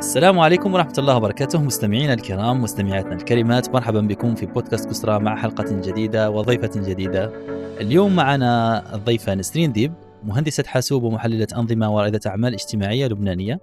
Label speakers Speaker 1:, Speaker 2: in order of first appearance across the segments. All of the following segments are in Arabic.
Speaker 1: السلام عليكم ورحمة الله وبركاته مستمعينا الكرام مستمعاتنا الكريمات، مرحبا بكم في بودكاست كسرى مع حلقة جديدة وضيفة جديدة. اليوم معنا الضيفة نسرين ديب، مهندسة حاسوب ومحللة أنظمة ورائدة أعمال اجتماعية لبنانية،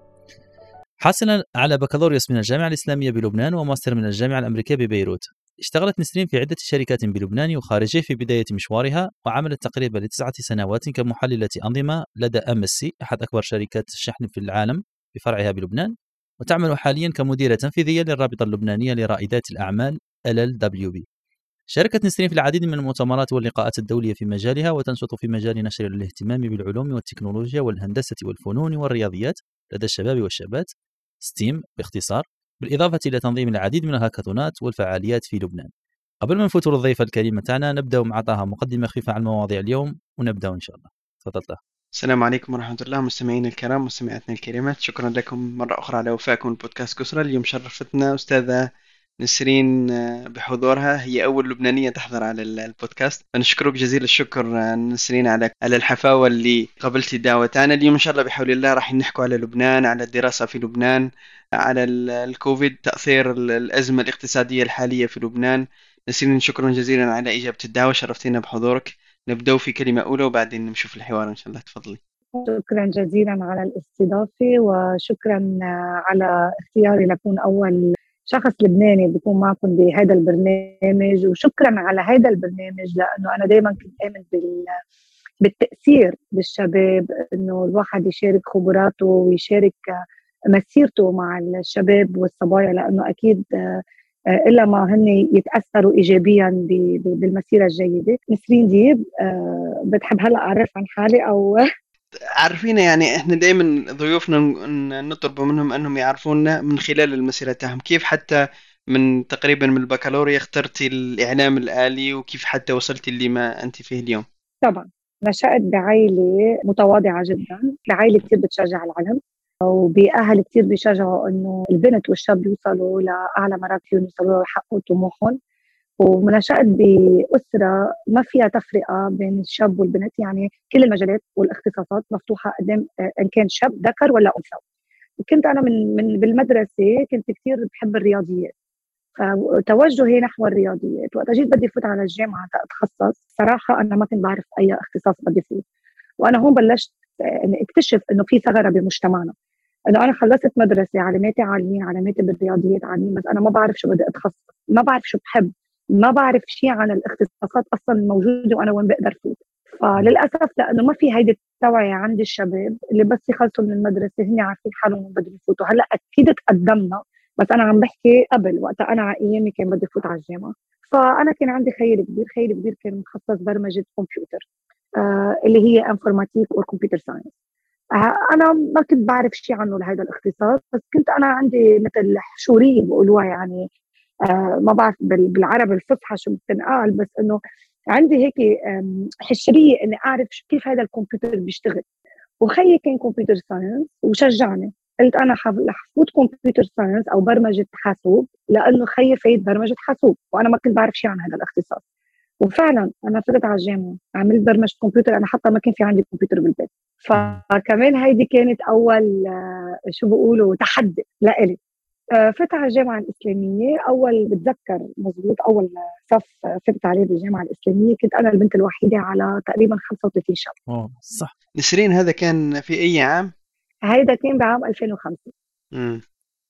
Speaker 1: حاصلة على بكالوريوس من الجامعة الإسلامية بلبنان وماستر من الجامعة الأمريكية ببيروت. اشتغلت نسرين في عدة شركات بلبنان وخارجه في بداية مشوارها، وعملت تقريبا ل9 سنوات كمحللة أنظمة لدى MSC أحد أكبر شركات الشحن في العالم بفرعها بلبنان، وتعمل حاليا كمديرة تنفيذية للرابطة اللبنانية لرائدات الأعمال LLWB. شاركت نسرين في العديد من المؤتمرات واللقاءات الدولية في مجالها، وتنشط في مجال نشر الاهتمام بالعلوم والتكنولوجيا والهندسة والفنون والرياضيات لدى الشباب والشابات، STEAM باختصار، بالإضافة إلى تنظيم العديد من الهاكاثونات والفعاليات في لبنان. قبل ما نفوت الضيفة الكريمة تاعنا، نبدأ مع طه مقدمة خفيفة عن مواضيع اليوم ونبدأ إن شاء الله. تفضل طه.
Speaker 2: السلام عليكم ورحمة الله مستمعينا الكرام مستمعاتنا الكريمات، شكرا لكم مرة أخرى على وفاءكم بودكاست كسرى. اليوم شرفتنا أستاذة نسرين بحضورها، هي أول لبنانية تحضر على البودكاست، فنشكرك جزيل الشكر نسرين على الحفاوة اللي قبلتي الدعوة تاعنا. اليوم إن شاء الله بحول الله راح نحكوا على لبنان، على الدراسة في لبنان، على الكوفيد، تأثير الأزمة الاقتصادية الحالية في لبنان. نسرين شكرا جزيلا على إجابة الدعوة، شرفتينا بحضورك. نبدأ في كلمة أولى وبعدين نشوف الحوار إن شاء الله. تفضلي.
Speaker 3: شكرا جزيلا على الاستضافة، وشكرا على اختياري لكون أول شخص لبناني بيكون معكم بهذا البرنامج، وشكرا على هذا البرنامج لأنه أنا دايما كنت آمن بالتأثير بالشباب، إنه الواحد يشارك خبراته ويشارك مسيرته مع الشباب والصبايا، لأنه أكيد إلا ما هن يتأثروا إيجابيا بالمسيرة الجيدة. نسرين ديب، بتحب هلأ أعرف عن حالي أو
Speaker 2: عارفين يعني احنا دايما ضيوفنا نطلب منهم انهم يعرفونا من خلال المسيرة تاعهم، كيف حتى من تقريبا من البكالوريا اخترتي الاعلام الآلي، وكيف حتى وصلتي اللي ما انت فيه اليوم.
Speaker 3: طبعا نشأت بعائلة متواضعة جدا، بعائلة كتير بتشجع العلم، وبأهل كتير بيشجعوا إنه البنت والشاب يوصلوا لأعلى مراتب، يوصلوا ويحققوا طموحهم. ونشأت بأسرة ما فيها تفرقة بين الشاب والبنت، يعني كل المجالات والاختصاصات مفتوحة قدام إن كان شاب ذكر ولا أنثى. وكنت أنا من بالمدرسة كنت كتير بحب الرياضيات، فتوجهي نحو الرياضيات. وقت جيت بدي فوت على الجامعة أتخصص، صراحة أنا ما كنت بعرف أي اختصاص بدي فيه. وأنا هون بلشت إني اكتشف إنه في ثغرة بمجتمعنا، إنه أنا خلصت مدرسة، علاماتي عاليين، علاماتي بالرياضيات عاليين، بس أنا ما بعرف شو بدي أتخصص، ما بعرف شو بحب، ما بعرف شيء عن الاختصاصات أصلا الموجودة وأنا وين بقدر فوت. فللأسف لأنه ما في هيدي التوعية عند الشباب اللي بس يخلصوا من المدرسة هن عارفين حالهم وين بدهم يفوتوا. هلا أكيد تقدمنا، بس أنا عم بحكي قبل وقت أنا على أيامي كان بدي فوت على الجامعة. فأنا كان عندي خير كبير، خير كبير كان متخصص برمجة كمبيوتر، اللي هي انفورماتيك وكمبيوتر ساينس. انا ما كنت بعرف شيء عنه لهذا الاختصاص، بس كنت انا عندي مثل حشوريه بقولوها، يعني ما بعرف بالعربي الفصحى شو بتنقال، بس انه عندي هيك حشريه اني اعرف كيف هذا الكمبيوتر بيشتغل. وخيي كان كمبيوتر ساينس وشجعني، قلت انا رح فوت كمبيوتر ساينس او برمجه حاسوب، لانه خيي فايت برمجه حاسوب وانا ما كنت بعرف شيء عن هذا الاختصاص. وفعلا انا فتت على الجامعه عملت برمجه كمبيوتر، انا حتى ما كان في عندي كمبيوتر بالبيت. فكمان هيدي كانت اول شو بيقولوا تحدي لإلي. فت على الجامعه الاسلاميه، اول بتذكر مزبوط اول صف فت عليه بالجامعه الاسلاميه كنت انا البنت الوحيده على تقريبا 35 شاب.
Speaker 1: صح.
Speaker 2: نسرين هذا كان في اي عام؟
Speaker 3: هيدا كان بعام 2005.
Speaker 2: امم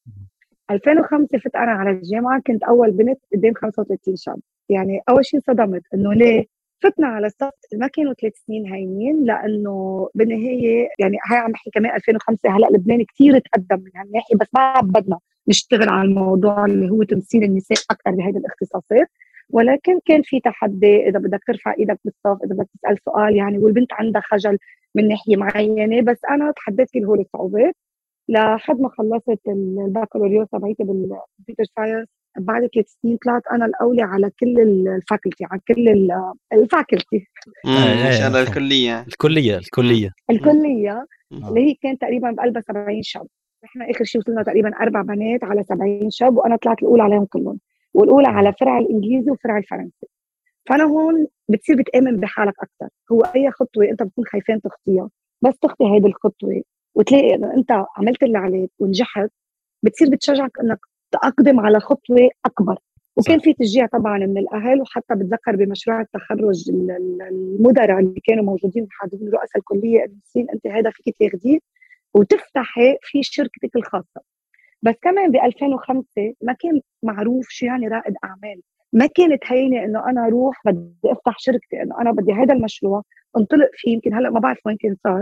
Speaker 3: 2005 فت انا على الجامعه، كنت اول بنت قدام 35 شاب. يعني اول شيء صدمت انه ليه فتنا على الصف. ما كانوا 3 سنين هاينين، لانه بالنهايه يعني هاي عم بحكي كمان 2005، هلا لبنان كثير تقدم من هالناحيه، بس ما بدنا نشتغل على الموضوع اللي هو تمثيل النساء اكثر بهيدي الاختصاصات. ولكن كان في تحدي، اذا بدك ترفع ايدك بالصف، اذا بدك تسال سؤال، يعني والبنت عندها خجل من ناحيه معينه. بس انا تحديت كل هول الصعوبات لحد ما خلصت البكالوريوس تبعيتي بالكمبيوتر ساينس. بعد 3 سنين طلعت انا الاولى على كل الفاكولتي، على كل الفاكولتي
Speaker 2: ما شاء الله.
Speaker 1: مفهوم.
Speaker 2: الكلية. امم
Speaker 3: الكليه،
Speaker 2: امم
Speaker 3: اللي هي كان تقريبا بقلبها 70 شاب. احنا اخر شيء وصلنا تقريبا 4 بنات على 70 شاب، وانا طلعت الاولى عليهم كلهم، والاولى على فرع الانجليزي وفرع الفرنسي. فانا هون بتصير بتامن بحالك اكثر. هو اي خطوه انت بتكون خايفين تخطيها، بس تخطي هيدي الخطوه وتلاقي انه انت عملت اللي عليك ونجحت، بتصير بتشجعك انك تقدم على خطوه اكبر. وكان
Speaker 1: صح.
Speaker 3: في تشجيع طبعا من الاهل، وحتى بتذكر بمشروع التخرج المدراء اللي كانوا موجودين محاضرين رؤساء الكليه انه انت هذا فيك تاخذيه وتفتحي في شركتك الخاصه. بس كمان ب 2005 ما كان معروف شو يعني رائد اعمال، ما كانت هينه انه انا اروح بدي افتح شركتي، انه انا بدي هذا المشروع انطلق فيه، يمكن هلا ما بعرف وين كان صار،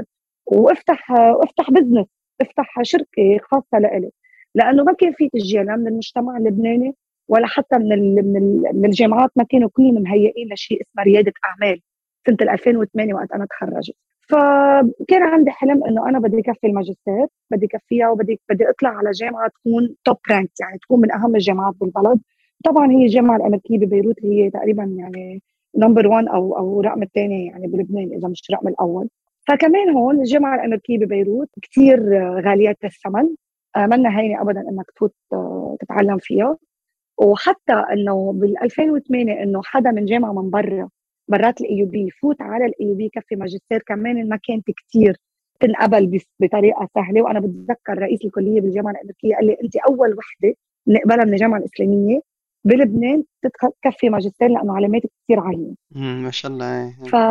Speaker 3: وافتح بزنس، افتح شركه خاصه لإلي، لانه ما كان في تشجيع لا من المجتمع اللبناني ولا حتى من الجامعات، ما كانوا كلهم مهيئين لشيء اسمه رياده اعمال سنه 2008 وقت انا تخرجت. فكان عندي حلم انه انا بدي اكفي الماجستير، بدي اكفيها، بدي اطلع على جامعه تكون توب رانك، يعني تكون من اهم الجامعات بالبلد. طبعا هي الجامعه الامريكيه ببيروت هي تقريبا يعني نمبر 1 او رقم الثاني يعني بلبنان اذا مش الرقم الاول. فكمان هون الجامعه الامريكيه ببيروت كثير غاليه الثمن، منا هينه ابدا انك تفوت تتعلم فيها. وحتى انه بال 2008 انه حدا من جامعه من برات الاي يو بي يفوت على الاي يو بي كفي ماجستير، كمان ما كانت كثير تنقبل بطريقه سهله. وانا بتذكر رئيس الكليه بالجامعه الامريكيه قال لي انت اول وحده نقبلها من الجامعه الاسلاميه بلبنان تكفي ماجستير لانه علاماتك كثير عاليه.
Speaker 2: ما شاء الله.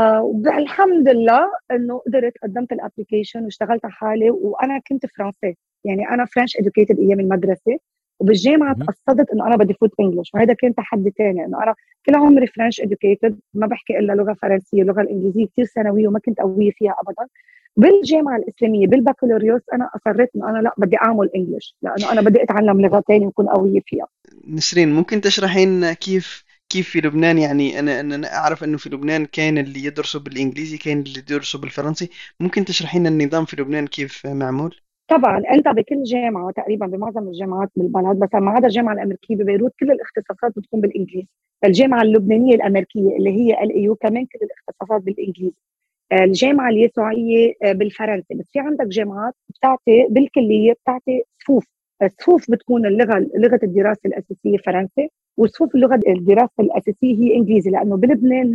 Speaker 3: فالحمد لله انه قدرت قدمت الابلكيشن واشتغلت على حالي. وانا كنت فرنسي، يعني انا فرنش ادوكيتد ايام المدرسه، وبالجامعه تقصدت انه انا بدي فوت انجلش، وهذا كان تحدي ثاني انه انا كل عمري فرنش ادوكيتد، ما بحكي الا لغه فرنسيه، اللغه الانجليزيه كثير ثانويه وما كنت قويه فيها ابدا. بالجامعه الاسلاميه بالبكالوريوس انا اصريت انه انا لا بدي اعمل انجلش، لانه انا بدي اتعلم لغه ثانيه وكون قويه فيها.
Speaker 2: نسرين، ممكن تشرحين كيف في لبنان؟ يعني أنا أعرف إنه في لبنان كان اللي يدرسوا بالإنجليزي، كان اللي يدرسوا بالفرنسي. ممكن تشرحين النظام في لبنان كيف معمول؟
Speaker 3: طبعا انت بكل جامعه تقريبا بمعظم الجامعات بالبلد، بس ما عدا الجامعه الامريكيه ببيروت كل الاختصاصات بتكون بالانجليزي. الجامعه اللبنانيه الامريكيه اللي هي الاي يو كمان كل الاختصاصات بالانجليزي. الجامعه اليسوعيه بالفرنسي. بس في عندك جامعات بتعطي بالكليه بتعطي صفوف، الصفوف بتكون لغه الدراسه الاساسيه فرنسي، وصفوف اللغه الدراسه الاساسيه هي انجليزي، لانه بلبنان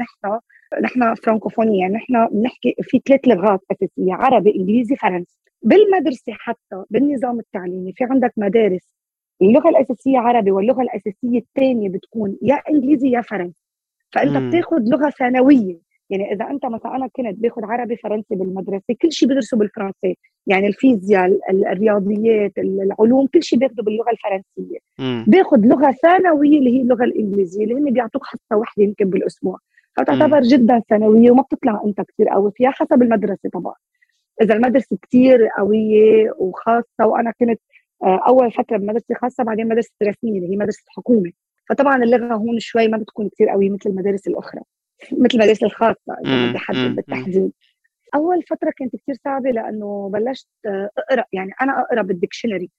Speaker 3: نحن فرانكوفونيا، يعني نحن بنحكي في 3 لغات اساسيه: عربي، انجليزي، فرنسي. بالمدرسه حتى بالنظام التعليمي في عندك مدارس اللغه الاساسيه عربي واللغه الاساسيه الثانيه بتكون يا انجليزي يا فرنسي. فانت
Speaker 2: امم
Speaker 3: بتاخذ لغه ثانويه، يعني اذا انت مثلا انا كنت باخذ عربي فرنسي بالمدرسه، كل شيء بدرسه بالفرنسي، يعني الفيزياء الرياضيات العلوم كل شيء باخذه باللغه الفرنسيه.
Speaker 2: امم
Speaker 3: باخذ لغه ثانويه اللي هي اللغه الانجليزيه اللي هم بيعطوك حصه واحده يمكن بالاسبوع،
Speaker 2: امم
Speaker 3: فتعتبر جدا ثانويه وما بتطلع انت كثير قوي فيها حسب المدرسه طبعا. اذا المدرسه كثير قويه وخاصه، وانا كنت اول فتره بمدرسه خاصه، بعدين مدرسه رسميه اللي هي مدرسه حكومه، فطبعا اللغه هون شوي ما بتكون كثير قويه مثل المدارس الاخرى، مثل المدارس الخاصه اذا بدي احدد
Speaker 2: امم
Speaker 3: بالتحديد. اول فتره كانت كثير صعبه لانه بلشت اقرا، يعني انا اقرا بالديكشنري،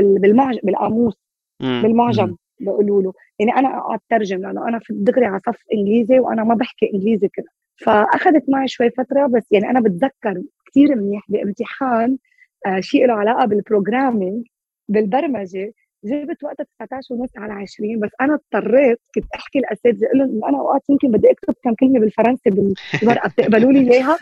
Speaker 3: بالقاموس، بالمعجم بيقولوا له، يعني انا اقعد ترجم لانه انا في دغري على صف انجليزي وانا ما بحكي انجليزي كده. فاخذت معي شوي فتره، بس يعني انا بتذكر كثير منيح بامتحان شيء له علاقه بالبروجرامينج بالبرمجه، جبت وقتها 19 ونص على 20، بس انا اضطريت كنت احكي الاساتذه اقول لهم انه انا اوقات يمكن بدي اكتب كم كلمه بالفرنسي بالورقه، بتقبلوا لي اياها؟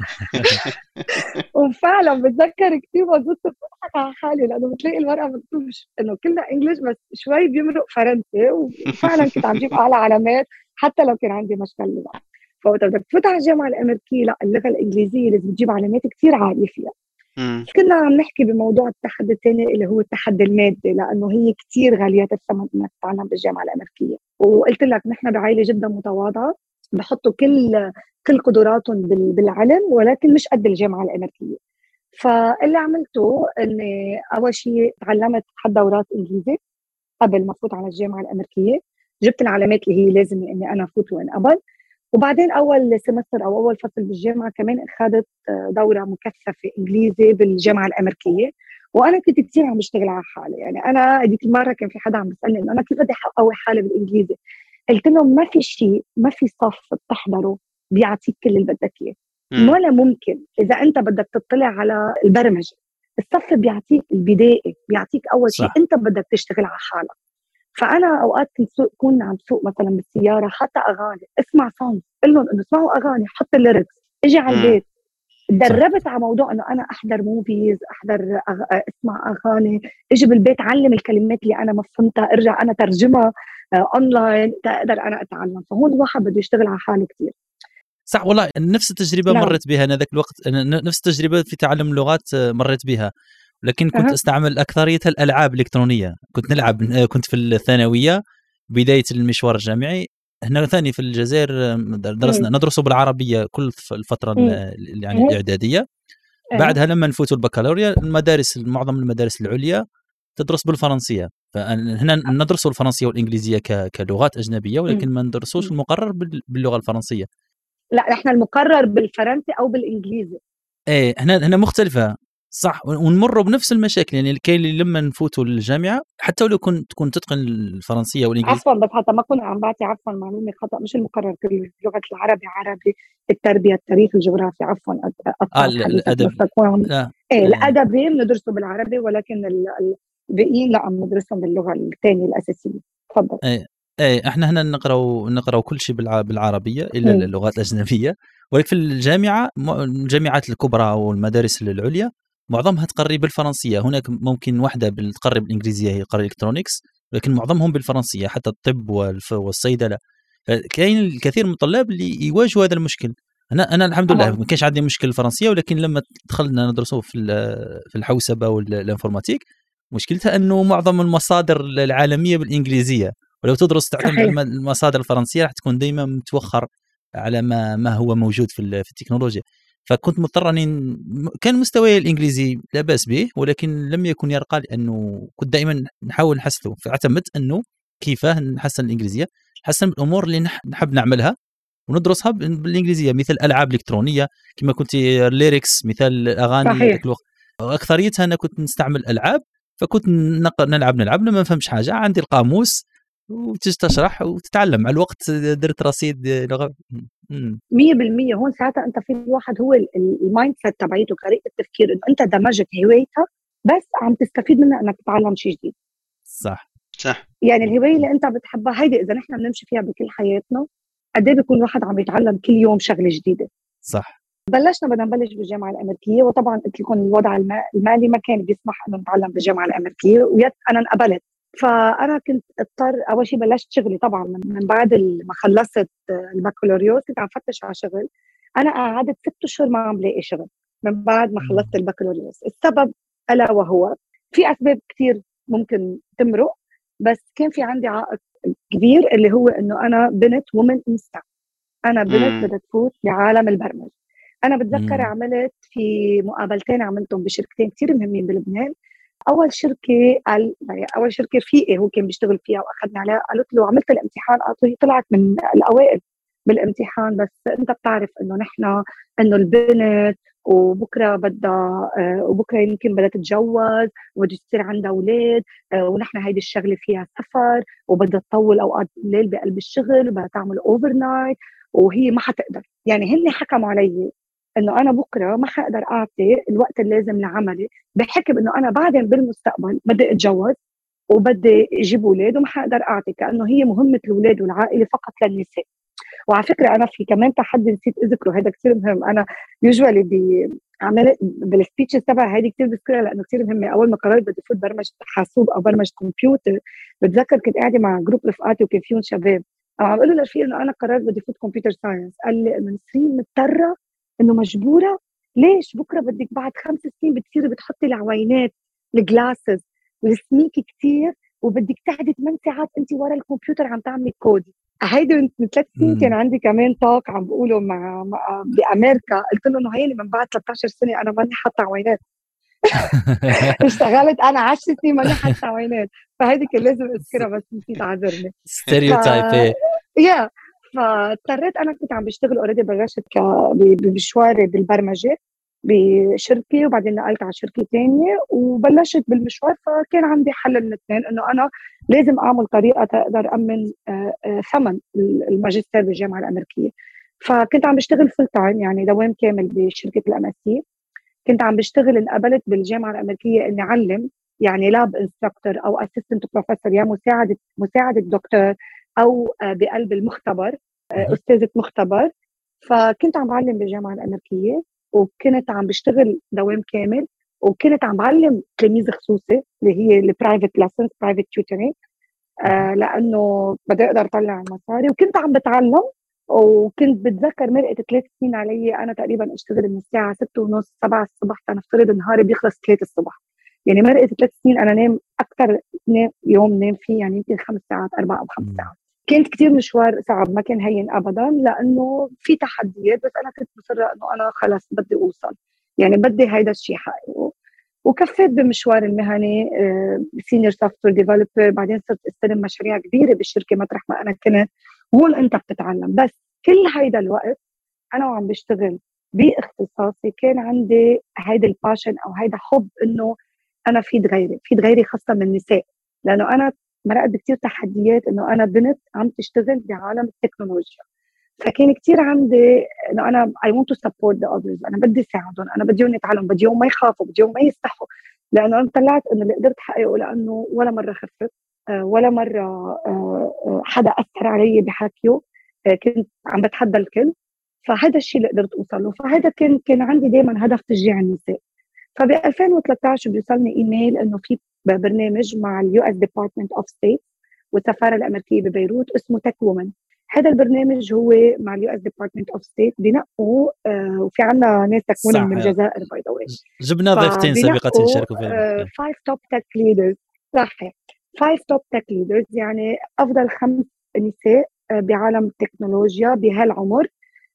Speaker 3: وفعلا بتذكر كثير مبسوطه بضحك على حالي لانه بتلاقي الورقه مكتوب انه كلها انجلش بس شوي بيمرق فرنسي، وفعلا كنت عم جيب اعلى علامات حتى لو كان عندي مشكله اللغه. فوقت بدك تفوت على الجامعه الامريكيه لا، اللغه الانجليزيه لازم تجيب علامات كثير عاليه فيها. كنا عم نحكي بموضوع التحدي الثاني اللي هو التحدي المادي، لانه هي كثير غاليات الثمن انك تتعلم بالجامعه الامريكيه. وقلت لك نحن بعائله جدا متواضعه، بحطوا كل قدراتهم بالعلم، ولكن مش قد الجامعه الامريكيه. فاللي عملته اني اول شيء تعلمت حد دورات انجليزي قبل ما افوت على الجامعه الامريكيه، جبت العلامات اللي هي لازم اني انا افوت وانقبل. وبعدين اول سمستر او اول فصل بالجامعه كمان اخذت دوره مكثفه انجليزي بالجامعه الامريكيه. وانا كنت كثير عم بشتغل على حالي، يعني انا هذيك المره كان في حدا عم بيسالني انه انا كيف بدي اقوي حالي بالانجليزي، قلت لهم ما في شيء، ما في صف بتحضره بيعطيك كل اللي بدك اياه، ولا ممكن اذا انت بدك تطلع على البرمجه الصف بيعطيك البدائي، بيعطيك اول شيء
Speaker 1: صح.
Speaker 3: انت بدك تشتغل على حالك. فانا اوقات كنت عم سوق مثلا بالسياره حتى اغاني، اسمع سونج، قل لهم انه اسمعوا اغاني، حط الليركس، اجي على البيت تدربت على موضوع انه انا احضر موفيز، اسمع اغاني، اجي بالبيت علم الكلمات اللي انا ما فهمتها، ارجع انا ترجمها اونلاين تقدر انا اتعلم. فهون الواحد بده يشتغل على حاله كثير.
Speaker 1: صح والله، نفس التجربه
Speaker 3: نعم.
Speaker 1: مرت بها انا ذاك الوقت، نفس التجربه في تعلم اللغات مريت بها، لكن كنت استعمل اكثريتها الالعاب الالكترونيه. كنت نلعب، كنت في الثانويه بدايه المشوار الجامعي. هنا ثاني في الجزائر ندرس بالعربيه كل الفتره يعني الاعداديه. بعدها لما نفوتوا البكالوريا معظم المدارس العليا تدرس بالفرنسيه، فهنا ندرسوا الفرنسيه والانجليزيه كلغات اجنبيه، ولكن ما ندرسوش المقرر باللغه الفرنسيه.
Speaker 3: لا احنا المقرر بالفرنسي او بالانجليزي.
Speaker 1: ايه هنا مختلفه صح، ونمروا بنفس المشاكل. يعني كاين اللي لما نفوتوا الجامعه حتى لو تكون تتقن الفرنسيه والانجليزيه.
Speaker 3: عفوا بس حتى ما كنا عم بعطي عفوا معلومه خطا، مش المقرر كله، لغه العربي عربي، التربيه التاريخ الجغرافيا، عفوا
Speaker 1: الادب
Speaker 3: الادبي بندرسه بالعربي، ولكن الباقيين لا بندرسهم باللغه الثانيه الاساسيه. تفضل.
Speaker 1: ايه احنا هنا نقراو كل شيء بالعربيه الا اللغات الاجنبيه. ولكن في الجامعات الكبرى والمدارس العليا معظمها تقري بالفرنسيه. هناك ممكن واحده تقري بالانجليزيه، هي قري الكترونيكس، لكن معظمهم بالفرنسيه، حتى الطب والصيدله. كاين الكثير من الطلاب اللي يواجهوا هذا المشكل. انا الحمد لله ما كانش عندي مشكل الفرنسيه، ولكن لما دخلنا ندرسوه في الحوسبه والانفورماتيك، مشكلتها انه معظم المصادر العالميه بالانجليزيه، ولو تدرس تعتمد على المصادر الفرنسيه راح تكون دائما متوخر على ما هو موجود في التكنولوجيا. فكنت مضطر اني كان مستواي الانجليزي لا باس به، ولكن لم يكن يرقى، لانه كنت دائما نحاول نحسنه. فاعتمدت انه كيف نحسن الانجليزيه، نحسن الامور اللي نحب نعملها وندرسها بالانجليزيه، مثل العاب الكترونيه كما كنت الليركس، مثال اغاني ذاك الوقت اكثريتها انا كنت نستعمل العاب. فكنت نلعب لما ما نفهمش حاجه عندي القاموس وتشرح وتتعلم. مع الوقت درت رصيد لغه
Speaker 3: 100%. هون ساعتها انت في الواحد هو المايند سيت تبعيته، طريقه التفكير، انه انت دمجت هوايتها بس عم تستفيد منها انك تتعلم شيء جديد.
Speaker 2: صح
Speaker 3: يعني الهوايه اللي انت بتحبها هيدي اذا نحن بنمشي فيها بكل حياتنا، قد ايه بيكون الواحد عم يتعلم كل يوم شغله جديده.
Speaker 1: صح.
Speaker 3: بدنا نبلش بالجامعه الامريكيه، وطبعا قلت لكم الوضع المالي ما كان بيسمح انه نتعلم بالجامعه الامريكيه، ويت انا انقبلت. فانا كنت اضطر اول شيء بلشت شغلي طبعا من بعد ما خلصت البكالوريوس، كنت عم فتش على شغل. انا قعدت 6 اشهر ما عم لاقي شغل من بعد ما خلصت البكالوريوس. السبب الا وهو في اسباب كثير ممكن تمرق، بس كان في عندي عائق كبير اللي هو انه انا بنت ومن انستا، انا بنت بدها تفوت بعالم البرمجه. انا بتذكر عملت في مقابلتين عملتهم بشركتين كثير مهمين بلبنان. اول شركه رفيقي هو كان بيشتغل فيها واخذني عليها، قالت له عملت الامتحان، قالت له طلعت من الاوائل بالامتحان، بس انت بتعرف انه نحن انه البنت وبكره يمكن بدها تتجوز وبده يصير عندها اولاد، ونحن هيدي الشغله فيها سفر وبدها تطول اوقات الليل بقلب الشغل وبدها تعمل اوفر نايت، وهي ما حتقدر. يعني هن حكموا علي انه انا بكره ما حقدر اعطي الوقت اللازم لعملي، بحكم انه انا بعدين بالمستقبل بدي اتجوز وبدي اجيب اولاد وما حقدر اعطي، كانه هي مهمه الاولاد والعائله فقط للنساء. وعلى فكره انا في كمان تحدي نسيت اذكره، هذا كثير مهم. انا يوجوالي بعمل بالسبيتش تبع هذه كثير بذكرها لانه كثير مهمه. اول ما قررت بدي فوت برمجه حاسوب او برمجه كمبيوتر، بتذكر كنت قاعده مع جروب رفقاتي وكان فيهم شباب، عم بقول له لرفيق انه انا قررت بدي فوت كمبيوتر ساينس. قال لي انه نسرين مضطره، انه مجبوره. ليش؟ بكره بدك بعد 5 سنين بتصيري بتحطي العوينات الجلاسز والسميك كثير، وبدك تقعدي 8 ساعات انت ورا الكمبيوتر عم تعملي كود. هيدي من 3 سنين كان عندي كمان طاق عم بقوله مع بامريكا، قلت له انه هيني من بعد 13 سنه انا ماني حاطه عوينات. اشتغلت انا 10 سنين ماني حاطه عوينات، فهيدي كان لازم اذكرها بس نسيت اعذرني.
Speaker 1: ستيريوتايب.
Speaker 3: فاضطريت، انا كنت عم بشتغل اوريدي بلشت بمشواري بالبرمجه بشركه، وبعدين نقلت على شركه ثانيه وبلشت بالمشوار. فكان عندي حل من الاثنين، انه انا لازم اعمل طريقه تقدر امن ثمن الماجستير بالجامعه الامريكيه. فكنت عم بشتغل فول تايم، يعني دوام كامل بشركه الاماسي. كنت عم بشتغل، انقبلت بالجامعه الامريكيه اني اعلم، يعني لاب انستراكتور او اسيستنت بروفيسور، يا مساعده دكتور، او بقلب المختبر استاذه مختبر. فكنت عم بعلم بالجامعه الامريكيه، وكنت عم بشتغل دوام كامل، وكنت عم بعلم تلاميذ خصوصي اللي هي البرايفت ليسنز، برايفت تيوترينج، لانه بدي اقدر اطلع المصاري، وكنت عم بتعلم. وكنت بتذكر مرقت 3 سنين علي انا تقريبا اشتغل من الساعه 6:30 7 الصبح، تنفترض نهاري بيخلص 3 الصبح. يعني مرقت 3 سنين انا نام اكثر يوم نام فيه يعني يمكن 5 ساعات 4 أو 5 ساعات. كانت كتير مشوار صعب، ما كان هين ابدا، لانه في تحديات، بس انا كنت مصره انه انا خلص بدي اوصل، يعني بدي هيدا الشيء حقيقه. وكفيت بمشوار المهني سينيور سوفت وير ديفلوبر، بعدين صرت استلم مشاريع كبيره بالشركه مطرح ما انا كنت. هون انت بتتعلم. بس كل هيدا الوقت انا وعم بشتغل باختصاصي كان عندي هيدا الباشن او هيدا حب انه انا فيد غيري خاصه من النساء، لانه انا مرقت بكثير تحديات انه انا بنت عم تشتغل بعالم التكنولوجيا. فكان كتير عندي انه انا I want to support the others، انا بدي ساعدهم، انا بديهم يتعلموا، بديهم ما يخافوا، بديهم ما يستحوا. لانه انا طلعت انه اللي قدرت احققه، لانه ولا مره خفت، ولا مره حدا اثر علي بحكيه، كنت عم بتحدى الكل. فهذا الشيء اللي قدرت اوصل له. فهذا كان عندي دائما هدف تشجيع النساء. فب 2013 بيوصلني ايميل انه في برنامج مع اليو اس ديبارتمنت اوف ستيت والسفاره الامريكيه ببيروت اسمه تك وومن. هذا البرنامج هو مع اليو اس ديبارتمنت اوف ستيت، بنقوا وفي عندنا ناس تكون من الجزائر باي ذا واي.
Speaker 1: جبنا ضيفتين سابقات يشاركوا في المكان.
Speaker 3: 5 توب تك ليدرز، صحيح 5 توب تك ليدرز، يعني افضل 5 نساء بعالم التكنولوجيا بهالعمر،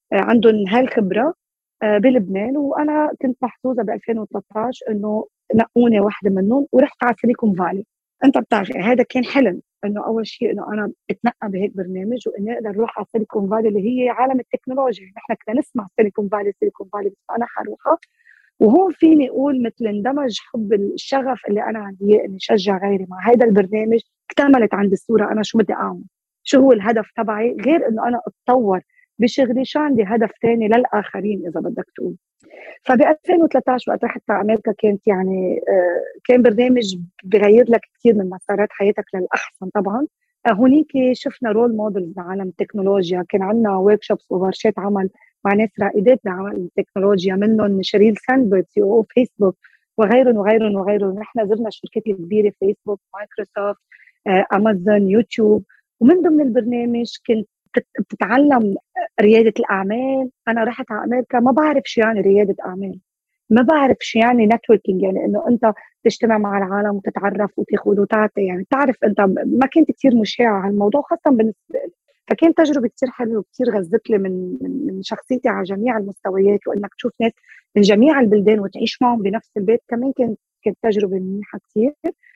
Speaker 3: عندهم هالخبره بلبنان. وانا كنت محظوظه ب 2013 انه نقوني واحده منهم ورحت على سيليكون فالي. انت بتعرف هذا كان حلم، انه اول شيء انه انا اتنقى بهيك برنامج واني اقدر اروح على سيليكون فالي اللي هي عالم التكنولوجيا. نحن كنا نسمع سيليكون فالي سيليكون فالي، بس انا حروحها. وهون فيني اقول مثل اندمج حب الشغف اللي انا عندي اياه اني اشجع غيري مع هذا البرنامج. اكتملت عندي الصوره انا شو بدي اعمل، شو هو الهدف تبعي، غير انه انا اتطور بشغلي، شو عندي هدف ثاني للاخرين اذا بدك تقول. فب 2013 وقت رحت على امريكا كانت يعني كان برنامج بغير لك كثير من مسارات حياتك للاحسن طبعا. هونيك شفنا رول موديلز بعالم التكنولوجيا، كان عندنا ورك شوبس وورشات عمل مع ناس رائدات بعالم التكنولوجيا، منهم شيريل ساندبرغ سي او فيسبوك وغيرهم وغيرهم وغيرهم. نحن زرنا الشركات الكبيره فيسبوك، مايكروسوفت، امازون، يوتيوب. ومن ضمن البرنامج كنت بتتعلم ريادة الأعمال. أنا رحت على أمريكا ما بعرف شو يعني ريادة أعمال، ما بعرف شو يعني نتوركينج، يعني إنه أنت تجتمع مع العالم وتتعرف وتاخذ وتعطي. يعني تعرف أنت ما كنت كتير مشاعة على الموضوع خاصة بالنسبة لي. فكانت تجربة كتير حلوة وكتير غذت لي من شخصيتي على جميع المستويات، وإنك تشوف ناس من جميع البلدان وتعيش معهم بنفس البيت كمان كانت تجربة منيحة كتير.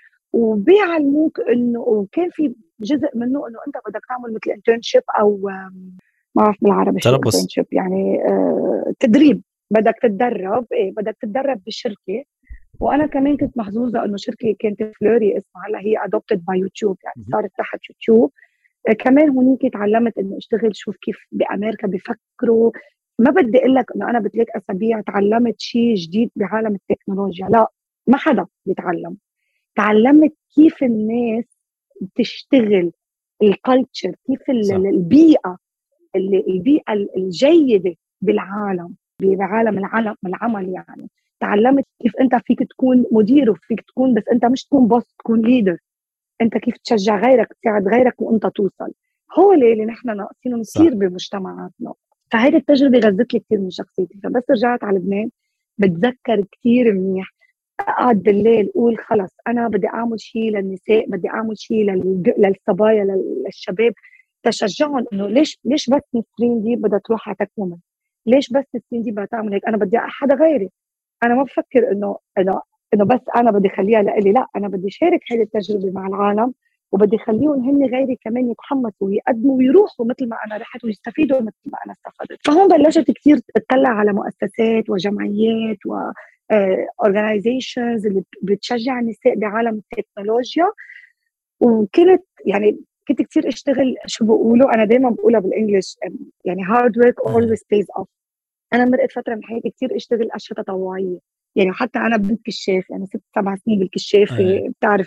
Speaker 3: وبيعلموك انه، وكان في جزء منه انه انت بدك تعمل مثل انترنشيب او ما بعرف بالعربي شو انترنشيب، يعني تدريب، بدك تتدرب. بدك تتدرب بالشركه. وانا كمان كنت محظوظه انه شركه كانت فلوري اسمها، هلا هي ادوبتد باي يوتيوب، يعني صارت تحت يوتيوب. كمان هونيك تعلمت انه اشتغل شوف كيف بامريكا بفكروا. ما بدي اقول لك انه انا ب3 اسابيع تعلمت شيء جديد بعالم التكنولوجيا، لا، ما حدا بيتعلم. تعلمت كيف الناس بتشتغل، الكالتشر، كيف البيئة البيئة الجيدة بالعالم، بعالم العمل. يعني تعلمت كيف انت فيك تكون مدير وفيك تكون، بس انت مش تكون بوس، تكون ليدر. انت كيف تشجع غيرك، تساعد غيرك وانت توصل. هو اللي نحن ناقصينهم كثير بمجتمعاتنا. فهذه التجربة غذت لي كثير من شخصيتي. فبس رجعت على لبنان بتذكر كثير منيح اقعد بالليل اقول خلص انا بدي اعمل شيء للنساء، بدي اعمل شيء للصبايا، للشباب، تشجعهم انه ليش بس نسرين دي بدها تروح على تكومن، ليش بس نسرين دي بدها تعمل هيك، انا بدي حدا غيري. انا ما بفكر انه بس انا بدي خليها لإلي، لا، انا بدي شارك هذه التجربه مع العالم، وبدي خليهم هن غيري كمان يتحمسوا ويقدموا ويروحوا مثل ما انا رحت ويستفيدوا مثل ما انا استفدت. فهون بلشت كثير اطلع على مؤسسات وجمعيات و organizations اللي بتشجع النساء بعالم التكنولوجيا. وكنت يعني كنت كتير اشتغل، شو بقولوا انا دايما بقولها بالانجلش، يعني hard work always pays off. انا مرقت فتره من حياتي كتير اشتغل اشياء تطوعيه، يعني حتى انا بنت كشاف، يعني 6-7 سنين بالكشافه. بتعرف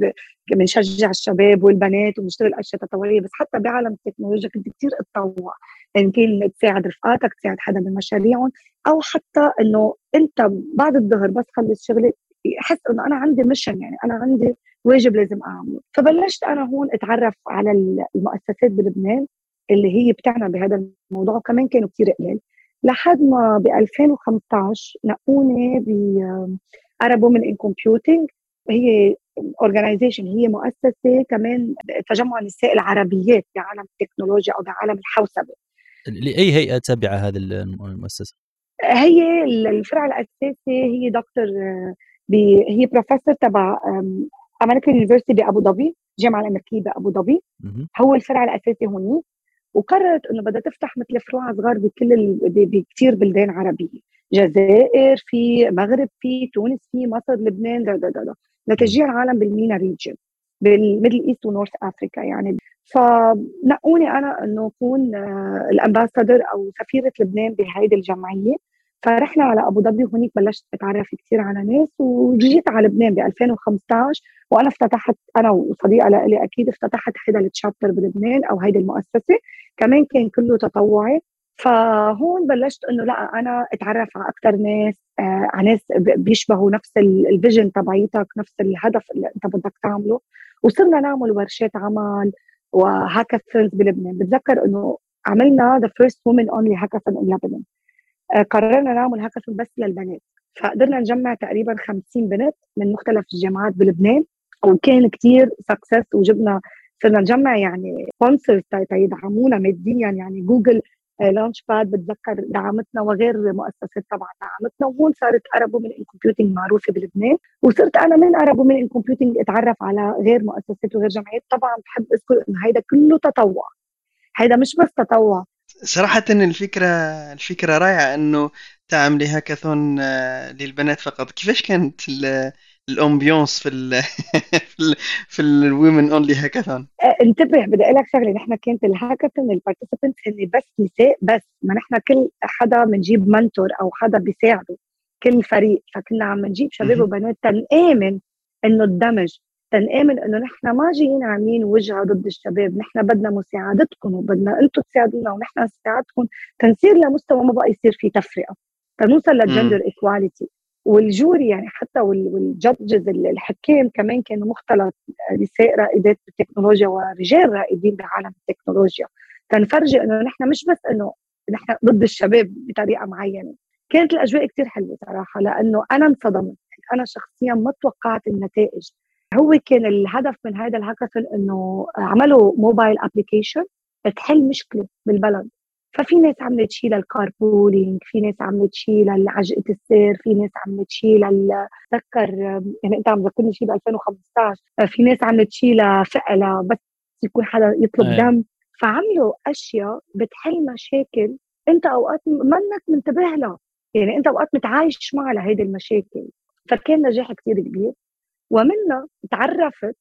Speaker 3: بنشجع الشباب والبنات وبنشتغل اشياء تطوعيه. بس حتى بعالم التكنولوجيا كنت كتير اتطوع، يعني كان تساعد رفقاتك، تساعد حدا بمشاريعهم، او حتى انه انت بعد الظهر بس خلص شغلي احس انه انا عندي ميشن، يعني انا عندي واجب لازم اعمله. فبلشت انا هون اتعرف على المؤسسات بلبنان اللي هي بتعنى بهذا الموضوع، وكمان كانوا كتير قليل، لحد ما ب 2015 نقوني ب Arab Women in Computing. هي organization، هي مؤسسة كمان تجمع نساء العربيات بعالم التكنولوجيا أو بعالم الحوسبة.
Speaker 1: لأي هيئة تابعة هذه المؤسسة؟
Speaker 3: هي الفرع الأساسي هي دكتور هي بروفيسور تبع أمريكان يونيفرسيتي بأبو ظبي، الجامعة الأمريكية بأبو ظبي. هو الفرع الأساسي هوني، وقررت انه بدها تفتح مثل فروع صغار بكثير بلدان عربيه، جزائر، في مغرب، في تونس، في مصر، لبنان، لتشجيع العالم بالمينا ريجن، بالميدل ايست ونورث افريكا يعني. فنقوني انا انه اكون الامباسادور او سفيره لبنان بهيدي الجمعيه. فرحنا على ابو ظبي، وهنيك بلشت اتعرف كثير على ناس، وجيت على لبنان ب 2015. وانا افتتحت، انا وصديقه لي اكيد، افتتحت هيدا التشابتر بلبنان او هيدي المؤسسه، كمان كان كله تطوعي. فهون بلشت انه لا، انا اتعرف على اكثر ناس، على ناس بيشبهوا نفس الفيجن تبعيتك، نفس الهدف اللي انت بدك تعمله. وصرنا نعمل ورشات عمل وهاكاثونز بلبنان. بتذكر انه عملنا the first women only hackathon in Lebanon. قررنا نعمل هاكاثون بس للبنات، فقدرنا نجمع تقريبا 50 بنت من مختلف الجامعات بلبنان، وكان كتير سكسس. وجبنا، صرنا نجمع يعني سبونسرز يدعمونا ماديا، يعني جوجل لانش باد بتذكر دعمتنا، وغير مؤسسات طبعا دعمتنا. وهون صارت Arab Women in Computing معروفه بلبنان، وصرت انا من Arab Women in Computing اتعرف على غير مؤسسات وغير جمعيات. طبعا بحب اذكر انه هيدا كله تطوع، هيدا مش بس تطوع.
Speaker 2: صراحة الفكرة رائعة إنه تعملي هاكاثون للبنات فقط. كيفاش كانت الأمبيونس في الومن أونلي هاكاثون؟
Speaker 3: انتبه، بدي اقول لك شغله، نحن كانت الهاكاثون البارتيسيبنتس هن بس نساء بس، ما نحن كل حدا بنجيب منتور او حدا بيساعده كل فريق. فكنا عم نجيب شباب وبنات تنآمن انه الدمج، تنآمن انه نحن ما جايين عاملين وجهه ضد الشباب، نحن بدنا مساعدتكم وبدنا انتم تساعدونا ونحن نساعدكم، تنصير لمستوى ما بقى يصير في تفرقه، تنوصل للجندر ايكواليتي. والجوري يعني حتى والجادجز الحكام كمان كانوا مختلط نساء رائدات بالتكنولوجيا ورجال رائدين بعالم التكنولوجيا. تنفرجي انه نحن مش بس انه نحن ضد الشباب بطريقه معينه. كانت الاجواء كتير حلوه صراحه، لانه انا انصدمت، انا شخصيا ما توقعت النتائج. هو كان الهدف من هذا الهاكاثون انه عملوا موبايل ابلكيشن تحل مشكله بالبلد. ففي ناس عملت شيء للكار بولينج، في ناس عملت شيء لعجقه السير، في ناس عملت شيء تذكر يعني انت عم تذكرني شيء ب 2015، في ناس عملت شيء لفئه بس يكون حدا يطلب دم. فعملوا اشياء بتحل مشاكل انت اوقات منك منتبه لها، يعني انت اوقات متعايش مع هيدي المشاكل. فكان نجاح كتير كبير. ومنها تعرفت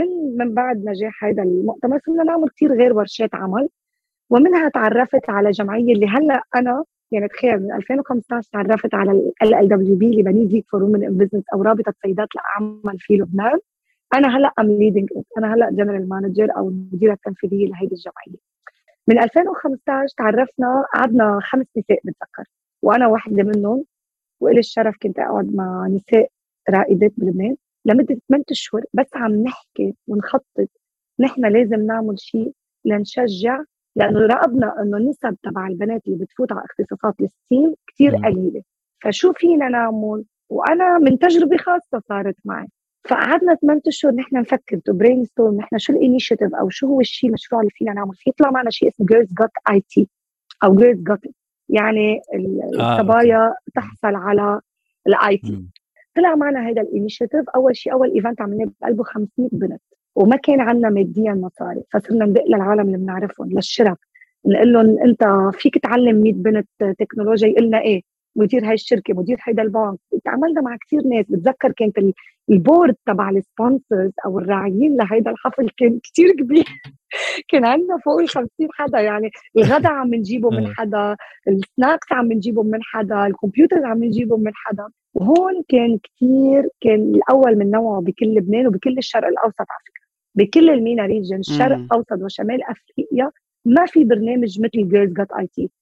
Speaker 3: من بعد نجاح هذا المؤتمر صرنا نعمل كتير غير ورشات عمل، ومنها تعرفت على جمعيه اللي هلا انا يعني تخيل من 2015 تعرفت على LLWB Lebanese League for Women in Business، او رابطه سيدات الاعمال في لبنان. انا هلا ام ليدنج، انا هلا جنرال مانجر او المديره التنفيذيه لهيدي الجمعيه. من 2015 تعرفنا، قعدنا 5 نساء بتذكر، وانا واحده منهم، والي الشرف كنت اقعد مع نساء رائدات بلبنان لمده 8 اشهر بس عم نحكي ونخطط نحن لازم نعمل شيء لنشجع، لانه راقبنا انه النسب تبع البنات اللي بتفوت على اختصاصات الستيم كتير قليله. فشو فينا نعمل؟ وانا من تجربه خاصه صارت معي. فقعدنا 8 اشهر نحن نفكر تو برين ستورم، نحن شو الانيشيتيف او شو هو الشيء المشروع اللي فينا نعمل فيه. طلع معنا شيء اسمه جيرلز جوت اي تي او جيرلز جوت، يعني الصبايا تحصل على الاي تي. طلع معنا هذا الانيشيتيف. اول شيء اول ايفنت عملناه بقلبه 500 بنت، وما كان عندنا ماديا مصاري، فصرنا ندق للعالم اللي بنعرفهم للشرك نقول لهم انت فيك تعلم 100 بنت تكنولوجيا؟ قلنا ايه، مدير هاي الشركه، مدير هيدا البنك. تعاملنا مع كثير ناس. بتذكر كانت البورد تبع السبونسرز او الراعيين لهيدا الحفل كان كثير كبير. كان عندنا فوق ال 50 حدا، يعني الغداء عم نجيبه من حدا، السناكس عم نجيبه من حدا، الكمبيوتر عم نجيبه من حدا. وهون كان كثير، كان الاول من نوعه بكل لبنان وبكل الشرق الاوسط على فكره، بكل المينا ريجن، شرق اوسط وشمال افريقيا، ما في برنامج مثل جيرلز جوت اي تي.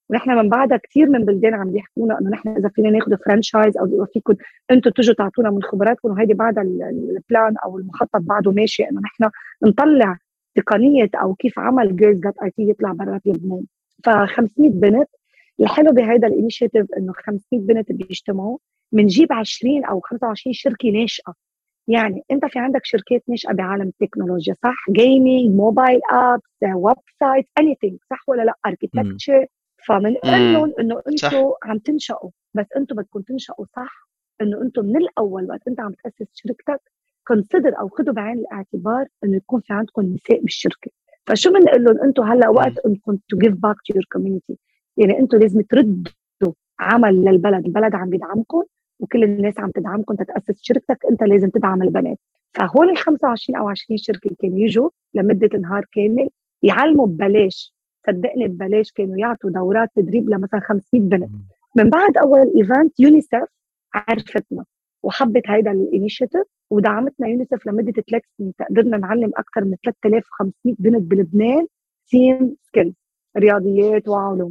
Speaker 3: ونحن من بعدها كثير من بلدان عم بيحكونا انه نحن اذا فينا ناخذ فرانشايز او اذا فيكم انتم تجوا تعطونا من خبراتكم، وهيدي بعد البلان او المخطط بعده ماشي انه نحن نطلع تقنيه او كيف عمل جيرلز جات اي تي يطلع برات لبنان. ف500 بنت. الحلو بهذا الانيشيتيف انه 500 بنت بيجتمعوا، بنجيب 20 او 25 شركه ناشئه. يعني انت في عندك شركات ناشئه بعالم التكنولوجيا، صح؟ جيمنج، موبايل ابس، ويب سايت، اني ثينج، صح ولا لا؟ اركيتكتشر. فمنقول لهم انه
Speaker 2: صح.
Speaker 3: انتم عم تنشأوا، بس انتم بدكم تنشأوا صح. انه انتم من الاول وقت انت عم تاسس شركتك كونسيدر او خذوا بعين الاعتبار انه يكون في عندكم نساء بالشركه. فشو بنقول لهم؟ انتم هلا وقت انكم تو جيف باك تو يور كوميونتي، يعني انتم لازم تردوا عمل للبلد، البلد عم بيدعمكم وكل الناس عم تدعمكم تتاسس شركتك، انت لازم تدعم البنات. فهول ال 25 او 20 شركه كانوا يجوا لمده نهار كامل يعلموا ببلاش، صدقني ببلاش، كانوا يعطوا دورات تدريب لمثلا 500 بنت. من بعد اول ايفنت يونيسف عرفتنا وحبت هيدا الانيشيتيف ودعمتنا يونيسف لمده 3 سنين، قدرنا نعلم اكثر من 3500 بنت بلبنان سيم سكيلز، رياضيات وعلوم.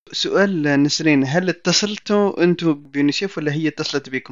Speaker 2: سؤال نسرين، هل اتصلتوا انتوا بيونيسيف ولا هي اتصلت بكم؟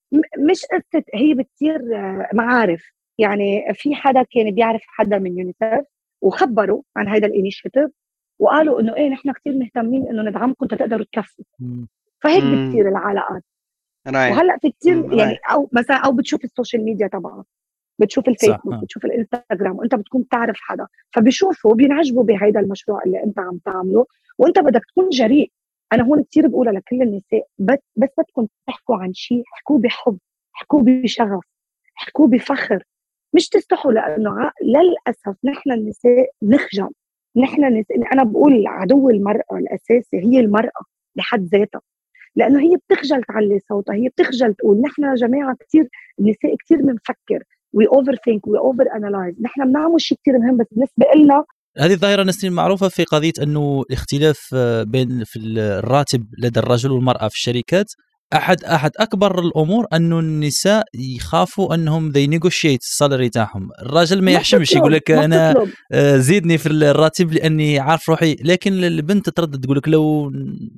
Speaker 3: مش قصة، هي بتصير معارف. يعني في حدا كان بيعرف حدا من يونيسف وخبروا عن هذا الانيشيتيف وقالوا انه ايه نحن كثير مهتمين انه ندعمكم تقدروا تكفوا. فهيك بتصير العلاقات.
Speaker 2: رايح.
Speaker 3: وهلا في كثير يعني او مثلا او بتشوف السوشيال ميديا تبعك، بتشوف الفيسبوك، بتشوف الانستغرام، وانت بتكون بتعرف حدا فبيشوفوا بينعجبوا بهيدا المشروع اللي انت عم تعمله، وانت بدك تكون جريء. انا هون كثير بقولها لكل النساء، بس بدكم تحكوا عن شيء، احكوا بحب، احكوا بشغف، احكوا بفخر، مش تستحوا. لانه للاسف نحن النساء نخجل. نحن النساء، انا بقول عدو المراه الاساسي هي المراه بحد ذاتها، لانه هي بتخجل تعلي صوتها، هي بتخجل تقول. نحن يا جماعه كثير النساء كثير بنفكر، وي اوفر ثينك، وي اوفر انالايز، نحن بنعمل شيء كثير مهم بس بالنسبه لنا.
Speaker 1: هذه الظاهرة نسرين معروفة في قضية أنه الاختلاف بين في الراتب لدى الرجل والمرأة في الشركات. أحد أكبر الأمور أنه النساء يخافوا أنهم they negotiate السالري تاعهم. الراجل ما يحشمش يقول لك أنا زيدني في الراتب لأني عارف روحي، لكن البنت تردد تقول لك لو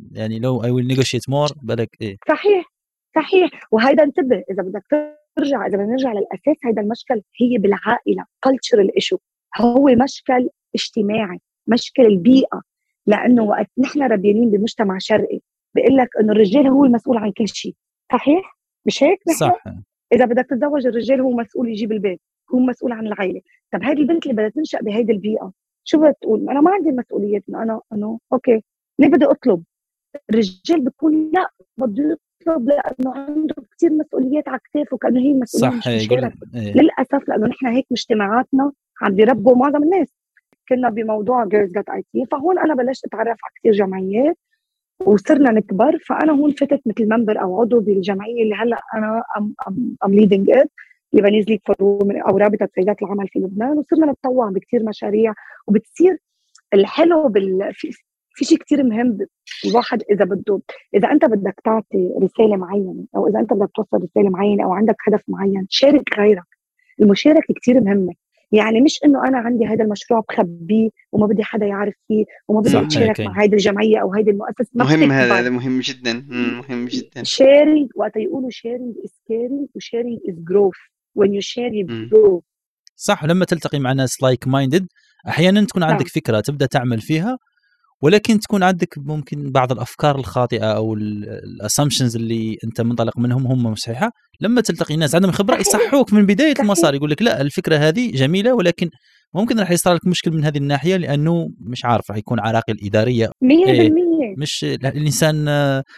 Speaker 1: I will negotiate more بالك إيه.
Speaker 3: صحيح. وهيدا انتبه، إذا بدك ترجع، إذا بدنا نرجع للأساس، هيدا المشكل هي بالعائلة، cultural issue، هو مشكل اجتماعي، مشكل البيئة. لأنه وقت نحن ربيانين بمجتمع شرقي بيقول لك إنه الرجال هو المسؤول عن كل شيء، صحيح؟ مش هيك نحن؟
Speaker 1: صح.
Speaker 3: إذا بدك تتزوج الرجال هو مسؤول يجيب البيت، هو مسؤول عن العائلة. طب هذه البنت اللي بدها تنشأ بهيدي البيئة شو بدها تقول؟ أنا ما عندي مسؤوليات، أنا أوكي، ليه بدي أطلب؟ الرجال بيكون لا بده يطلب لانه عنده كثير مسؤوليات على كتافه، كانه هي المسؤوليه مش مشاركه. للاسف لانه نحن هيك مجتمعاتنا عم بيربوا معظم الناس. كنا بموضوع جيرلز جات اي تي، فهون انا بلشت اتعرف على كثير جمعيات وصرنا نكبر. فانا هون فتت مثل ممبر او عضو بالجمعيه اللي هلا انا ام ليدنج ات، لبنيز ليج فور وومن او رابطه سيدات العمل في لبنان، وصرنا نتطوع بكثير مشاريع. وبتصير الحلو في شيء كتير مهم. الواحد إذا أنت بدك تعطي رسالة معينة، أو إذا أنت بدك توصل رسالة معينة، أو عندك هدف معين، شارك غيرك. المشاركة كتير مهمة. يعني مش إنه أنا عندي هذا المشروع بخبيه وما بدي حدا يعرف فيه وما بدي أتشارك مع هذه الجمعية أو هذه المؤسسة.
Speaker 2: مهم، هذا مهم جدا، مهم جدا.
Speaker 3: sharing، وقت يقولوا sharing is caring و sharing is growth. when you share you grow.
Speaker 1: صح. لما تلتقي مع ناس لايك مايندد أحيانا تكون عندك فكرة تبدأ تعمل فيها، ولكن تكون عندك ممكن بعض الافكار الخاطئه او الاسامبشنز اللي انت منطلق منهم هم مش صحيحه. لما تلتقي ناس عندهم خبره يصحوك من بدايه المسار، يقول لك لا الفكره هذه جميله، ولكن ممكن راح يصير لك مشكل من هذه الناحيه لانه مش عارف راح يكون عراقيل اداريه
Speaker 3: 100%.
Speaker 1: مش الانسان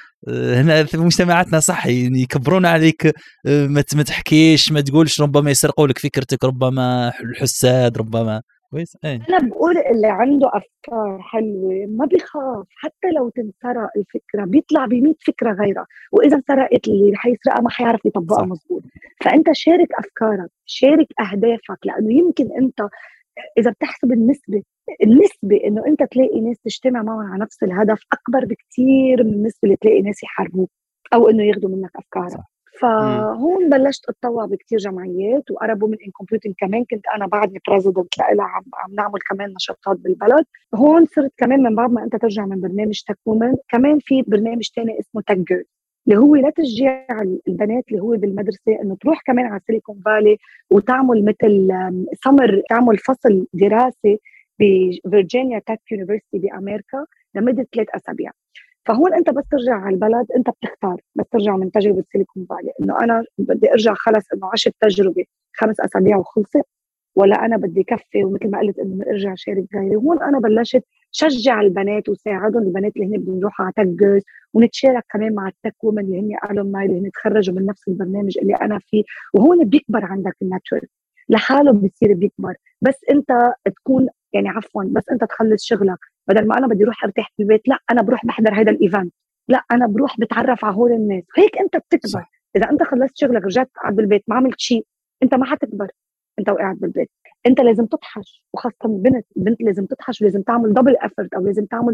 Speaker 1: هنا في مجتمعاتنا صح يكبرون عليك، ما تحكيش، ما تقولش، ربما يسرقوا لك فكرتك، ربما الحساد، ربما كويس.
Speaker 3: أنا بقول اللي عنده أفكار حلوة ما بيخاف، حتى لو تنسرق الفكرة بيطلع ب100 فكرة غيرها، وإذا انسرقت اللي حيسرقها ما حيعرف يطبقها مزبوط. فأنت شارك أفكارك، شارك أهدافك، لأنه يمكن أنت إذا بتحسب النسبة إنه أنت تلاقي ناس تجتمع معهم على نفس الهدف أكبر بكتير من النسبة اللي تلاقي ناس يحاربوك أو إنه ياخدوا منك أفكارك. فهون بلشت اتطوع بكتير جمعيات وقربوا من ان كومبيوتنج كمان. كنت انا بعدني بريزيدنت لها، عم نعمل كمان نشاطات بالبلد. هون صرت كمان من بعد ما انت ترجع من برنامج تك وومن كمان في برنامج تاني اسمه تك جيرل، اللي هو لتشجيع البنات اللي هو بالمدرسه انه تروح كمان على سيليكون فالي وتعمل مثل سمر، تعمل فصل دراسي بفيرجينيا تك يونيفرسيتي بامريكا لمده 3 أسابيع. فهون انت بس ترجع على البلد انت بتختار، بس ترجع من تجربه سيليكون فالي انه انا بدي ارجع خلص انه عشت تجربه 5 أسابيع وخلصت، ولا انا بدي كفي ومثل ما قلت انه ارجع شارك غيري. هون انا بلشت شجع البنات وساعدهم، البنات اللي هن بدهم يروحوا على تك جيرلز، ونتشارك كمان مع التك وومن اللي هن الومناي اللي هن تخرجوا من نفس البرنامج اللي انا فيه. وهون بيكبر عندك النتورك لحاله، بيصير بيكبر. بس انت تكون يعني عفوا بس انت تخلص شغلك، بدل ما انا بدي اروح ارتاح في البيت، لا انا بروح بحضر هذا الايفنت، لا انا بروح بتعرف على هول الناس. هيك انت بتكبر.
Speaker 1: صح.
Speaker 3: اذا انت خلصت شغلك رجعت قاعد بالبيت ما عملت شيء، انت ما حتكبر. انت وقاعد بالبيت انت لازم تطحش، وخاصه البنت لازم تطحش، ولازم تعمل دبل افورت او لازم تعمل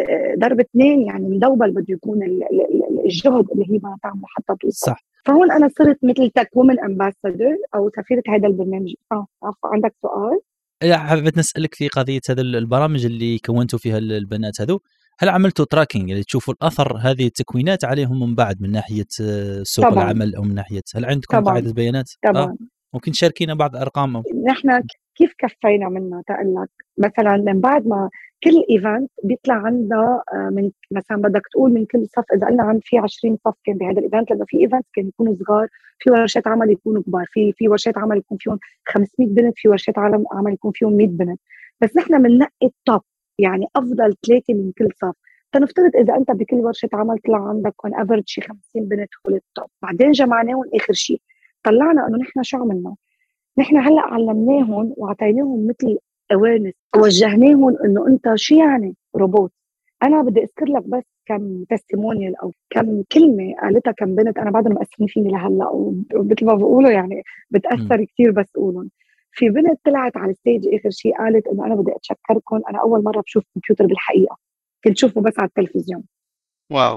Speaker 3: ضرب 2، يعني مدوبل بده يكون الجهد اللي هي بدها تعمله حتى توصل.
Speaker 1: صح.
Speaker 3: فهون انا صرت مثل تك وومن امباسادور او سفيره هذا البرنامج. عندك سؤال؟
Speaker 1: حبيت نسألك في قضية هذا البرامج اللي كونتوا فيها البنات هذو، هل عملتوا تراكنج يعني تشوفوا الأثر هذه التكوينات عليهم من بعد من ناحية سوق
Speaker 3: طبعاً.
Speaker 1: العمل أو من ناحية هل عندكم
Speaker 3: طبعاً.
Speaker 1: قاعدة بيانات؟
Speaker 3: طبعا
Speaker 1: ممكن تشاركينا بعض الأرقام أو
Speaker 3: نحن كيف كفينا منها؟ تقول لك مثلا من بعد ما كل ايفنت بيطلع عندها من مثلا بدك تقول من كل صف، اذا قلنا عن في 20 صف كان بهذا الايفنت، لانه في ايفنت كانوا يكونوا صغار، في ورشات عمل يكونوا كبار، في ورشات عمل يكون فيهم 500 بنت، في ورشات عمل يكون فيهم 100 بنت. بس نحن بننقي التوب، يعني افضل 3 من كل صف. فنفترض اذا انت بكل ورشه عمل طلع عندك on average شي 50 بنت هول التوب، بعدين جمعناهم اخر شيء طلعنا انه نحن شو عملنا. نحن هلا علمناهم واعطيناهم مثل اويرنس، وجهناهم انه انت شو يعني روبوت. انا بدي اذكر لك بس كم تستيمونيال او كم كلمه قالتها كم بنت انا بعدهم مأثرين فيني لهلا، ومثل ما بقولوا يعني بتاثر كثير بس اقولهم. في بنت طلعت على الستيج اخر شيء قالت انه انا بدي اتشكركم، انا اول مره بشوف كمبيوتر بالحقيقه، كنت شوفه بس على التلفزيون.
Speaker 2: واو.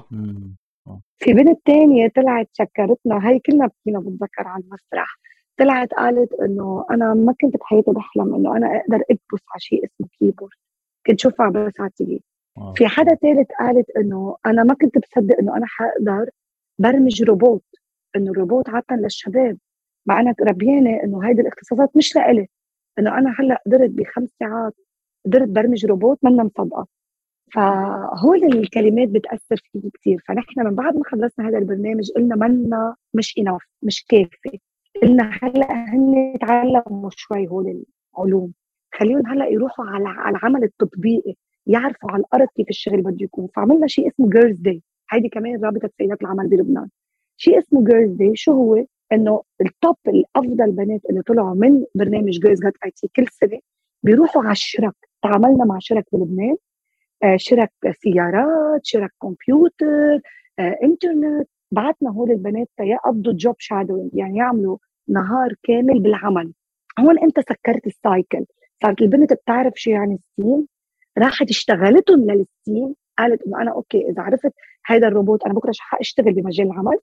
Speaker 3: في بنت تانية طلعت شكرتنا، هاي كلنا فينا بتذكر على المسرح، طلعت قالت انه انا ما كنت بحياتي بحلم انه انا اقدر اكبس على شيء اسمه كيبورد، كنت شوفها بس على التي في. في حدا ثالث قالت انه انا ما كنت بصدق انه انا حقدر برمج روبوت، انه الروبوت عادة للشباب، مع انا ربيانه انه هيدي الاختصاصات مش لإلي، انه انا هلا قدرت ب5 ساعات قدرت برمج روبوت منا مصدقه. فهول الكلمات بتأثر فيه كتير. فنحن من بعد ما خلصنا هذا البرنامج قلنا منا مش إناف، مش كافي، قلنا هلا هن تعلموا شوي هول العلوم، خليهم هلا يروحوا على العمل التطبيقي، يعرفوا على الأرض كيف الشغل بده يكون. فعملنا شيء اسمه جيرلز داي، هيدي كمان رابطة سيدات العمل بلبنان. شيء اسمه جيرلز داي شو هو؟ إنه التوب الأفضل بنات اللي طلعوا من برنامج جيرلز جات اي تي كل سنة بيروحوا على الشرك. تعاملنا مع شرك بلبنان، شرك سيارات، شرك كمبيوتر، انترنت، بعتنا هول البنات يقضوا جوب شادوينج، يعني يعملوا نهار كامل بالعمل. هون انت سكرت السايكل، صارت البنت بتعرف شو يعني ستيم، راحت اشتغلتهم للستيم، قالت انه انا اوكي اذا عرفت هيدا الروبوت انا بكره رح اشتغل بمجال العمل.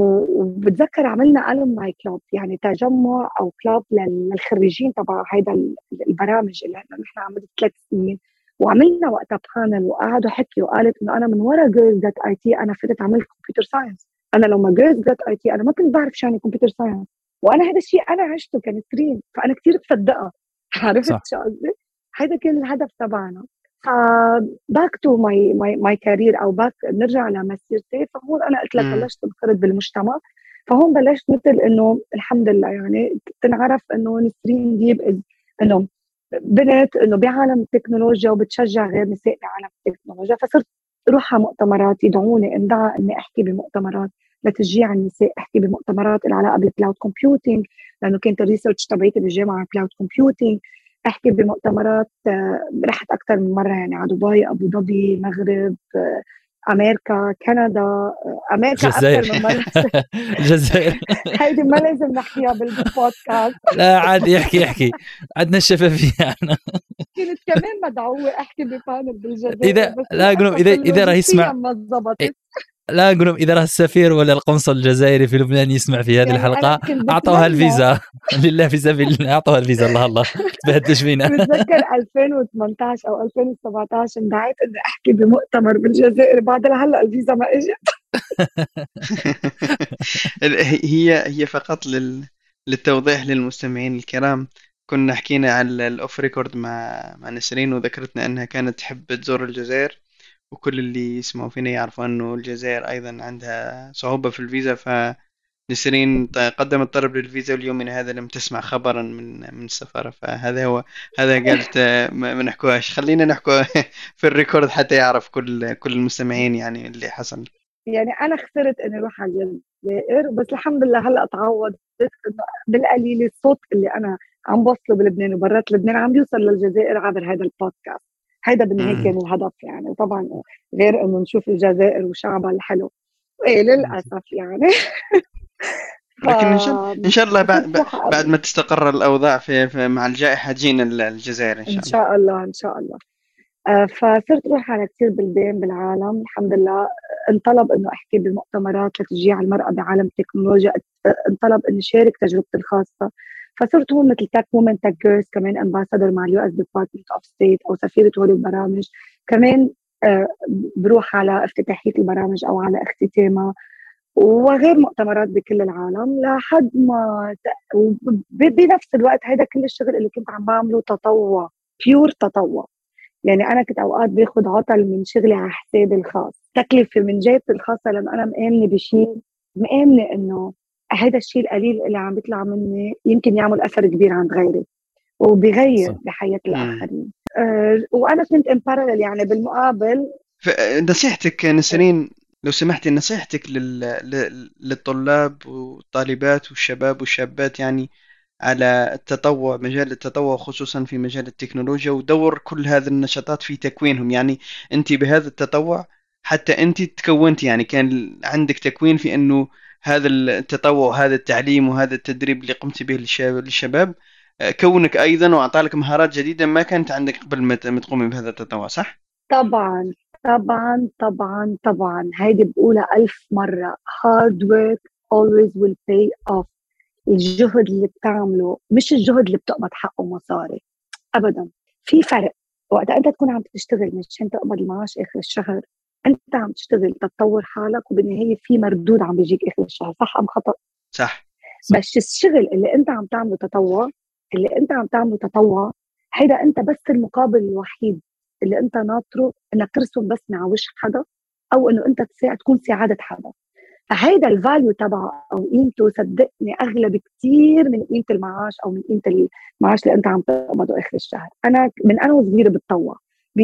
Speaker 3: وبتذكر عملنا الومناي كلوب، يعني تجمع او كلوب للخريجين تبع هيدا البرامج اللي نحن عملنا 3 سنين. وعملنا وقتها بانل وقعدوا حكي، وقالت انه انا من ورا جيرلز جات اي تي انا فتت عملت كمبيوتر ساينس. انا لو ما جيرلز جات اي تي انا ما كنت بعرف شو يعني كمبيوتر ساينس، وانا هذا الشيء انا عشته كنسرين، فانا كثير بصدقها. عرفت شو قصدي؟ هذا كان الهدف تبعنا. باك تو ماي كارير او باك نرجع لمسيرتي. فهون انا قلت لك بلشت انخرط بالمجتمع، فهون بلشت مثل انه الحمد لله يعني تنعرف انه نسرين ديب انه بنت انه بعالم التكنولوجيا وبتشجع غير نساء بعالم التكنولوجيا. فصرت اروح على مؤتمرات، يدعوني اندعى اني احكي بمؤتمرات لتشجيع النساء، احكي بمؤتمرات العلاقه بالكلاود كومبيوتينج لانه كانت الريسيرش تبعيتي بالجامعه كلاود كومبيوتينج، احكي بمؤتمرات رحت اكثر من مره يعني على دبي، ابو ظبي، المغرب، امريكا، كندا، امريكا اكثر من مره.
Speaker 1: الجزائر
Speaker 3: هيدي ما لازم نحكيها بالبودكاست.
Speaker 1: لا عادي احكي عندنا الشفافيه احنا.
Speaker 3: كنت كمان مدعوه احكي ببانل بالجزائر،
Speaker 1: اذا
Speaker 3: بس
Speaker 1: لا اقول اذا راح يسمع
Speaker 3: ما ضبطت.
Speaker 1: لا نقول لهم اذا راه السفير ولا القنصل الجزائري في لبنان يسمع في هذه
Speaker 3: يعني
Speaker 1: الحلقه
Speaker 3: أنا كنت
Speaker 1: اعطوها
Speaker 3: بتمنى
Speaker 1: الفيزا. لله في سبيل الله اعطوها الفيزا. الله الله تبهدلش فينا.
Speaker 3: بتذكر 2018 أو 2017 اندعيت إني أحكي بمؤتمر بالجزائر، بعد لهلا الفيزا ما إجت.
Speaker 2: هي فقط للتوضيح للمستمعين الكرام. كنا حكينا على الأوف ريكورد مع نسرين، وذكرتنا أنها كانت تحب تزور الجزائر، وكل اللي يسمعوا فينا يعرفوا أنه الجزائر أيضا عندها صعوبة في الفيزا. فنسرين قدمت طلب للفيزا، واليوم من هذا لم تسمع خبرا من السفارة. فهذا هو، هذا قالت ما نحكوهاش، خلينا نحكو في الريكورد حتى يعرف كل المستمعين يعني اللي حصل.
Speaker 3: يعني أنا خسرت إني أروح على الجزائر، بس الحمد لله هلا تعوضت إنه بالقليل الصوت اللي أنا عم بوصله بلبنان وبرات لبنان عم بيوصل للجزائر عبر هذا البودكاست. هيدا بالنهاية كان الهدف يعني، وطبعا غير إنه نشوف الجزائر وشعبها الحلو. إيه للأسف يعني. ف
Speaker 2: لكن إن شاء الله
Speaker 3: صرت روح
Speaker 2: بعد ما تستقر الأوضاع مع الجائحة جينا الجزائر إن
Speaker 3: إن
Speaker 2: شاء الله.
Speaker 3: شاء الله إن شاء الله. فصرت روح على كثير بلدان بالعالم الحمد لله. انطلب انه احكي بمؤتمرات لتشجيع المراه بعالم التكنولوجيا، انطلب اني شارك تجربتي الخاصه. فصرت هون مثل تك وومن تك جيرلز، كمان امباسادور مع اليو اس ديبارتمنت اوف ستيت او سفيره هول البرامج. كمان آه، بروح على افتتاحيه البرامج او على اختتامها، وغير مؤتمرات بكل العالم لحد ما بنفس الوقت هذا كل الشغل اللي كنت عم بعمله تطوع، بيور تطوع. يعني أنا كنت أوقات باخد عطل من شغلي على حسابي الخاص، تكلفة من جيبتي الخاصة، لأنه أنا مآمنة بشيء، مآمنة إنه هذا الشيء القليل اللي عم بيطلع مني يمكن يعمل أثر كبير عند غيري وبيغير
Speaker 1: صح.
Speaker 3: بحياة الآخرين. وأنا كنت امبارل يعني بالمقابل.
Speaker 2: نصيحتك نسرين، لو سمحتي، نصيحتك للطلاب والطالبات والشباب والشابات يعني على التطوع، مجال التطوع خصوصا في مجال التكنولوجيا، ودور كل هذه النشاطات في تكوينهم. يعني أنت بهذا التطوع حتى أنت تكونت، يعني كان عندك تكوين في أنه هذا التطوع وهذا التعليم وهذا التدريب اللي قمت به للشباب كونك أيضا وأعطالك مهارات جديدة ما كانت عندك قبل ما تقومي بهذا التطوع، صح؟
Speaker 3: طبعا طبعا طبعا طبعا هيدي بقولها 1000 مرة، hard work always will pay off. الجهد اللي بتعمله مش الجهد اللي بتقبض حقه مصاري ابدا. في فرق وقت انت تكون عم تشتغل مشان تقبض المعاش اخر الشهر، انت عم تشتغل تطور حالك وبالنهايه في مردود عم بيجيك اخر الشهر، صح ام خطا؟
Speaker 2: صح.
Speaker 3: بس الشغل اللي انت عم تعمله تطوع، اللي انت عم تعمله تطوع، هيدا انت بس المقابل الوحيد اللي انت ناطره انك ترسم بسمه على وجه حدا، او انه انت تكون سعاده حدا. فهيدا الفاليو تبعه او قيمته صدقني اغلى بكثير من قيمه المعاش او من قيمه المعاش اللي انت عم تقبضه اخر الشهر. انا من انا وصغيره بتطوع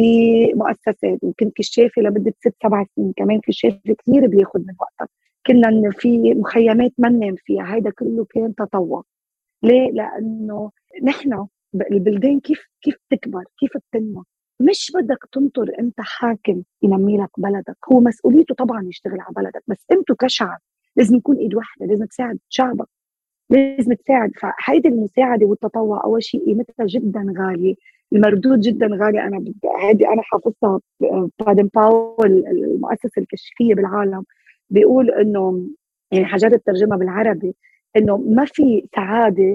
Speaker 3: بمؤسسات، وكنت كشافه لمده 6 7 سنين، كمان كشاف كثير بياخذ من وقتك. كنا في مخيمات ما ننام فيها، هيدا كله كان تطوع. ليه؟ لانه نحن البلدان كيف تكبر، كيف بتنمو، مش بدك تنطر انت حاكم ينمي لك بلدك، هو مسؤوليته طبعا يشتغل على بلدك، بس انتوا كشعب لازم يكون ايد واحده، لازم تساعد شعبك، لازم تساعد. فهيدي المساعده والتطوع اول شيء قيمتها جدا غاليه، المردود جدا غالي. هيدي انا حافظتها. بادن باول المؤسسه الكشفيه بالعالم بيقول انه، يعني حاجات الترجمه بالعربي، انه ما في سعاده،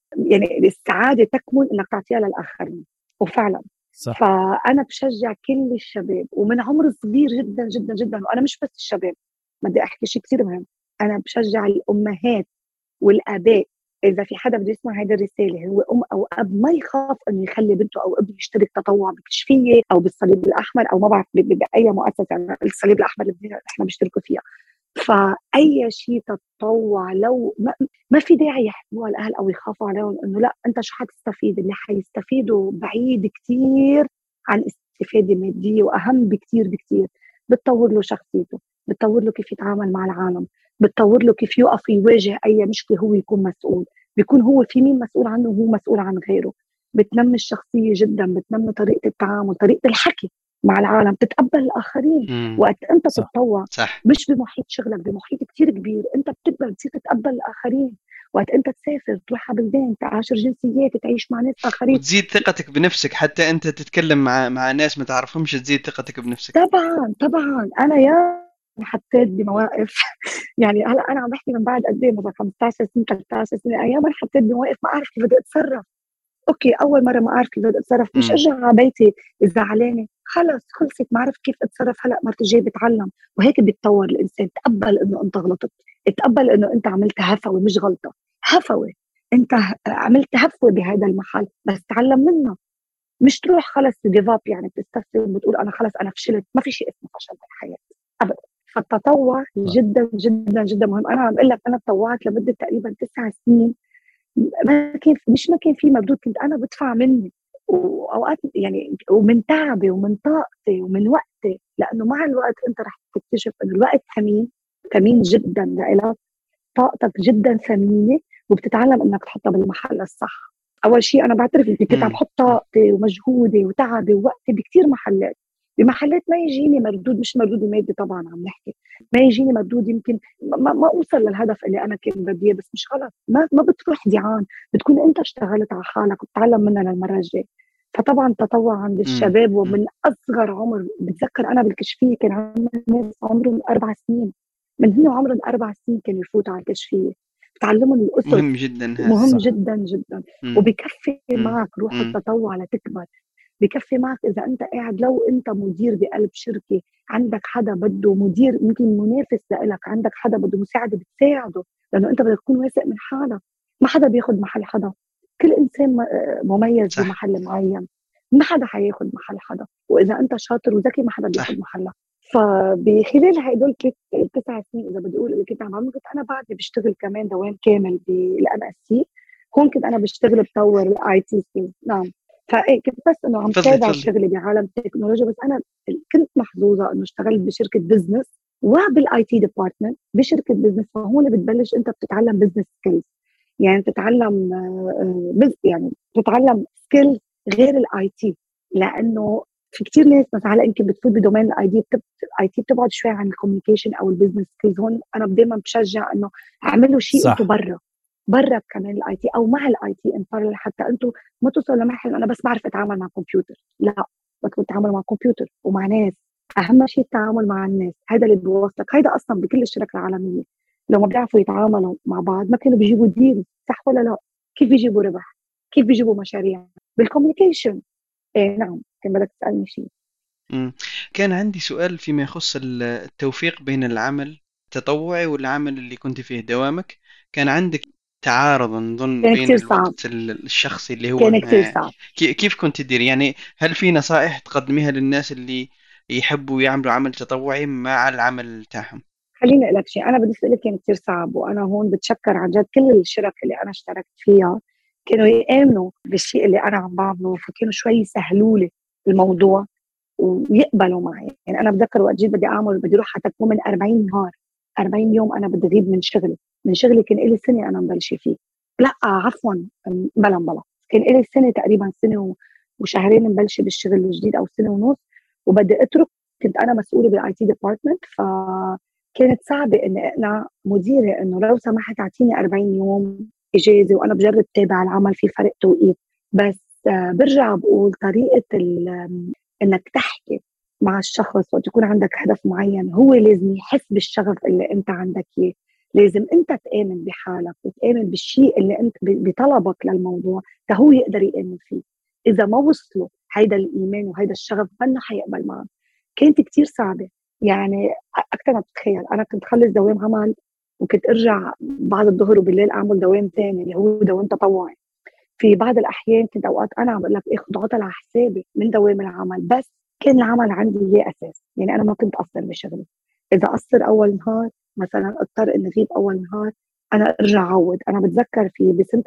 Speaker 3: يعني السعاده تكمن انك تعطيها للاخرين. وفعلا
Speaker 1: صح.
Speaker 3: فانا بشجع كل الشباب ومن عمر صغير جدا جدا جدا، وانا مش بس الشباب، بدي احكي شيء كثير مهم، انا بشجع الامهات والاباء. اذا في حدا بده يسمع هذه الرساله هو ام او اب، ما يخاف انه يخلي بنته او ابنه يشترك تطوع بكشفيه او بالصليب الاحمر او ما بعرف باي مؤسسه. يعني الصليب الاحمر اللي احنا بنشتركوا فيها. فاي شيء تطوع لو ما في داعي يحكموا الاهل او يخافوا عليهم انه لا انت شو حتستفيد. اللي حيستفيدوا بعيد كثير عن استفاده ماديه، واهم بكثير بكثير، بتطور له شخصيته، بتطور له كيف يتعامل مع العالم، بتطور له كيف يوقف يواجه اي مشكله هو يكون مسؤول، بيكون هو في مين مسؤول عنه وهو مسؤول عن غيره. بتنمي الشخصيه جدا، بتنمي طريقه التعامل، طريقه الحكي مع العالم، تتقبل الاخرين. وقت انت
Speaker 1: صح.
Speaker 3: تتطوع
Speaker 2: صح.
Speaker 3: مش بمحيط شغلك، بمحيط كتير كبير، انت بتقبل تصير تتقبل الاخرين. وقت انت تسافر تروح على بلدان، تعاشر جنسيات، تعيش مع ناس اخرين.
Speaker 2: وتزيد ثقتك بنفسك، حتى انت تتكلم مع ناس ما تعرفهمش، تزيد ثقتك بنفسك.
Speaker 3: طبعا طبعا انا يا حطيت بمواقف يعني هلا انا عم بحكي من بعد قد ايه، مثلا 15 سنه 13 سنه، ايام انا حطيت بمواقف ما اعرف كيف بدي اتصرف. اوكي، اول مره ما اعرف كيف بدي اتصرف، مش
Speaker 2: امم.
Speaker 3: ارجع على بيتي زعلانه، خلص خلصت، ما عرفت كيف اتصرف، هلا مرة الجاي بتعلم. وهيك بيتطور الانسان. تقبل انه انت غلطت، تقبل انه انت عملت هفوه مش غلطه، هفوه. انت عملت هفوه بهذا المحل، بس تعلم منه. مش تروح خلص جيف اب، يعني بتستسلم وتقول انا خلص انا فشلت. ما في شيء اسمه فشل بالحياه ابدا. فالتطوع
Speaker 1: صح.
Speaker 3: جدا جدا جدا مهم. انا عم بقول لك انا تطوعت لمده تقريبا 9 سنين. ما كان في مردود، كنت انا بدفع مني واوقات يعني، ومن تعبي ومن طاقتي ومن وقتي، لانه مع الوقت انت رح تكتشف انه الوقت ثمين، ثمين جدا لإلك. طاقتك جدا ثمينه، وبتتعلم انك تحطها بالمحل الصح. اول شيء انا بعترف اني كنت عم
Speaker 2: امم.
Speaker 3: بحط طاقتي ومجهودي وتعبي ووقتي بكثير محلات، بمحلات ما يجيني مردود، مش مردود المادي طبعا عم نحكي، ما يجيني مردود، يمكن ما اوصل للهدف اللي انا كنت بدي إياه، بس مش غلط، ما بتروح ديعان، بتكون انت اشتغلت على حالك وبتتعلم منها للمره الجايه. فطبعا التطوع عند
Speaker 2: امم.
Speaker 3: الشباب ومن اصغر عمر. بتذكر انا بالكشفيه كان عندنا ناس عمرهم 4 سنين، من هن عمرهم 4 سنين كانوا يفوتوا على الكشفيه، بتعلمهم الاسس.
Speaker 2: مهم جدا هذا.
Speaker 3: مهم
Speaker 1: صح.
Speaker 3: جدا جدا.
Speaker 2: امم.
Speaker 3: وبكفي
Speaker 2: امم.
Speaker 3: معك روح
Speaker 2: امم.
Speaker 3: التطوع لتكبر. بكفي معك اذا انت قاعد، لو انت مدير بقلب شركه، عندك حدا بده مدير يمكن منافس لك، عندك حدا بده مساعده بتساعده، لانه انت بدك تكون واثق من حالك. ما حدا بياخذ محل حدا، كل انسان مميز
Speaker 2: صح.
Speaker 3: بمحل معين، ما حدا حياخذ محل حدا، واذا انت شاطر وذكي ما حدا
Speaker 2: صح.
Speaker 3: بياخذ محلك. فبخلال هدول 9 سنين اذا بدي اقول اللي كنت عم بعمل، كنت انا بعدني بشتغل كمان دوام كامل بالان اس سي. هون كنت انا بشتغل بطور الاي تي سكيلز. نعم. فايه كنت بس انه عم
Speaker 2: تفضلي
Speaker 3: تابع
Speaker 2: تفضلي.
Speaker 3: شغلي بعالم التكنولوجيا، بس انا كنت محظوظه انه اشتغلت بشركه بزنس وبالاي تي ديبارتمنت بشركه بزنس. فهون بتبلش انت بتتعلم بزنس سكيلز، يعني بتتعلم يعني بتتعلم سكيلز غير الاي تي. لانه في كثير ناس مثلا هلا يمكن بتفوت بدومين الاي تي بتبعد شوي عن الكوميونيكيشن او البزنس سكيلز. هون انا دائما بشجع انه اعملوا شيء انتم
Speaker 1: صح.
Speaker 3: برا كمان الاي تي، او مع الاي تي ان بارلل، حتى انتم ما توصلوا لمرحله انا بس بعرف اتعامل مع كمبيوتر. لا، بدكم تتعاملوا مع كمبيوتر ومع ناس. اهم شيء التعامل مع الناس، هذا اللي بيوصلك. هذا اصلا بكل الشركات العالميه لو ما بيعرفوا يتعاملوا مع بعض ما كانوا بيجيبوا ديل، صح ولا لا؟ كيف بيجيبوا ربح؟ كيف بيجيبوا مشاريع؟ بالكوميونيكيشن. ايه نعم، كان بدك تسالني شيء.
Speaker 2: إمم. كان عندي سؤال فيما يخص التوفيق بين العمل التطوعي والعمل اللي كنتِ فيه دوامك، كان عندِك تعارض نظن
Speaker 3: كان
Speaker 2: بين
Speaker 3: كثير صعب،
Speaker 2: الوقت الشخصي اللي هو
Speaker 3: كان كثير
Speaker 2: ما
Speaker 3: صعب.
Speaker 2: كيف كنتِ تديري؟ يعني هل في نصائح تقدميها للناس اللي يحبوا يعملوا عمل تطوعي مع العمل تاعهم؟
Speaker 3: خليني اقول لك شيء، انا بالنسبه لي كان كثير صعب، وانا هون بتشكر عن جد كل الشرك اللي انا اشتركت فيها، كانوا يامنوا بالشيء اللي انا عم بعمله، فكانوا شوي يسهلوا لي الموضوع ويقبلوا معي. يعني انا بتذكر وقت جيت بدي اعمل، بدي اروح حتى تكون من 40 نهار، 40 يوم انا بدي اغيب من شغلي. من شغلي كان لي سنه انا مبلشه فيه. لا عفوا، بلا كان لي سنه تقريبا، سنه وشهرين مبلشه بالشغل الجديد، او سنه ونص وبدي اترك. كنت انا مسؤوله بالاي تي ديبارتمنت، فكانت صعبه اني اقنع مديري انه لو سمحت اعطيني 40 يوم اجازه، وانا بجرب تابع العمل في فرق توقيت. بس برجع بقول طريقه انك تحكي مع الشخص وقت يكون عندك هدف معين، هو لازم يحس بالشغف اللي انت عندك اياه. لازم انت تآمن بحالك وتآمن بالشيء اللي انت بطلبك للموضوع، هو يقدر يآمن فيه. اذا ما وصلوا هيدا الايمان وهيدا الشغف منه حيقبل معك. كانت كتير صعبه، يعني اكثر ما بتتخيل. انا كنت خلص دوام عمل وكنت ارجع بعد الظهر وبالليل اعمل دوام ثاني اللي هو دوام تطوعي. في بعض الاحيان كنت اوقات انا عم بقول لك اخذ عطل على حسابي من دوام العمل، بس كان العمل عندي هي اساس. يعني انا ما كنت اقصر بشغلي. اذا قصر اول نهار مثلا، اضطر اني اغيب اول نهار، انا ارجع اعوض. انا بتذكر في بسنه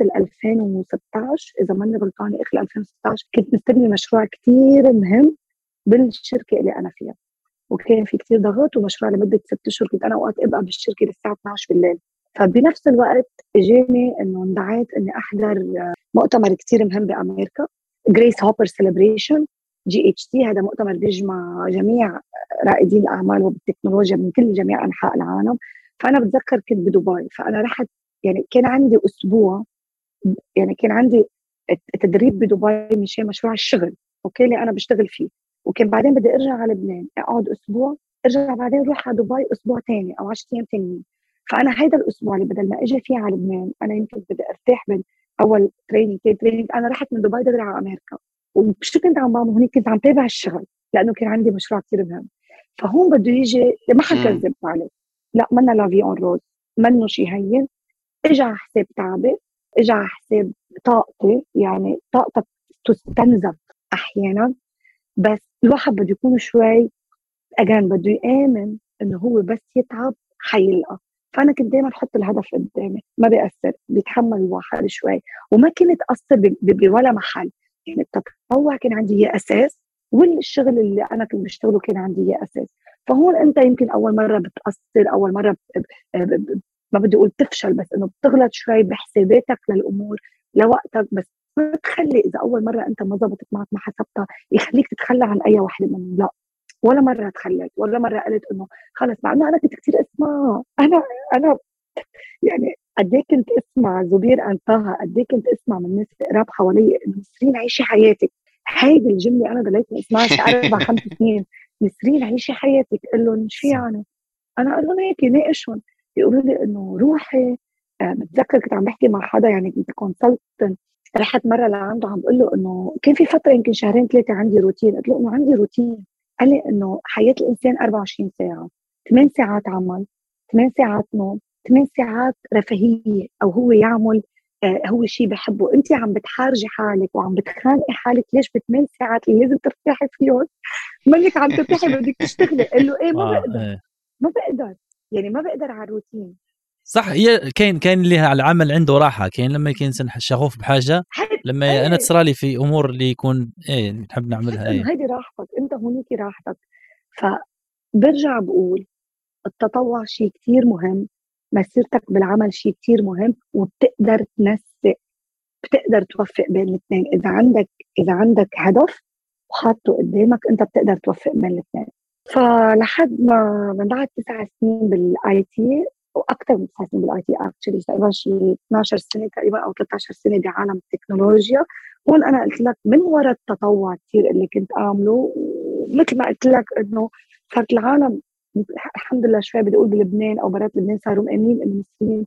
Speaker 3: 2016 اذا ماني غلطانه، اخر 2016 كنت مستلمه مشروع كثير مهم بالشركه اللي انا فيها، وكان في كثير ضغط ومشروع لمده 6 اشهر. كنت انا اوقات ابقى بالشركه للساعه 12 بالليل. فبنفس الوقت اجاني انه اندعيت اني احضر مؤتمر كثير مهم بامريكا، جريس هوبر سيلبريشن GHC. هذا مؤتمر بيجمع جميع رائدين الاعمال وبالتكنولوجيا من كل جميع انحاء العالم. فانا بتذكر كنت بدبي، فانا رحت. يعني كان عندي اسبوع، يعني كان عندي تدريب بدبي مشان مشروع الشغل، اوكي، اللي انا بشتغل فيه. وكان بعدين بدي ارجع على لبنان اقعد اسبوع ارجع بعدين روح على دبي اسبوع تاني او 10 ايام تانيين. فانا هيدا الاسبوع اللي بدل ما اجي فيه على لبنان انا يمكن بدي ارتاح بين اول تريننج انا رحت من دبي دغري على امريكا. وشو كنت عم بعمل هونيك؟ كنت عم تابع الشغل لانه كان عندي مشروع كثير مهم. فهون بده يجي، ما حنكذب عليك، لا منا لافي اون روز، منه شيء هين. اجى على حساب تعبي، اجى على حساب طاقتي، يعني طاقتك تستنزف احيانا. بس الواحد بده يكون شوي اجان، بده يامن انه هو بس يتعب حيلقى. فانا كنت دائما احط الهدف قدامي، ما بيأثر، بيتحمل الواحد شوي. وما كنت اثر بولا محل. يعني التطوع كان عندي اياه اساس، والشغل اللي انا كنت بشتغله كان عندي اياه اساس. فهون انت يمكن اول مره بتاثر، اول مره ما بدي اقول تفشل، بس انه بتغلط شوي بحساباتك للامور لوقتك. بس ما تخلي اذا اول مره انت ما زبطت معك ما حسبتها يخليك تتخلى عن اي وحده منهم. لا، ولا مره تخليت، ولا مره قلت انه خلص. مع انه انا كنت كثير اسمع، انا يعني قد ايه كنت اسمع زبير انتهى، قد ايه كنت اسمع من الناس قراب حوالي انه نسرين عيشي حياتك. هيدي الجمله انا ضليتني اسمعها شي 4 5 سنين. نسرين عيشي حياتك، قل لهم شو
Speaker 1: صح.
Speaker 3: يعني؟ انا اقول لهم هيك ناقشهم، يقولوا لي انه روحي. بتذكر كنت عم بحكي مع حدا، يعني كنت كونسلتنت، رحت مره لعنده عم بقول له انه كان في فتره يمكن شهرين ثلاثه عندي روتين. قلت له انه عندي روتين. قال لي انه حياه الانسان 24 ساعه، 8 ساعات عمل، 8 ساعات نوم، 8 ساعات رفاهيه او هو يعمل هو شيء بحبه. انت عم بتحارجي حالك وعم بتخانقي حالك ليش ب8 ساعات اللي لازم ترتاحي فيهم منك عم ترتاحي بدك تشتغلي. قال له ايه ما بقدر،
Speaker 1: إيه.
Speaker 3: ما بقدر، يعني ما بقدر على الروتين.
Speaker 1: صح. هي كاين اللي على العمل عنده راحه، كاين لما يكون انسان شغوف بحاجه،
Speaker 3: حتى
Speaker 1: لما انا
Speaker 3: ايه،
Speaker 1: تصرى لي في امور اللي يكون نحب
Speaker 3: بحس
Speaker 1: نعملها.
Speaker 3: انه هيدي راحتك، انت هونيك راحتك. فبرجع بقول التطوع شيء كتير مهم، مسيرتك بالعمل شيء كتير مهم، وبتقدر تنسق، بتقدر توفق بين الاثنين. اذا عندك هدف وحاطه قدامك انت بتقدر توفق بين الاثنين. فلحد ما من بعد 9 سنين بالاي تي، واكثر من 9 سنين بالاي تي اكشلي، تقريبا شي 12 سنه تقريبا او 13 سنه بعالم التكنولوجيا. هون انا قلت لك من وراء التطوع كثير اللي كنت اعمله، ومثل ما قلت لك انه صارت العالم الحمد لله شوي بدي اقول بلبنان او برات لبنان صاروا مؤمنين انه المصريين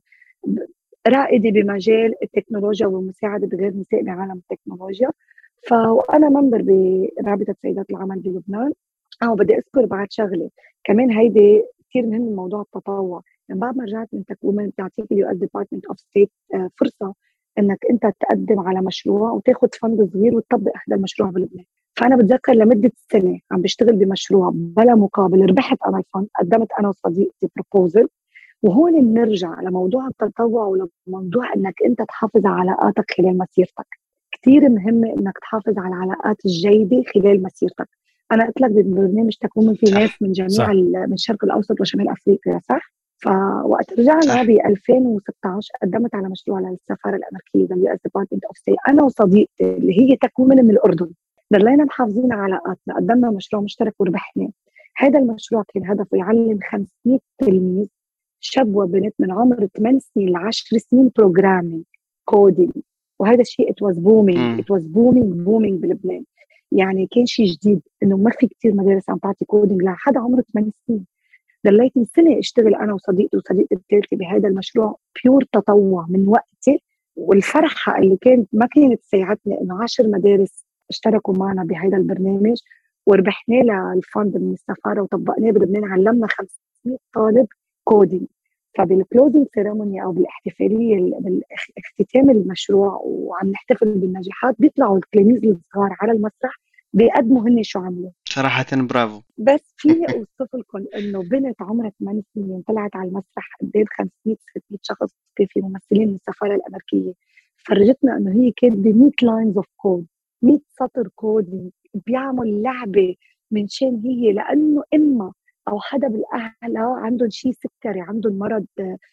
Speaker 3: رائده بمجال التكنولوجيا والمساعده بغير النساء بعالم التكنولوجيا. فانا منبر برابطه سيدات العمل بلبنان. بدي اذكر بعد شغله كمان، هيدي كثير مهم موضوع التطوع. من بعد ما رجعت من تكوين بتعطيك اليو اس ديبارتمنت اوف ستيت فرصه انك انت تقدم على مشروع وتاخذ فند صغير وتطبق هذا المشروع بلبنان. فانا بتذكر لمده سنه عم بشتغل بمشروع بلا مقابل، ربحت انا الفند، قدمت انا وصديقتي بروبوزل. وهون بنرجع لموضوع التطوع ولموضوع انك انت تحافظ على علاقاتك خلال مسيرتك. كثير مهم انك تحافظ على العلاقات الجيده خلال مسيرتك. انا قلت لك بالبرنامج تكون في ناس
Speaker 2: صح
Speaker 3: من جميع
Speaker 1: صح.
Speaker 3: من الشرق الاوسط وشمال افريقيا، صح؟ فوقت رجعنا
Speaker 2: صح
Speaker 3: ب 2016 قدمت على مشروع للسفاره الامريكيه لليو اس ديبارتمنت اوف ستيت، انا وصديقتي اللي هي تكون من الاردن. ضلينا محافظين على علاقاتنا، قدمنا مشروع مشترك وربحنا. هذا المشروع كان هدفه يعلم 500 تلميذ، شاب وبنت، من عمر 8 سنين ل 10 سنين بروجرامينج، كودينج. وهذا الشيء ات واز بومينج،
Speaker 2: مم.
Speaker 3: ات واز بومينج بلبنان. يعني كان شيء جديد انه ما في كثير مدارس عم تعطي كودينج لحدا عمره 8 سنين. ضليت سنه اشتغل انا وصديقتي الثالثه بهذا المشروع بيور تطوع من وقتي. والفرحه اللي كانت ما كانت ساعتني انه 10 مدارس اشتركوا معنا بهذا البرنامج، وربحنا له الفند من السفاره وطبقناه بلبنان. علمنا 500 طالب كودينج. فبالكلوزنج سيريموني او بالاحتفاليه باختتام المشروع وعم نحتفل بالنجاحات، بيطلعوا التلاميذ الصغار على المسرح بيقدموا هن شو عملوا.
Speaker 2: صراحة برافو.
Speaker 3: بس فيني اوصف لكم انه بنت عمرها 8 سنين طلعت على المسرح قدام 500 600 شخص، في ممثلين من السفاره الامريكيه، فرجتنا انه هي كانت ب 100 لاينز اوف كود، 100 سطر كود، بيعمل لعبه من شان هي لانه اما او حدا بالاهل عندهم شيء سكري، عندهم مرض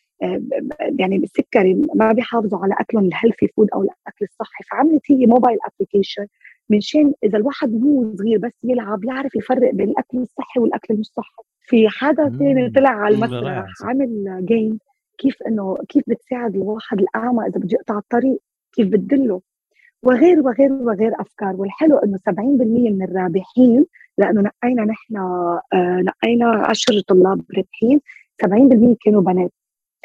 Speaker 3: يعني بالسكري، ما بيحافظوا على اكلهم الهيلثي فود او الاكل الصحي. فعملت هي موبايل ابلكيشن من شان اذا الواحد هو صغير بس يلعب يعرف يفرق بين الاكل الصحي والاكل المش صحي. في حدا ثاني طلع على المسرح
Speaker 1: رائع.
Speaker 3: عمل جيم كيف بتساعد الواحد الاعمى اذا بده يقطع الطريق، كيف بتدله، وغير افكار. والحلو انه 70% من الرابحين لأنه نقينا نحن نقينا 10 طلاب رابحين، 70% كانوا بنات.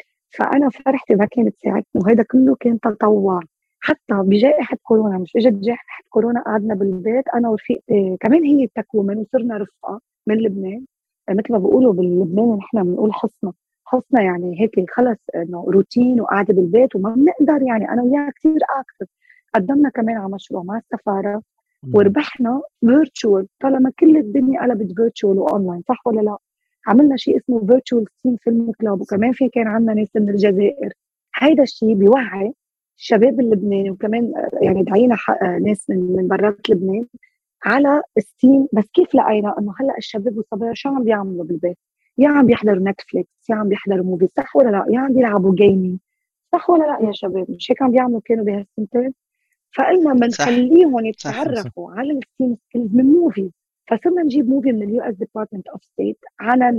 Speaker 3: فأنا فرحتي ما كانت ساعتني، وهذا كله كان تطوع. حتى بجائحة كورونا، مش اجت جائحة كورونا قعدنا بالبيت أنا ورفيقتي، كمان هي التكومن وصرنا رفقة من لبنان. مثل ما بيقولوا باللبنان نحن بنقول حصنا يعني هيك خلص انه روتين وقاعده بالبيت وما بنقدر، يعني انا وياها كثير اكتف. قدمنا كمان على مشروع مع السفاره وربحنا فيرتشوال، طالما كل الدنيا قلبت فيرتشوال واونلاين، صح ولا لا؟ عملنا شيء اسمه فيرتشوال ستيم فيلم كلاب، وكمان في كان عندنا ناس من الجزائر. هيدا الشيء بيوعي الشباب اللبناني، وكمان يعني دعينا ناس من برات لبنان على ستيم. بس كيف لقينا انه هلا الشباب والصبايا شو عم بيعملوا بالبيت؟ يا عم بيحضروا نتفليكس، يا عم بيحضروا موفي، صح ولا لا؟ يا عم بيلعبوا جيمنج، صح ولا لا يا شباب؟ مش هيك عم بيعملوا كانوا بهالسنتين؟ فقلنا
Speaker 2: صح
Speaker 3: بنخليهم
Speaker 2: صح
Speaker 3: يتعرفوا على الستيم سكيلز من موفي. فصرنا نجيب موفي من اليو اس ديبارتمنت اوف ستيت على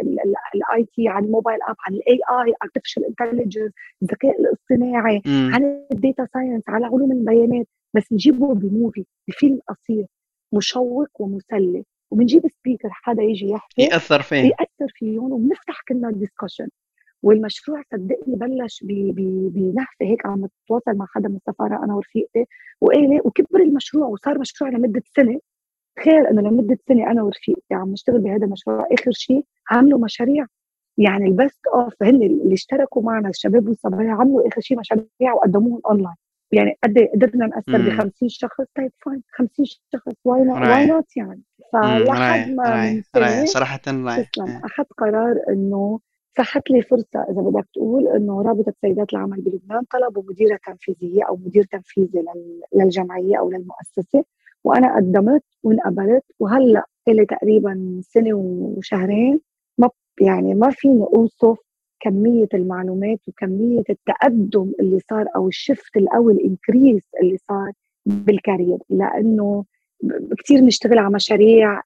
Speaker 3: الاي تي، على الموبايل اب، على الاي اي ارتفيشال انتليجنس، الذكاء الاصطناعي، على الداتا ساينس، على علوم البيانات. بس نجيبه بموفي، بفيلم قصير مشوق ومسلي، وبنجيب سبيكر حدا يجي يحكي
Speaker 2: يأثر فيه.
Speaker 3: يأثر فيهم، وبنفتح كلنا الديسكشن. والمشروع صدقني بلش بنحفه هيك، عم نتواصل مع حدا من السفاره انا ورفيقتي، وقال وكبر المشروع وصار مشروع لمده سنه. تخيل انه لمده سنه انا ورفيقتي عم نشتغل بهذا المشروع. اخر شيء عملوا مشاريع، يعني البست اوف هن اللي اشتركوا معنا الشباب والصبايا عملوا اخر شيء مشاريع وقدموهم اونلاين. يعني قدرنا نأثر ب 50 شخص. طيب فاين، 50 شخص واي
Speaker 2: رائع
Speaker 3: نوت يعني. فلحد
Speaker 2: رائع
Speaker 3: ما من
Speaker 2: رائع رائع
Speaker 3: سنه
Speaker 2: صراحة رائع.
Speaker 3: تسلم اخذت قرار انه صحت لي فرصه، اذا بدك تقول، انه رابطه سيدات العمل بلبنان طلبوا مديره تنفيذيه او مدير تنفيذي للجمعيه او للمؤسسه، وانا قدمت وانقبلت. وهلا لي تقريبا سنه وشهرين، ما يعني ما فيني اوصف كميه المعلومات وكميه التقدم اللي صار، او الشفت او الانكريس اللي صار بالكارير. لانه كثير بنشتغل على مشاريع،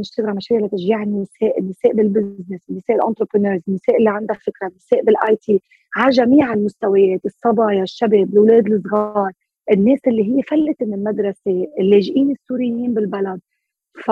Speaker 3: لتشجيع النساء بالبزنس، النساء الانتربرينورز، النساء اللي عندها فكره، النساء بالاي تي، على جميع المستويات، الصبايا، الشباب، الاولاد الصغار، الناس اللي هي فلت من المدرسه، اللاجئين السوريين بالبلد. ف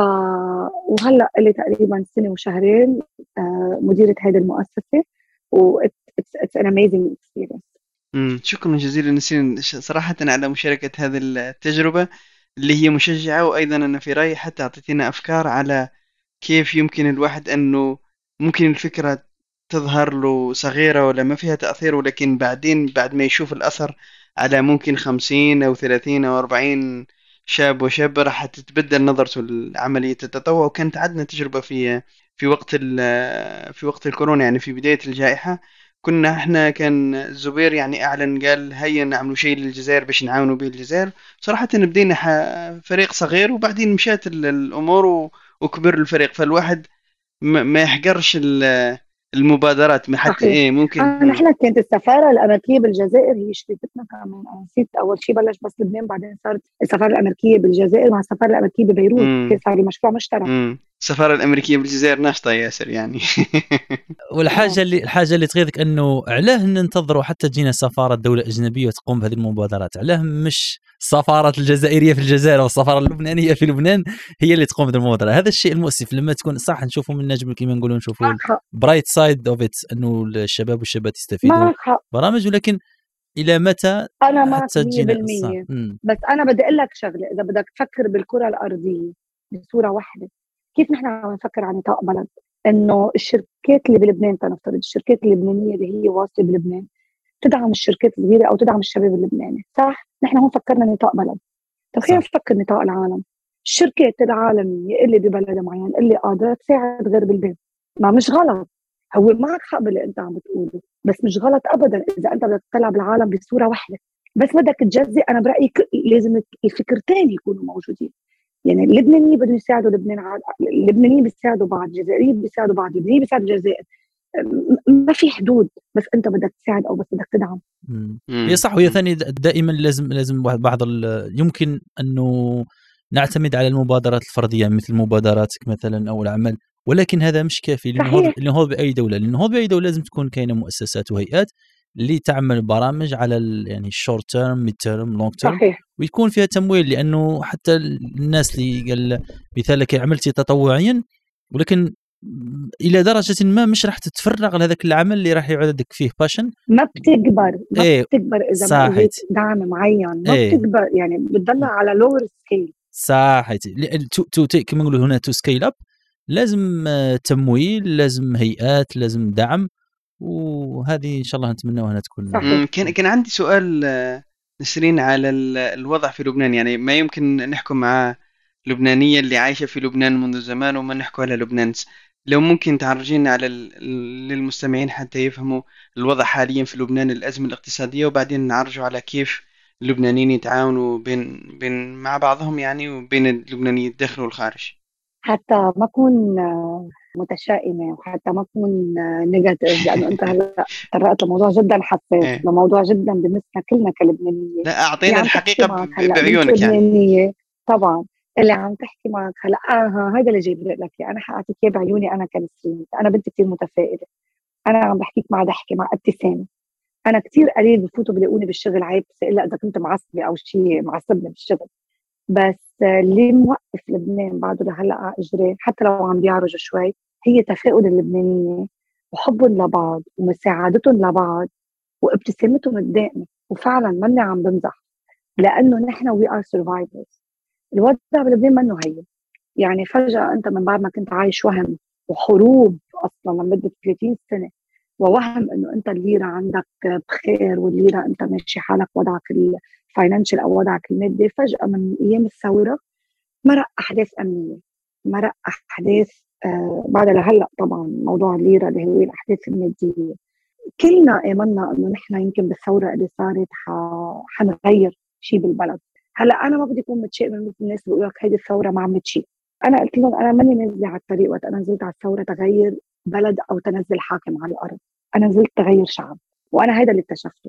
Speaker 3: وهلا لي تقريبا سنه وشهرين مديره هذه المؤسسه، و it's an amazing experience.
Speaker 2: شكرا جزيلا نسرين صراحة على مشاركة هذه التجربة اللي هي مشجعة، وأيضا أنا في رأيي حتى أعطيتنا أفكار على كيف يمكن الواحد أنه ممكن الفكرة تظهر له صغيرة ولا ما فيها تأثير، ولكن بعدين بعد ما يشوف الأثر على ممكن 50 أو 30 أو 40 شاب وشابة راح تتبدل نظرته لعملية التطوع. وكانت عندنا تجربة في وقت الكورونا، يعني في بداية الجائحة. كنا احنا كان الزبير يعني اعلن قال هيا نعملوا شيء للجزائر باش نعاونوا به الجزائر. صراحة بدينا فريق صغير، وبعدين مشات الامور وكبر الفريق. فالواحد ما يحقرش المبادرات، ما حتى
Speaker 3: صحيح.
Speaker 2: ايه ممكن.
Speaker 3: نحن كانت السفاره الامريكيه بالجزائر هي شريكتنا كمان. انا نسيت اول شيء بلش بس لبنان، بعدين صارت السفاره الامريكيه بالجزائر مع السفاره الامريكيه ببيروت، صار لي مشروع مشترك.
Speaker 2: السفارة الامريكيه بالجزائر ناشطة ياسر يعني.
Speaker 1: الحاجه اللي تغيظك انه علاه ننتظروا حتى تجينا سفاره دوله اجنبيه وتقوم بهذه المبادرات؟ علاه مش السفاره الجزائريه في الجزائر او السفاره اللبنانيه في لبنان هي اللي تقوم بهذه المبادره؟ هذا الشيء المؤسف لما تكون صح نشوفوا من نجم كما نقولوا، نشوفوا برايت سايد اوف ات، انه الشباب والشابات يستفيدوا برامج. ولكن الى متى
Speaker 3: انا معك
Speaker 1: حتى تجينا
Speaker 3: 100%. بس انا بدي اقول لك شغله، اذا بدك تفكر بالكره الارضيه بصوره واحده، كيف نحن عم نفكر عن نطاق بلد؟ انه الشركات اللي بلبنان، تنفترض الشركات اللبنانيه اللي هي واصله بلبنان تدعم الشركات الصغيره او تدعم الشباب اللبناني، صح؟ نحن هون فكرنا نطاق بلد. طيب خلينا نفكر نطاق العالم. الشركات العالميه اللي ببلد معين اللي قادره تساعد غير بالبيت، ما مش غلط، هو معك حق باللي انت عم بتقوله، بس مش غلط ابدا اذا انت بدك تطلع بالعالم بصوره واحده. بس بدك تجزي، انا برايي لازم الفكرتين يكونوا موجودين. يعني اللبنانيين بدهم يساعدوا لبنان، اللبنانيين بيساعدوا بعض، الجزائريين بيساعدوا بعض، اللبنانيين بيساعدوا الجزائر. ما في حدود، بس انت بدك تساعد او بس بدك تدعم.
Speaker 1: هي صح. وهي ثاني دائما لازم بعض يمكن انه نعتمد على المبادرات الفرديه مثل مبادراتك مثلا او العمل، ولكن هذا مش كافي. لانه هذا باي دوله، لانه هذا باي دوله لازم تكون كاينه مؤسسات وهيئات اللي تعمل برامج على يعني الشورت تيرم ميد تيرم لونج تيرم
Speaker 3: صحيح
Speaker 1: ويكون فيها تمويل، لانه حتى الناس اللي قال مثال لك عملتي تطوعيا ولكن الى درجه ما مش راح تتفرغ لهذاك العمل اللي راح يعودك فيه باشن،
Speaker 3: ما بتكبر
Speaker 1: ايه
Speaker 3: بتكبر اذا ما
Speaker 1: صحيت
Speaker 3: اجيت دعم معين، ما
Speaker 1: ايه
Speaker 3: بتكبر يعني بتضلها على لور سكيل.
Speaker 1: صحيت تو كما نقولوا هنا تو سكيل اب لازم تمويل، لازم هيئات، لازم دعم، وهذه ان شاء الله نتمنى انها تكون.
Speaker 3: صحيح.
Speaker 2: كان عندي سؤال نسرين على الوضع في لبنان. يعني ما يمكن نحكم مع لبنانية اللي عايشة في لبنان منذ زمان وما نحكوا على لبنان. لو ممكن تعرجينا على للمستمعين حتى يفهموا الوضع حاليا في لبنان، الأزمة الاقتصادية، وبعدين نعرجوا على كيف اللبنانيين يتعاونوا بين مع بعضهم يعني، وبين اللبنانيين الداخل والخارج.
Speaker 3: حتى ما أكون متشائمة وحتى ما أكون نيجاتيف، لأنه أنت هلا طرقت لموضوع جدا حساس،
Speaker 2: إيه.
Speaker 3: لموضوع جدا بالنسبة كلنا كلبنانية.
Speaker 2: لا، أعطينا
Speaker 3: اللي عم تحكي
Speaker 2: الحقيقة
Speaker 3: معك هلا بنت
Speaker 2: بعيونك يعني.
Speaker 3: لبنانية طبعا، اللي عم تحكي معك هلا هذا اللي جاي برق لك، أنا حأعطيك إياه بعيوني. أنا كنسرين أنا بنت كثير متفائلة، أنا عم بحكيك مع ضحكة مع ابتسامة. أنا كثير قليل بفوتوا بلاقوني بالشغل عيب، بس إلا إذا كنت معصبة أو شيء معصبني بالشغل. بس اللي موقف لبنان بعده لهلا على اجريه حتى لو عم بيعرجوا شوي هي تفاؤل اللبنانيه وحبهم لبعض ومساعدتهم لبعض وابتسامتهم الدائمه. وفعلا ماني عم بمزح، لانه نحن وي ار سرفايفرز. الوضع بلبنان منه هي، يعني فجاه انت من بعد ما كنت عايش وهم وحروب اصلا لمده 30 سنه، ووهم انه انت الليره عندك بخير والليره انت ماشي حالك وضعك الفاينانشال او وضعك المادي، فجاه من ايام الثوره مرق احداث امنيه، مرق احداث بعد لهلا طبعا موضوع الليره اللي هو الاحداث الماديه. كلنا امنا انه نحن يمكن بالثوره اللي صارت حنغير شيء بالبلد. هلا انا ما بدي اكون متشائمه مثل الناس بيقولوا لك هيدي الثوره ما عملت شيء. انا قلت لهم انا ماني نازله على الطريق وقت انا نزلت على الثوره تغير بلد او تنزل حاكم على الارض، انا نزلت تغير شعب. وانا هيدا اللي اكتشفته.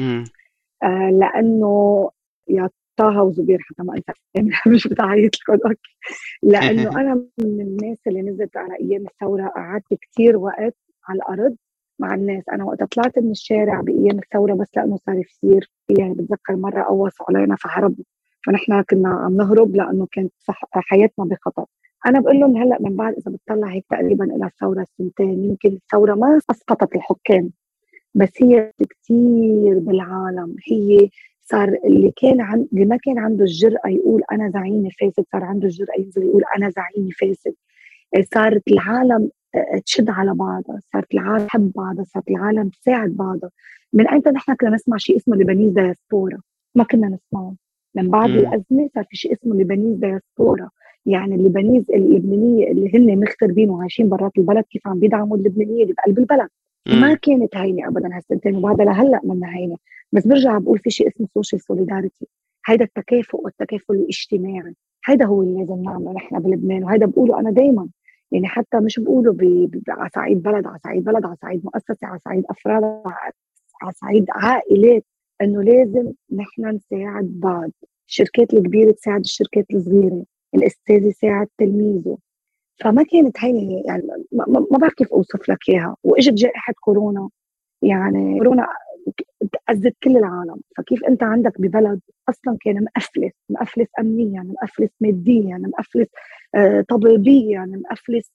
Speaker 3: لانه يا طه وزبير حتى ما انت مش بتعيط لكم اوكي، لانه انا من الناس اللي نزلت على ايام الثوره، قعدت كثير وقت على الارض مع الناس. انا وقت طلعت من الشارع بايام الثوره بس لانه صار يصير يعني بتذكر مره قوصوا علينا فهربنا، فنحن كنا عم نهرب لانه كانت حياتنا بخطر. انا بقول لهم هلا من بعد اذا بتطلع هيك تقريبا الى الثوره سنتين، يمكن الثوره ما اسقطت الحكام بس هي كثير بالعالم. هي صار اللي اللي ما كان عنده الجرأة يقول أنا زعيمي فاسد صار عنده الجرأة ينزل يقول أنا زعيمي فاسد. صارت العالم تشد على بعضها، صارت العالم تحب بعضها، صارت العالم تساعد بعضها. من أيمتى نحن كنا نسمع شيء اسمه لبنيز دايسبورا؟ ما كنا نسمعه. من بعد الأزمة صار في شيء اسمه لبنيز دايسبورا، يعني اللبنيز اللبنانية اللي هن مغتربين وعايشين برات البلد كيف عم بيدعموا اللبنانية اللي بقلب البلد. ما كانت هينة ابدا هالسنتين، وبعدها لهلا منا هينة. بس برجع بقول في شيء اسمه سوشيال سوليداريتي، هيدا التكافؤ والتكافل الاجتماعي، هيدا هو اللي لازم نعمله نحن بلبنان. وهيدا بقوله انا دائما، يعني حتى مش بقوله على صعيد بلد، على صعيد بلد، على صعيد مؤسسه، على صعيد افراد، على صعيد عائلات، انه لازم نحن نساعد بعض. الشركات الكبيره تساعد الشركات الصغيره، الاستاذ يساعد تلميذه. فما كانت هينه يعني ما بعرف كيف اوصف لك اياها. واجت جائحه كورونا، يعني كورونا أذت كل العالم. فكيف انت عندك ببلد اصلا كان مقفلس امنيا، مقفلس ماديا، مقفلس طبيبيا، مقفلس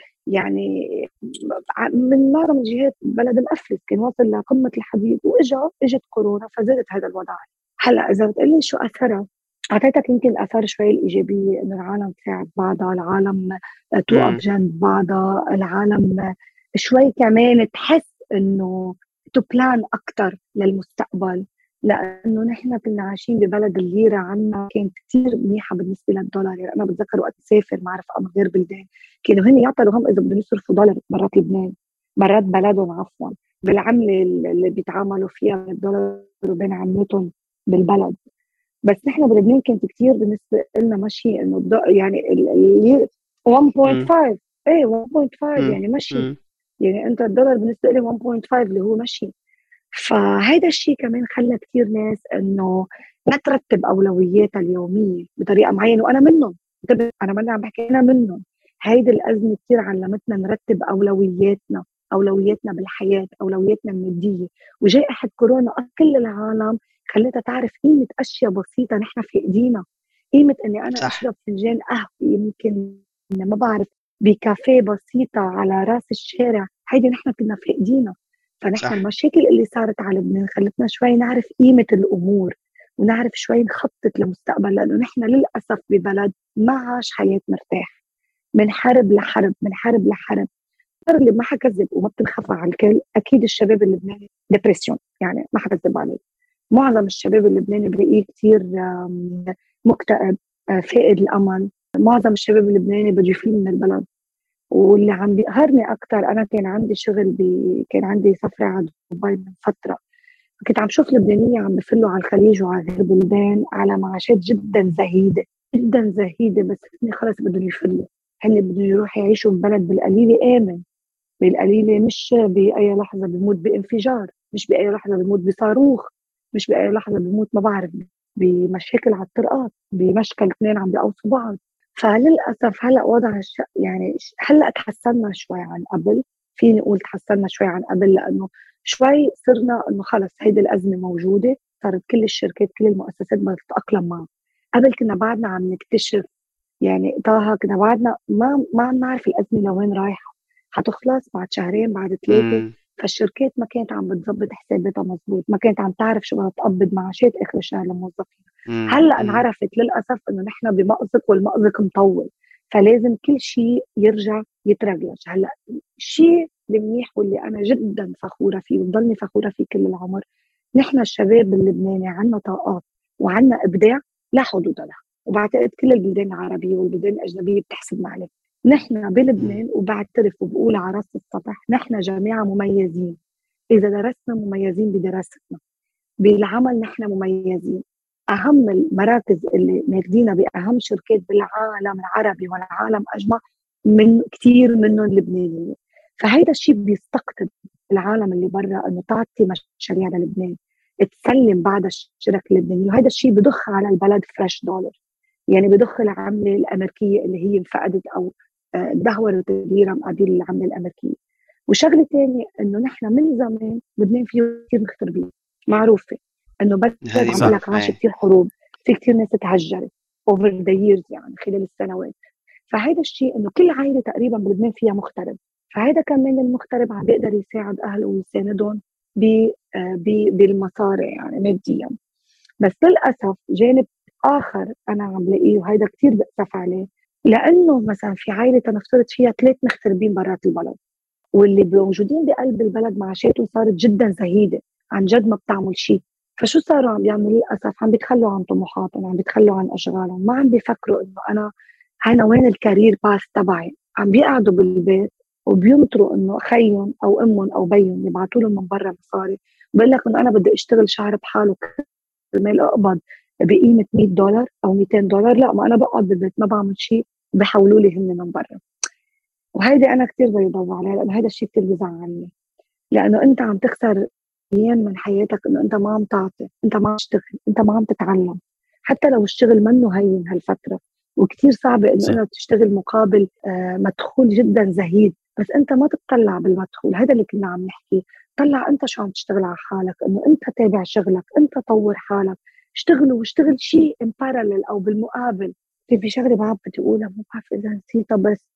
Speaker 3: يعني من معظم الجهات بلد مقفلس كان واصل لقمه الحديد، اجت كورونا فزادت هذا الوضع. هلا اذا بتقلي شو اثرها، اعطيتك يمكن الاثار شوي الايجابيه، انه العالم تساعد بعضها، العالم توقف جنب بعضها، العالم شوي كمان تحس انه تو بلان اكثر للمستقبل. لانه نحن كنا عايشين ببلد الليره عنا كانت كثير منيحه بالنسبه للدولار. يعني انا بتذكر وقت اسافر مع رفقه من غير بلدان كانوا هن يعطلوا هم اذا بدهم يصرفوا دولار برات لبنان، برات بلدهم عفوا، بالعمله اللي بيتعاملوا فيها من الدولار وبين عملتهم بالبلد. بس نحن بلبنان كانت كثير بالنسبه لنا ماشي انه يعني 1.5 ايه 1.5 يعني ماشي. يعني انت الدولار بالنسبه لي 1.5 اللي هو ماشي. فهيدا الشيء كمان خلى كثير ناس انه لا ترتب اولوياتها اليوميه بطريقه معينه، وانا منهم. انا ما عم بحكي انا منهم. هيدي الازمه كثير علمتنا نرتب اولوياتنا أولوياتنا بالحياة، أولوياتنا المادية. وجائحة كورونا كل العالم خلتها تعرف قيمة أشياء بسيطة نحن في إيدينا. قيمة إني أنا
Speaker 2: صح.
Speaker 3: أشرب فنجان قهوة يمكن ما بعرف بكافيه بسيطة على راس الشارع، هيدي نحن كنا في إيدينا. فنحن
Speaker 2: صح.
Speaker 3: المشاكل اللي صارت على لبنان خلتنا شوي نعرف قيمة الأمور، ونعرف شوي نخطط لمستقبل، لأنه نحن للأسف ببلد ما عاش حياة مرتاح، من حرب لحرب، من حرب لحرب. اللي ما حكذب وما بتنخفى على الكل، أكيد الشباب اللبناني ديبرسيون، يعني ما حكذب عليه. معظم الشباب اللبناني بلاقيه كتير مكتئب، فاقد الأمل. معظم الشباب اللبناني بده يفل من البلد. واللي عم بيقهرني أكتر، أنا كان عندي شغل كان عندي سفرة على دبي من فترة، كنت عم شوف لبنانية عم بفلوا على الخليج وعلى غير بلدان على معاشات جدا زهيدة، جدا زهيدة، بس هن خلص بدهم يفلوا. هن بدهم يروحوا يعيشوا ببلد بالقليلة آمن، بالقليلة مش بأي لحظة بيموت بانفجار، مش بأي لحظة بيموت بصاروخ، مش بأي لحظة بيموت ما بعرف بمشاكل على الطرقات، بمشكل اثنين عم بيقوصوا بعض. فللأسف هلأ وضع يعني هلأ تحسنا شوي عن قبل، فيني أقول تحسنا شوي عن قبل، لأنه شوي صرنا إنه خلص هيدي الأزمة موجودة، صارت كل الشركات كل المؤسسات بدها تتأقلم معها. قبل كنا بعدنا عم نكتشف، يعني طه كنا بعدنا ما عم نعرف الأزمة لوين رايحة، حتخلص بعد شهرين بعد ثلاثة.
Speaker 2: امم.
Speaker 3: فالشركات ما كانت عم بتظبط حساباتها مزبوط، ما كانت عم تعرف شو بدها تقبض معاشات آخر الشهر للموظفين. هلا
Speaker 2: امم.
Speaker 3: انعرفت للأسف إنه نحن بمأزق والمأزق مطول، فلازم كل شيء يرجع يترجلج. هلا الشيء المنيح واللي أنا جدا فخورة فيه وبضلني فخورة فيه كل العمر، نحن الشباب اللبناني عنا طاقات وعنا إبداع لا حدود له، وبعتقد كل البلدان العربية والبلدان الأجنبية بتحسدنا عليه. نحن بلبنان، وبعترف وبقول على راس السطح، نحن جماعة مميزين. إذا درسنا مميزين بدراستنا، بالعمل نحن مميزين. أهم المراكز اللي ماخدينها بأهم شركات بالعالم العربي والعالم أجمع، من كتير منهم لبنانيين. فهيدا الشيء بيستقطب العالم اللي برا إنه تعطي مشاريع للبنان، تسلم بعد الشركة اللبنانية، وهذا الشيء بضخ على البلد فريش دولار. يعني بضخ العملة الأمريكية اللي هي انفقدت أو دهورت تغييرها مقابل العملة الأمريكية. وشغلة تانية إنه نحن من زمان لبنان فيه كثير مغتربين، معروفة إنه بلد
Speaker 2: هذه
Speaker 3: عم بقول
Speaker 1: صح.
Speaker 3: لك
Speaker 2: معروفة
Speaker 3: عاش
Speaker 2: ايه.
Speaker 3: كثير حروب، في كثير ناس تهجرت over the years، يعني خلال السنوات. فهذا الشيء إنه كل عائلة تقريبا بلبنان فيها مغترب، فهذا كمان المغترب عم بيقدر يساعد أهله ويساندهم بالمصاري يعني ماديا. بس للأسف جانب آخر أنا عم لاقيه، وهيدا كتير بأسف عليه، لأنه مثلا في عائلة تنفترض فيها 3 مغتربين برات البلد، واللي موجودين بقلب البلد معاشاتهم صارت جدا زهيدة، عن جد ما بتعمل شيء. فشو صاروا عم بيعملوا؟ للأسف عم بيتخلوا عن طموحاتهم، عم بيتخلوا عن أشغالهم، ما عم بيفكروا إنه أنا وين الكارير باث تبعي. عم بيقعدوا بالبيت وبينطروا إنه خيهم أو أمهم أو بيهم يبعثوا لهم من برا مصاري، بقول لك إنه أنا بدي أشتغل شهر بحاله كرمال أقبض بقيمة $100 أو $200. لا، ما أنا بقعد بالبيت ما بعمل شيء، بحولوا لي هم من برا. وهيدي أنا كتير بيضاوع عليها، لأنه هيدا الشيء كتير بيزعلني، لأنه أنت عم تخسر أيام من حياتك، إنه أنت ما عم تعطي، أنت ما عم تشتغل، أنت ما عم تتعلم. حتى لو الشغل منه هين هالفترة، وكتير صعبة إنه
Speaker 1: صح.
Speaker 3: أنت تشتغل مقابل مدخول جدا زهيد، بس أنت ما تطلع بالمدخول. هذا اللي كنا عم نحكي، طلع أنت شو عم تشتغل على حالك، إنه أنت تابع شغلك، أنت طور حالك، واشتغل شيء in parallel أو بالمقابل. في شغلة بعد بدي أقولها، مو بعرف إذا نسيتها، بس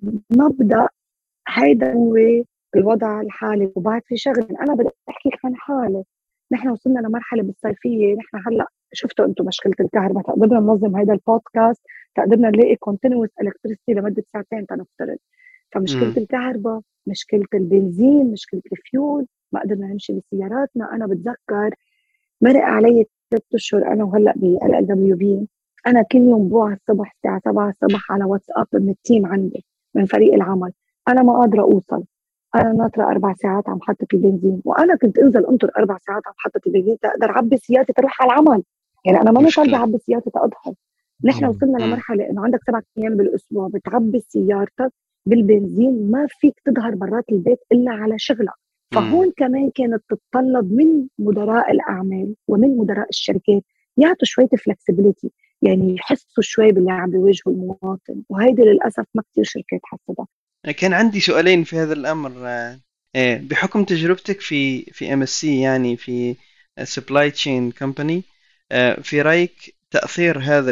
Speaker 3: بمبدأ هيدا هو الوضع الحالي. وبعد في شغله انا بدي احكي لك عن حالي، نحن وصلنا لمرحله بالصيفيه، نحن هلا شفتوا انتم مشكله الكهرباء، تقدرنا ننظم هذا البودكاست، تقدرنا نلاقي كونتينوس الكتريستي لمده ساعتين تنفترض. فمشكله
Speaker 2: امم.
Speaker 3: الكهرباء، مشكله البنزين، مشكله الفيول، ما قدرنا نمشي بسياراتنا. انا بتذكر مرق علي 3 اشهر انا وهلا بالLLWB، انا كل يوم بوعى الصبح الساعه 7 الصبح على واتساب من التيم عندي، من فريق العمل، انا ما قادره اوصل، انا ناطره 4 ساعات عم محطه البنزين. وانا كنت انزل انطر 4 ساعات عم محطه البنزين تقدر اعبي سيارتي تروح على العمل، يعني انا ماني طالبه
Speaker 2: مشكلة.
Speaker 3: اعبي سيارتي تاضحى. نحن
Speaker 1: مم.
Speaker 3: وصلنا
Speaker 2: امم.
Speaker 3: لمرحله انه عندك 7 ايام بالاسبوع بتعبي سيارتك بالبنزين، ما فيك تظهر برات البيت الا على شغلك.
Speaker 2: امم.
Speaker 3: فهون كمان كانت تتطلب من مدراء الاعمال ومن مدراء الشركات يعطوا شويه فلكسبيليتي، يعني يحسوا شوي باللي عم بيواجهه المواطن، وهيدي للاسف ما كثير شركات حسبها.
Speaker 2: كان عندي سؤالين في هذا الأمر. بحكم تجربتك في MSC، يعني في Supply Chain Company، في رأيك تأثير هذا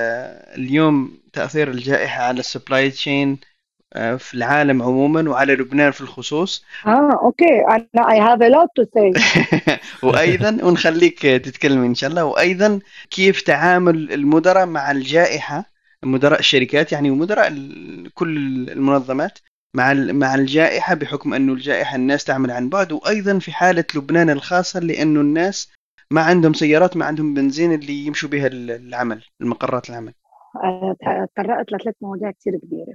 Speaker 2: اليوم، تأثير الجائحة على السبلاي تشين في العالم عموما وعلى لبنان في الخصوص؟
Speaker 3: اوكي، انا I have a lot to say.
Speaker 2: وأيضا ونخليك تتكلم إن شاء الله. وأيضا كيف تعامل المدراء مع الجائحة، مدراء الشركات يعني ومدراء كل المنظمات مع الجائحة، بحكم أنه الجائحة الناس تعمل عن بعد، وأيضا في حالة لبنان الخاصة لأنه الناس ما عندهم سيارات، ما عندهم بنزين اللي يمشوا بها العمل، المقرات العمل.
Speaker 3: تطرقت لثلاث مواضيع كتير كبيرة.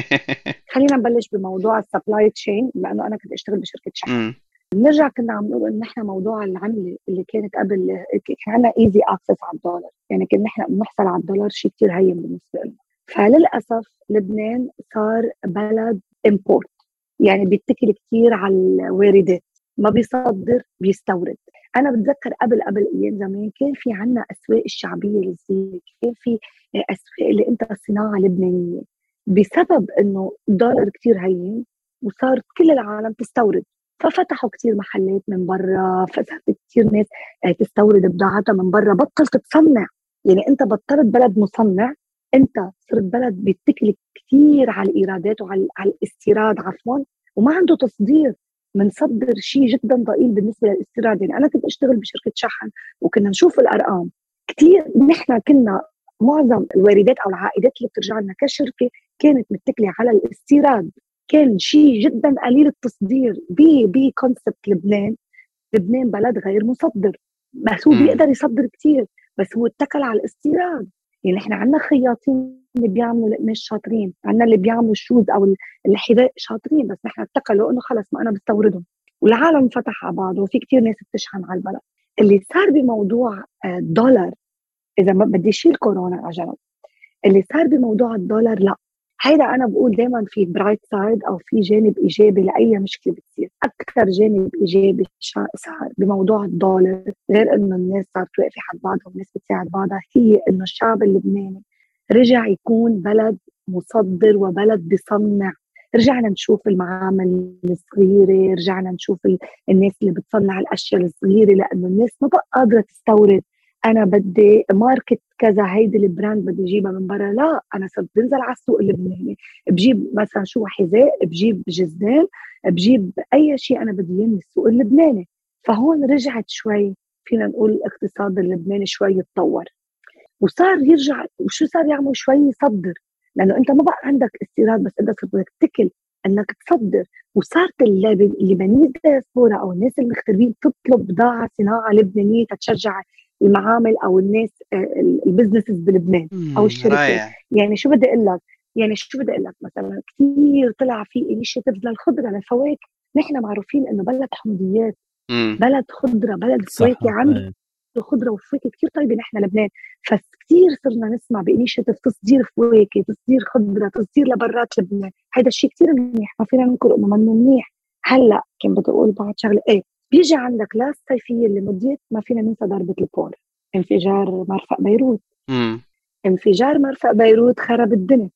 Speaker 3: خلينا نبلش بموضوع السبلاي تشين، لأنه أنا كنت أشتغل بشركة شحن. نرجع كنا عم نقول إن إحنا موضوع العملة اللي كانت قبل كان عندنا إيزي أكسس على الدولار، يعني كنا إحنا بنحصل على الدولار شيء كتير هين بالنسبة لنا. فللأسف لبنان صار بلد إمبورت، يعني بيتكل كتير على الواردات، ما بيصدر، بيستورد. أنا بتذكر قبل أيام زمان كان في عنا أسواق الشعبية الصغيرة، كان في أسواق اللي أنت صناعة لبنانية، بسبب إنه الدولار كتير هين وصار كل العالم تستورد، ففتحوا كتير محلات من برا، فصارت كتير ناس تستورد بضاعتها من برا، بطلت تصنع. يعني أنت بطلت بلد مصنع، أنت صرت بلد بيتكل كتير على الإيرادات وعلى الاستيراد عفوا، وما عنده تصدير. منصدر شيء جدا ضئيل بالنسبه للاستيراد. يعني انا كنت اشتغل بشركه شحن وكنا نشوف الارقام كثير، نحن كنا معظم الواردات او العائدات اللي بترجع لنا كشركه كانت متكله على الاستيراد، كان شيء جدا قليل التصدير. بكونسبت لبنان بلد غير مصدر، بس هو بيقدر يصدر كثير، بس هو اتكل على الاستيراد. يعني احنا عندنا خياطين اللي بيعملوا القماش شاطرين، عندنا اللي بيعملوا الشوز او الحذاء شاطرين، بس نحن اتكلوا انه خلص ما انا بستوردهم، والعالم فتح على بعضه وفي كتير ناس بتشحن على البلد. اللي صار بموضوع الدولار، اذا ما بدي شيل كورونا على جنب، اللي صار بموضوع الدولار، لا هيدا انا بقول دائما في برايت سايد او في جانب ايجابي لاي مشكله بتصير. اكثر جانب ايجابي صار بموضوع الدولار، غير انه الناس صارت واقفه حد بعضها والناس بتساعد بعضها، هي انه الشعب اللبناني رجع يكون بلد مصدر وبلد بيصنع. رجعنا نشوف المعامل الصغيره، رجعنا نشوف الناس اللي بتصنع الاشياء الصغيره، لانه الناس ما بقى قادره تستورد. انا بدي ماركت كذا، هيدي البراند بدي اجيبها من برا، لا انا صرت بنزل على السوق اللبناني، بجيب مثلا شو حذاء، بجيب جزدان، بجيب اي شيء انا بدي اياه من السوق اللبناني. فهون رجعت شوي، فينا نقول الاقتصاد اللبناني شوي يتطور وصار يرجع. وشو صار يعمل؟ شوي يصدر، لانه انت ما بقى عندك استيراد، بس انت صرت بدك تكل انك تصدر. وصارت اللبنانيه الدياسبورا او الناس المغتربين تطلب بضاعه صناعه لبنانيه تشجع المعامل او الناس البزنسز بلبنان او الشركات.
Speaker 2: رائع.
Speaker 3: يعني شو بدي اقول لك، مثلا كثير طلع في انيشيتيفز للخضره للفواكه. نحن معروفين انه بلد حمضيات، بلد خضره، بلد فواكه، عنده خضره وفواكه كثير طيبه نحن لبنان. فكثير صرنا نسمع بانيشيتيف تصدير فواكه، تصدير خضره، تصدير لبرات لبنان. هذا الشيء كثير منيح، ما فينا ننكر انه منه منيح. هلا كان بدي اقول بعد شغله، بيجي عندك لا الصيفيه اللي مضيت، ما فينا ننسى ضربه البور، انفجار مرفأ بيروت. انفجار مرفأ بيروت خرب الدنيا.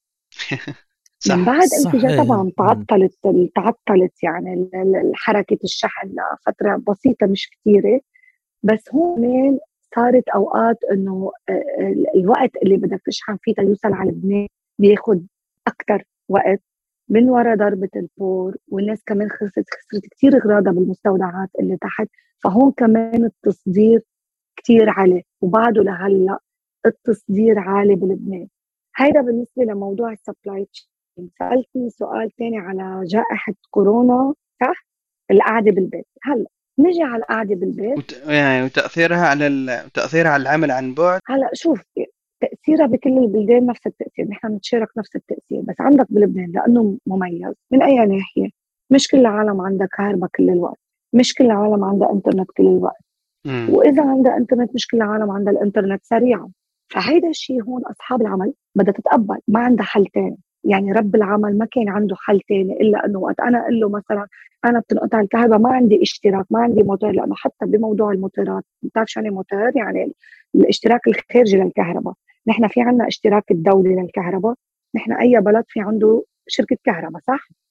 Speaker 3: من بعد انفجار طبعا تعطلت يعني حركه الشحن لفتره بسيطه مش كثيره، بس هون صارت اوقات انه الوقت اللي بدك تشحن فيه يوصل على لبنان بياخذ اكثر وقت من وراء ضربه البور، والناس كمان خسرت كثير اغراضها بالمستودعات اللي تحت. فهون كمان التصدير كثير عالي، وبعده لهلا التصدير عالي بلبنان. هيدا بالنسبه لموضوع السبلاي تشين. سالتني سؤال ثاني على جائحه كورونا، صح؟ القعده بالبيت. هلا نجي على القعده بالبيت
Speaker 2: يعني وتأثيرها على العمل عن بعد.
Speaker 3: هلا شوف، تأثيرها بكل البلدان نفس التأثير، نحن نتشارك نفس التأثير، بس عندك بلبنان لأنه مميز من أي ناحية؟ مش كل العالم عندها كهرباء كل الوقت، مش كل العالم عندها انترنت كل الوقت، وإذا عندها انترنت مش كل العالم عندها الانترنت سريعة. فهيدا الشيء هون أصحاب العمل بدها تتقبل، ما عندها حل تاني. يعني رب العمل ما كان عنده حل تاني إلا أنه وقت أنا أقول له مثلا أنا بتنقطع الكهرباء، ما عندي اشتراك، ما عندي موتور، لأنه حتى بموضوع الموتورات بتعرف شو يعني موتور؟ يعني الاشتراك الخارجي للكهرباء. نحن في عنا اشتراك الدولي للكهرباء، نحن أي بلد في عنده شركة كهرباء، صح؟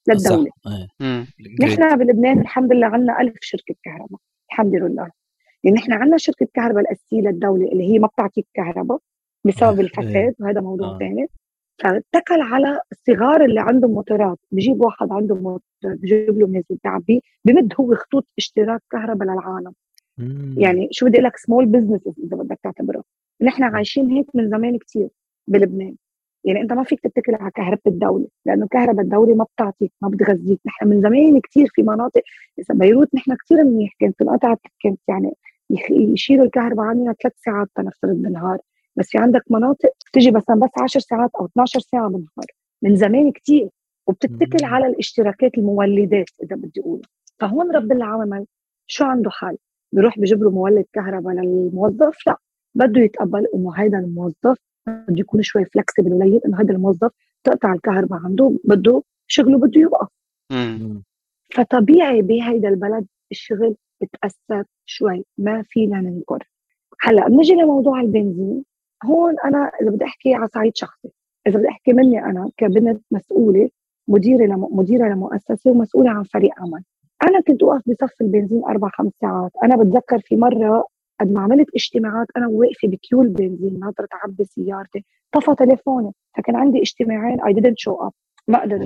Speaker 3: للدولة.
Speaker 1: صح.
Speaker 3: نحن بلبنان الحمد لله عنا 1000 شركة كهرباء الحمد لله. يعني نحن عنا شركة كهرباء الأساسية للدولة اللي هي ما بتعطيك كهرباء بسبب الفساد، وهذا موضوع ثاني. فاتكل على الصغار اللي عندهم موتورات، بجيب واحد عنده موتور بجيب له ناس بتعبيه، بمد هو خطوط اشتراك كهرباء للعالم. يعني شو بدي لك سمول بزنس اذا بدك تعتبره. نحن عايشين هيك من زمان كتير بلبنان. يعني انت ما فيك تتكل على كهرباء الدوله، لانه كهرباء الدوله ما بتعطيك ما بتغذيك. نحن من زمان كتير في مناطق مثل بيروت نحن كتير منيح، كانت انقطعت، كانت يعني يشيلوا الكهرباء عنا 3 ساعات تنفترض بالنهار، بس في عندك مناطق تجي مثلا بس 10 ساعات او 12 ساعه بالنهار من زمان كتير، وبتتكل على الاشتراكات المولدات اذا بدي اقول. فهون رب العالمين شو عنده حل؟ بيروح بجيب له مولد كهرباء للموظف؟ لا، بده يتقبل انه هيدا الموظف بده يكون شوي فلكسبل ولين، انه هيدا الموظف تقطع الكهرباء عنده بده شغله بده يوقف. فطبيعي بهيدا البلد الشغل بتأثر شوي، ما فينا ننكر. هلا بنجي لموضوع البنزين. هون انا اذا بدي احكي على صعيد شخصي، اذا بدي احكي مني انا كبنت مسؤوله، مديره لمؤسسه ومسؤوله عن فريق عمل، انا كنت اوقف بصف البنزين 4-5 ساعات. انا بتذكر في مره قد ما عملت اجتماعات انا واقفه بكيول بنزين ناطره اعبي سيارتي، طفى تليفوني، فكان عندي اجتماعين I didn't show up، ما قدرت.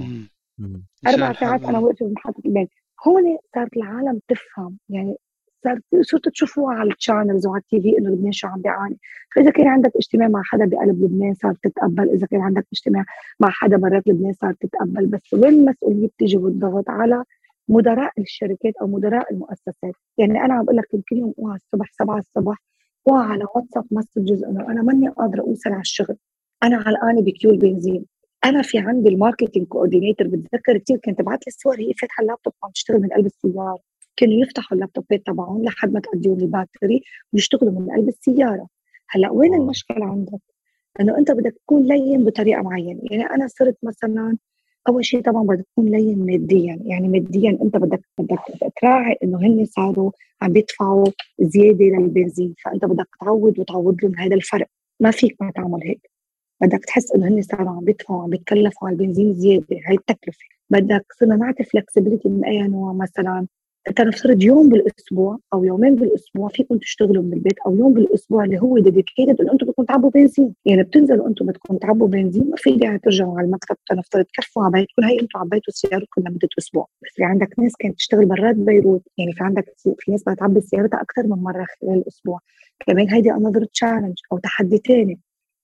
Speaker 3: 4 ساعات انا واقفه بمحطه البنزين. هون صارت العالم تفهم، يعني صرتوا تشوفوها على الشانلز وعلى التي في انه لبنان شو عم بيعاني. فاذا كان عندك اجتماع مع حدا بقلب لبنان صار تتقبل، اذا كان عندك اجتماع مع حدا برات لبنان صار تتقبل. بس وين المسؤوليه بتيجي والضغط على مدراء الشركات او مدراء المؤسسات؟ يعني انا عم بقول لك كل يوم اوعى الصبح 7 الصبح وعلى واتساب مسجز انه انا ماني قادره اوصل على الشغل، انا علقانه بكيول بنزين. انا في عندي الماركتينج كوردينيتور بتذكر كثير كانت تبعت لي الصور هي فاتحه اللابتوب عم تشتغل من قلب السياره، كانوا يفتحوا اللابتوبات تبعهم لحد ما تقضيهم الباتري ويشتغلوا من قلب السياره. هلا وين المشكله عندك؟ انه انت بدك تكون لين بطريقه معينه. يعني انا صرت مثلا اول شيء طبعا بدك تكون لين ماديا، يعني ماديا انت بدك تراعي انه هن صاروا عم بيدفعوا زياده للبنزين، فانت بدك تعوض لهم هذا الفرق. ما فيك ما تعمل هيك، بدك تحس انه هن صاروا عم بيدفعوا عم بيتكلفوا على البنزين زياده، هاي التكلفه. بدك صرنا نعطي فلكسبيتي من اي نوع. مثلا انت نفترض يوم بالاسبوع او يومين بالاسبوع فيكم تشتغلوا من البيت، او يوم بالاسبوع اللي هو ديديكيتد انه انتم بدكم تعبوا بنزين، يعني بتنزلوا انتم بدكم تعبوا بنزين، ما في داعي ترجعوا على المكتب تنفترض كفوا على بيتكم، هي انتم عبيتوا سيارتكم لمده اسبوع. بس في عندك ناس كانت تشتغل برات بيروت، يعني في عندك في ناس بتعبي سيارتها اكثر من مره خلال الاسبوع. كمان هيدي انذر تشالنج او تحدي ثاني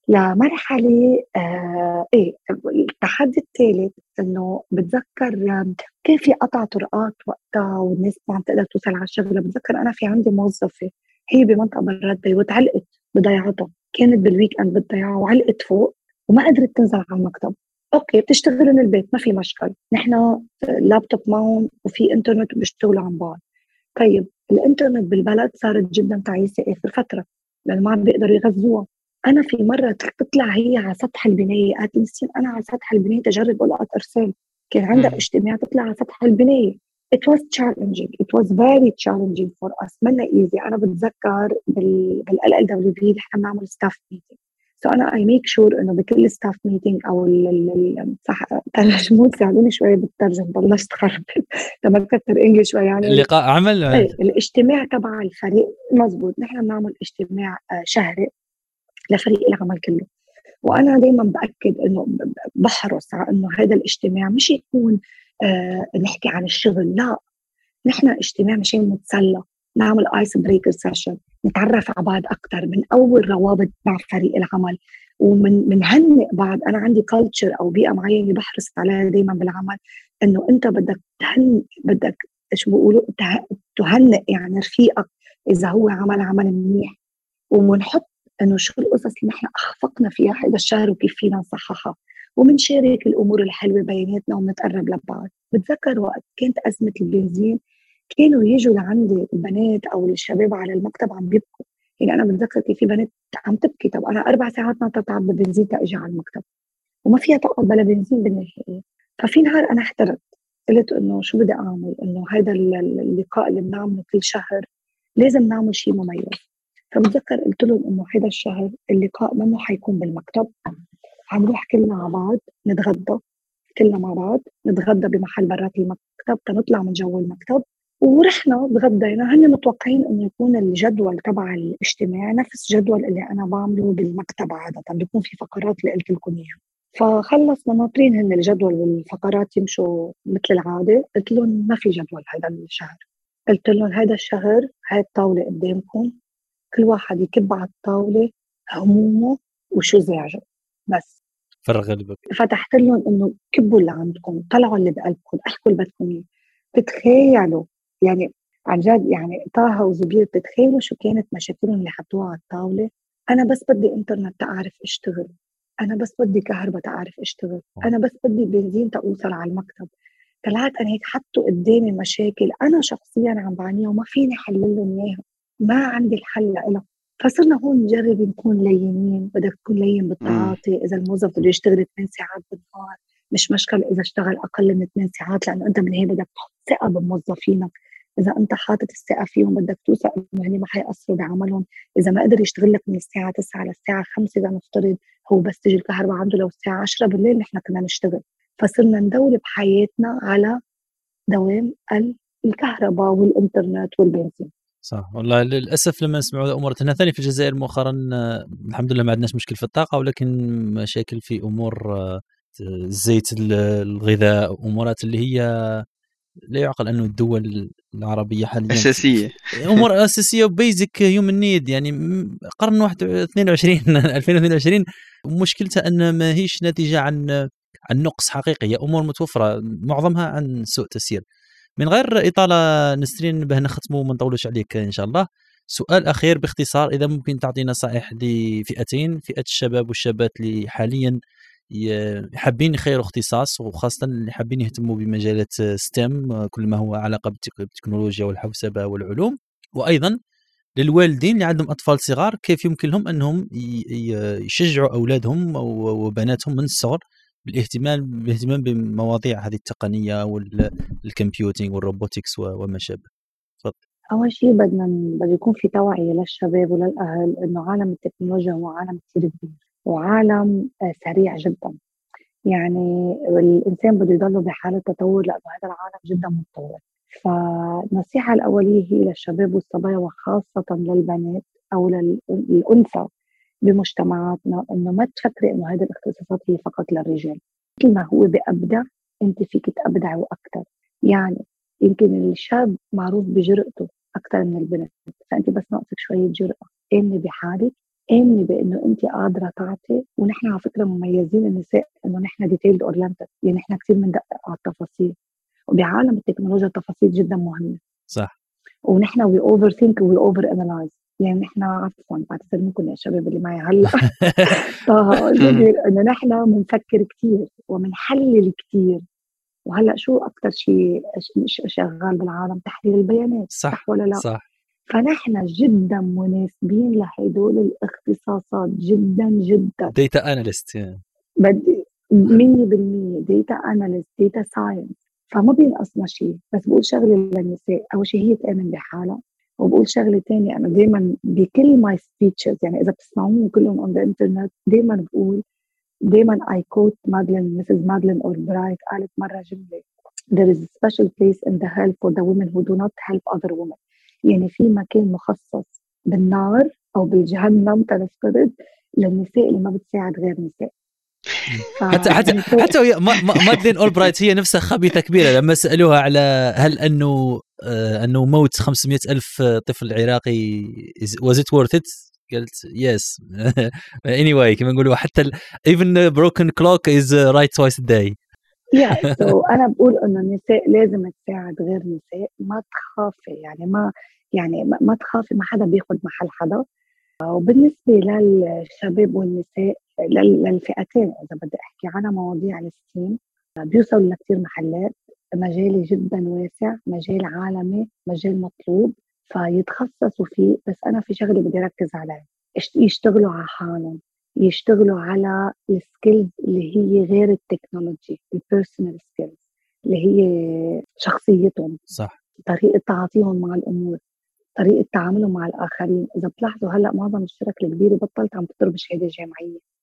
Speaker 3: لمرحلة ايه. التحدي الثالث انه بتذكر كان في قطع طرقات وقتها والناس ما عم تقدر توصل على الشغل. بتذكر انا في عندي موظفة هي بمنطقة برات بيروت علقت بضيعتها، كانت بالويك اند بالضيعة وعلقت فوق وما قدرت تنزل على المكتب. اوكي بتشتغل من البيت ما في مشكل، نحن لابتوب معهم وفي انترنت وبيشتغلوا عن بعد. طيب الانترنت بالبلد صارت جدا تعيسة اخر فترة لانه ما عم بيقدروا يغذوها. انا في مره تطلع هي على سطح البنايه، قالت لي انا على سطح البنايه تجرب القط ارسال، كان عندها اجتماع تطلع على سطح البنايه. it was challenging, it was very challenging for us، منا ايزي. انا بتذكر بالLLWB نحن بنعمل ستاف ميتينج، سو انا اي ميك شور انه بكل ستاف ميتينج او صح ترجموا تساعدوني شويه بالترجمه بلشت خرب لما كتر انجلش شوي. يعني
Speaker 1: اللقاء عمل
Speaker 3: الاجتماع تبع الفريق مزبوط، نحن بنعمل اجتماع شهري لفريق العمل كله. وانا دائما باكد انه بحرص على انه هذا الاجتماع مش يكون نحكي عن الشغل، لا، نحن اجتماع مشان نتسلى، نعمل ايس بريكر سيشن، نتعرف على بعض اكثر، من اول روابط مع فريق العمل ومن هنئ بعض. انا عندي كلتشر او بيئه معينه بحرص عليها دائما بالعمل، انه انت بدك بدك شو بيقولوا تهنئ يعني رفيقك اذا هو عمل منيح، ومنحط انه شو القصص اللي نحن اخفقنا فيها هذا الشهر وكيف فينا نصححها، ومنشارك الامور الحلوه بيناتنا ومنتقرب لبعض. بتذكر وقت كانت ازمه البنزين كانوا يجوا لعندي البنات او الشباب على المكتب عم بيبكوا. يعني انا بتذكر كيف في بنات عم تبكي، طب انا 4 ساعات ما تتعب ببنزين تاجي على المكتب وما فيها تقعد بلا بنزين بالنهايه. ففي نهار انا احترت، قلت انه شو بدي اعمل، انه هذا اللقاء اللي بنعمله كل شهر لازم نعمل شيء مميز. فبتذكر قلت لهم انه هذا الشهر اللقاء منه حيكون بالمكتب، حنروح كلنا على بعض نتغدى كلنا مع بعض نتغدى بمحل برات المكتب، تنطلع من جو المكتب ورحنا تغدينا. هن متوقعين انه يكون الجدول تبع الاجتماع نفس جدول اللي انا بعمله بالمكتب عاده، بيكون في فقرات اللي قلت لكم اياها. فخلصنا ناطرين هن الجدول والفقرات يمشوا مثل العاده. قلت لهم ما في جدول هذا الشهر. قلت لهم هذا الشهر هاي الطاوله قدامكم، كل واحد يكب على الطاوله همومه وشو زعجه بس.
Speaker 1: فرغ قلبك.
Speaker 3: فتحت لهم انه كبوا اللي عندكم، طلعوا اللي بقلبكم، احكوا اللي بدكم اياه. بتخيلوا يعني عن جد يعني طه وزبير بتخيلوا شو كانت مشاكلهم اللي حطوها على الطاوله؟ انا بس بدي انترنت تعرف اشتغل، انا بس بدي كهرباء تعرف اشتغل، انا بس بدي بنزين تأوصل على المكتب. طلعت انا هيك حطوا قدامي مشاكل انا شخصيا عم بعانيها وما فيني حل لهم اياها، ما عندي الحل لها. فصرنا هون نجرب نكون لينين. بدك تكون لين بالتعاطي. اذا الموظف بده يشتغل 8 ساعات بالنهار مش مشكله اذا اشتغل اقل من 8 ساعات، لانه انت بالنهايه بدك تحط ثقه بموظفينك. اذا انت حاطط الثقه فيهم بدك توثق انه هن ما حيقصروا بعملهم. اذا ما قدر يشتغل لك من الساعه 9 للساعه 5 اذا نفترض هو بس تجي الكهرباء عنده لو الساعه 10 بالليل نحن كنا نشتغل. فصرنا ندور بحياتنا على دوام الكهرباء والإنترنت والبنزين.
Speaker 1: صح والله. للأسف لما نسمعوا أمور ثانية في الجزائر مؤخرا، الحمد لله ما عندناش مشكل في الطاقة، ولكن مشاكل في أمور الزيت، الغذاء، أمورات اللي هي لا يعقل أنه الدول العربية حاليا
Speaker 2: أساسية.
Speaker 1: أمور أساسية وبيزك هيومن نيد. يعني قرن 22 2022 مشكلتها أن ما هيش ناتجة عن نقص حقيقي، هي أمور متوفرة معظمها عن سوء تسيير. من غير إطالة نسرين به نختموا ما نطولوش عليك إن شاء الله. سؤال أخير باختصار، إذا ممكن تعطي نصائح لفئتين، فئة الشباب والشابات اللي حاليا حابين يخيروا اختصاص، وخاصة اللي حابين يهتموا بمجالات ستيم، كل ما هو علاقة بالتكنولوجيا والحوسبة والعلوم، وأيضا للوالدين اللي عندهم أطفال صغار كيف يمكن لهم أنهم يشجعوا أولادهم وبناتهم من الصغر بالاهتمام بمواضيع هذه التقنية والكمبيوتينج والروبوتكس وما شابه. تفضل.
Speaker 3: أول شيء بده يكون في توعية للشباب وللأهل إنه عالم التكنولوجيا هو عالم كثير كبير وعالم سريع جدا. يعني الإنسان بده يضله بحالة تطور لأنه هذا العالم جدا متطور. فالنصيحة الأولية هي للشباب والصبايا وخاصة للبنات أو للأنثى بمجتمعاتنا إنه ما تفكري إنه هذه الاختصاصات هي فقط للرجال. مثل ما هو بأبدع أنت فيك تأبدعي وأكثر. يعني يمكن الشاب معروف بجرأته أكثر من البنت، فأنت بس ناقصك شوية جرأة. آمني بحالك، آمني بأنه أنت قادرة تعطي. ونحن على فكرة مميزين النساء إنه نحن ديتيلد أورينتد، يعني نحن كثير بندقق على التفاصيل، وبعالم التكنولوجيا التفاصيل جدا مهمة.
Speaker 1: صح.
Speaker 3: ونحن وي اوفر ثينك وي اوفر انالايز. يعني نحن عفوا بعتذر منكم يا شباب اللي معي هلا طه انه نحن بنفكر كثير وبنحلل كثير. وهلا شو اكثر شيء شغال بالعالم؟ تحليل البيانات، صح ولا لا؟
Speaker 1: صح.
Speaker 3: فنحن جدا مناسبين لهدول الاختصاصات جدا جدا.
Speaker 1: ديتا اناليست
Speaker 3: بدي 100% ديتا اناليست، ديتا ساينس. فما بينقصنا شيء. بس بقول شغله للنساء، اول شيء هي تامن بحالها. وبقول شغله ثانيه، انا دائما بكل ماي سبيتشز يعني اذا بتسمعوني كلهم اون ذا انترنت دائما بقول، دائما اي كوت مادلين، مسز مادلين اولبرايت قالت مره جمله: there is a special place in the hell for the women who do not help other women. يعني في مكان مخصص بالنار او بالجهنم تنفترض للنساء اللي ما بتساعد غير نساء.
Speaker 1: حتى مادلين أولبرايت هي نفسها خبيثة كبيرة لما سألوها على هل أنه موت 500,000 طفل عراقي was it worth it؟ قالت yes anyway كما نقولوا حتى even broken clock is right twice a day.
Speaker 3: so أنا بقول إنه النساء لازم تساعد غير نساء. ما تخافي يعني ما تخافي، ما حدا بياخد محل حدا. وبالنسبة للشباب والنساء للفئتين إذا بدي أحكي على مواضيع الستيم، بيوصلوا لكثير محلات. مجالي جدا واسع، مجال عالمي، مجال مطلوب، فيتخصصوا فيه. بس أنا في شغلة بدي أركز عليها: يشتغلوا على حالهم، يشتغلوا على السكيلز اللي هي غير التكنولوجي، البيرسونال سكيلز اللي هي شخصيتهم،
Speaker 1: صح،
Speaker 3: طريقة تعاطيهم مع الأمور، طريقة تعاملهم مع الآخرين. إذا بتلاحظوا هلأ معظم الشركات الكبيرة بطلت عم تضرب شهادة جامعية،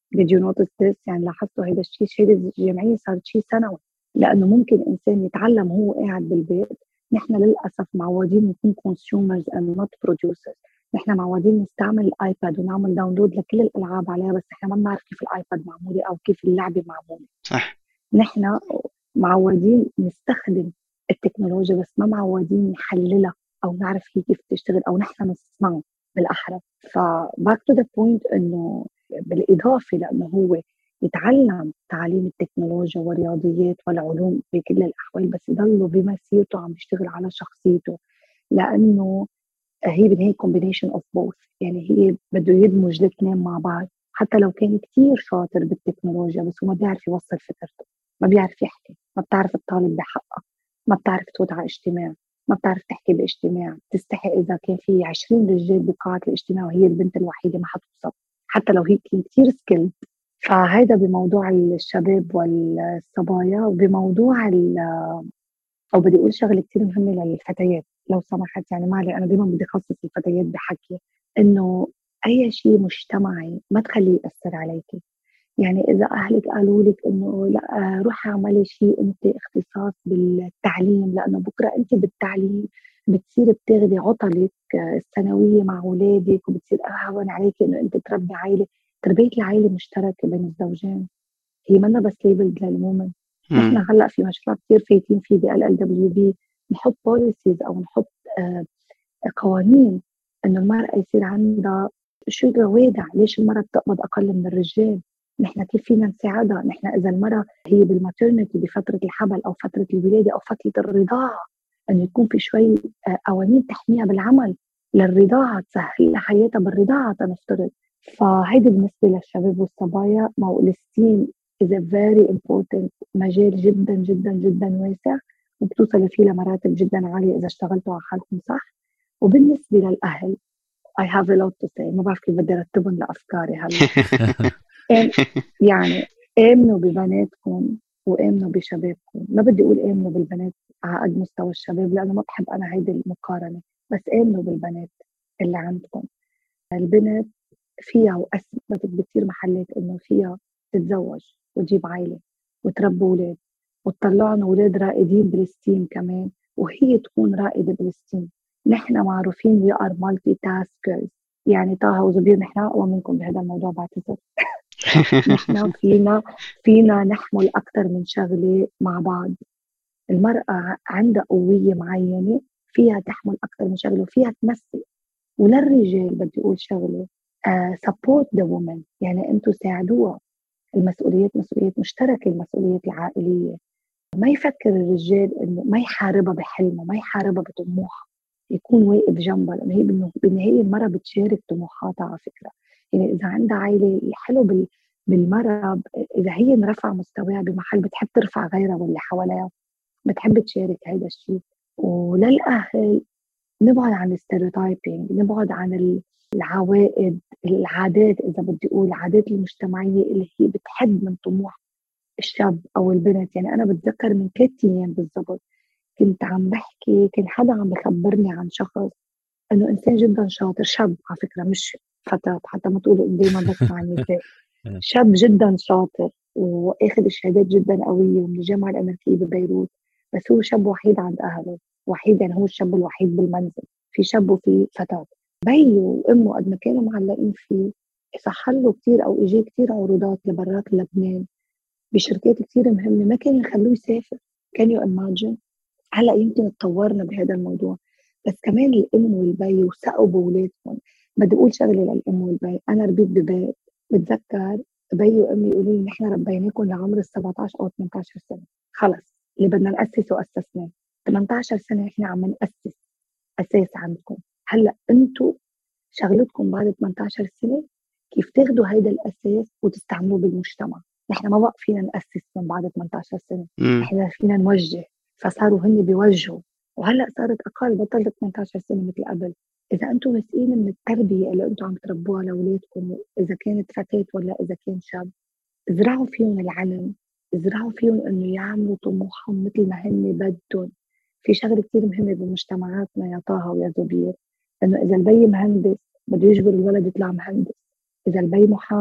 Speaker 3: did you notice this؟ يعني لاحظتوا هيدا الشيء؟ هيدا الجمعية صارت شيء سنوي، لأنه ممكن إنسان يتعلم هو قاعد بالبيت. نحن للأسف معودين نكون consumers and not producers. نحن معودين نستعمل الآيباد ونعمل داونلود لكل الألعاب عليها، بس نحن ما بنعرف كيف الآيباد معمولة أو كيف اللعبة معمولة.
Speaker 2: صح.
Speaker 3: نحن معودين نستخدم التكنولوجيا بس ما معودين نحللها أو نعرف هي كيف تشتغل أو نحن نسمعه بالأحرى. فباك تو ذا بوينت إنه بالإضافة لأنه هو يتعلم تعليم التكنولوجيا والرياضيات والعلوم بكل الأحوال، بس يضله بمسيرته عم بيشتغل على شخصيته، لأنه هي بدها combination of both. يعني هي بده يدمج الاثنين مع بعض. حتى لو كان كتير شاطر بالتكنولوجيا بس هو ما بيعرف يوصل فكرته، ما بيعرف يحكي، ما بتعرف تطالب بحقها، ما بتعرف تفوت على اجتماع، ما بتعرف تحكي باجتماع، تستحي إذا كان في 20 رجال بقاعة الاجتماع وهي البنت الوحيدة ما حتوصل حتى لو هي كتير سكيلد. فهذا بموضوع الشباب والصبايا. وبموضوع أو بدي أقول شغلة كتير مهمة للفتيات لو سمحت، يعني معلي أنا دايما بدي أخصص الفتيات بحكي إنه أي شيء مجتمعي ما تخليه يأثر عليكي. يعني إذا أهلك قالوا لك إنه لا روحي اعملي شيء أنت اختصاص بالتعليم، لأنه بكرة أنت بالتعليم بتصير بتاخدي عطلك السنوية مع أولادك وبتصير أهون عليك إنه أنت تربي عائلة. تربية العائلة مشتركة بين الزوجين، هي منا بس ليبل للومن. نحن هلا في مشروع كثير فايتين فيه BLLWB، نحط بوليسيز او نحط قوانين انه المرأة يصير عندها شو روادع. ليش المرأة بتقبض اقل من الرجال؟ نحن كيف فينا نساعدها؟ نحن اذا المرأة هي بالماترنتي بفترة الحمل او فترة الولادة او فترة الرضاعة، انه يكون في شوي قوانين تحميها بالعمل للرضاعة، تسهل لها حياتها بالرضاعة تنفترض. فهيدي بالنسبة للشباب والصبايا. مو الستيم is a very important مجال جدا جدا جدا واسع، وبتوصلوا فيه لمراتب جدا عالية إذا اشتغلتوا على حالكم صح. وبالنسبة للأهل I have a lot to say، ما بعرف كيف بدي أرتبهم لأفكاري هلا. يعني آمنوا ببناتكم وآمنوا بشبابكم. ما بدي أقول آمنوا بالبنات على قد مستوى الشباب لأنه ما بحب أنا هيدي المقارنة، بس آمنوا بالبنات اللي عندكم. البنت فيها وأثبتت بكثير محلات إنه فيها تتزوج وتجيب عائلة وتربي أولاد وتطلعنا أولاد رائدين بالستيم كمان، وهي تكون رائدة بالستيم. نحن معروفين we are multitaskers. يعني طه وزبير نحن أقوى منكم بهذا الموضوع بعتذر. نحن فينا نحمل أكثر من شغلة مع بعض. المرأة عندها قوية معينة فيها تحمل أكثر من شغلة وفيها تمثل. وللرجال بدي أقول شغلة support the woman، يعني أنتوا ساعدوها. المسؤوليات مسؤوليات مشتركة، المسؤوليات العائلية. ما يفكر الرجال إنه ما يحاربها بحلمه، ما يحاربها بطموحها، يكون واقف جنبها، لأنه هي بالنهاية المرأة بتشارك طموحاتها على فكرة. يعني إذا عندها عائلة، الحلو بالمرأة إذا هي مرفع مستواها بمحل بتحب ترفع غيرها واللي حواليها، بتحب تشارك هذا الشيء. وللأهل نبعد عن الستيريوتايبينج، نبعد عن العوائد العادات، إذا بدي أقول العادات المجتمعية اللي هي بتحد من طموح الشاب أو البنت. يعني أنا بتذكر من 3 أيام بالضبط كنت عم بحكي، كان حدا عم بخبرني عن شخص إنه إنسان جدا شاطر، شاب على فكرة مش فتاة حتى ما تقولوا إنه دايما بسمع النساء. شاب جدا شاطر وأخذ الشهادات جدا قوية ومن الجامعة الأمريكية ببيروت، بس هو شاب وحيد عند أهله، وحيد يعني هو الشاب الوحيد بالمنزل، في شاب وفي فتاة. بيه وأمه قد ما كانوا معلقين فيه صح له كتير أو إجيه كتير عروضات لبرات لبنان بشركات كتير مهمة، ما كانوا يخلوه يسافر. كان يو imagine. هلأ يمكن اتطورنا بهذا الموضوع، بس كمان الأم والبي وثقوا بولادهم. بدي أقول شغلة للأم والبي، أنا ربيت ببيت بتذكر بي وأمي يقولوا لي نحن ربيناكم لعمر 17 أو 18 سنة، خلص اللي بدنا نأسسه أسسناه. 18 سنة إحنا عم نأسس أساس عندكم. هلأ أنتوا شغلتكم بعد 18 سنة كيف تاخدوا هيدا الأساس وتستعملوه بالمجتمع. نحن ما بقى فينا نأسس من بعد 18 سنة، نحن فينا نوجه. فصاروا هن بيوجهوا، وهلأ صارت أقل، بطلت 18 سنة مثل قبل. إذا أنتم مسئين من التربية اللي أنتم عم تربوها لأولادكم، إذا كانت فتاة ولا إذا كان شاب، ازرعوا فيهم العلم، ازرعوا فيهم إنه يعملوا طموحهم مثل ما هن بدهم. في شغلة كتير مهمة بمجتمعاتنا يا طه ويا زبير، إنه إذا البي مهندس بده يجبر الولد يطلع مهندس، إذا البي محامي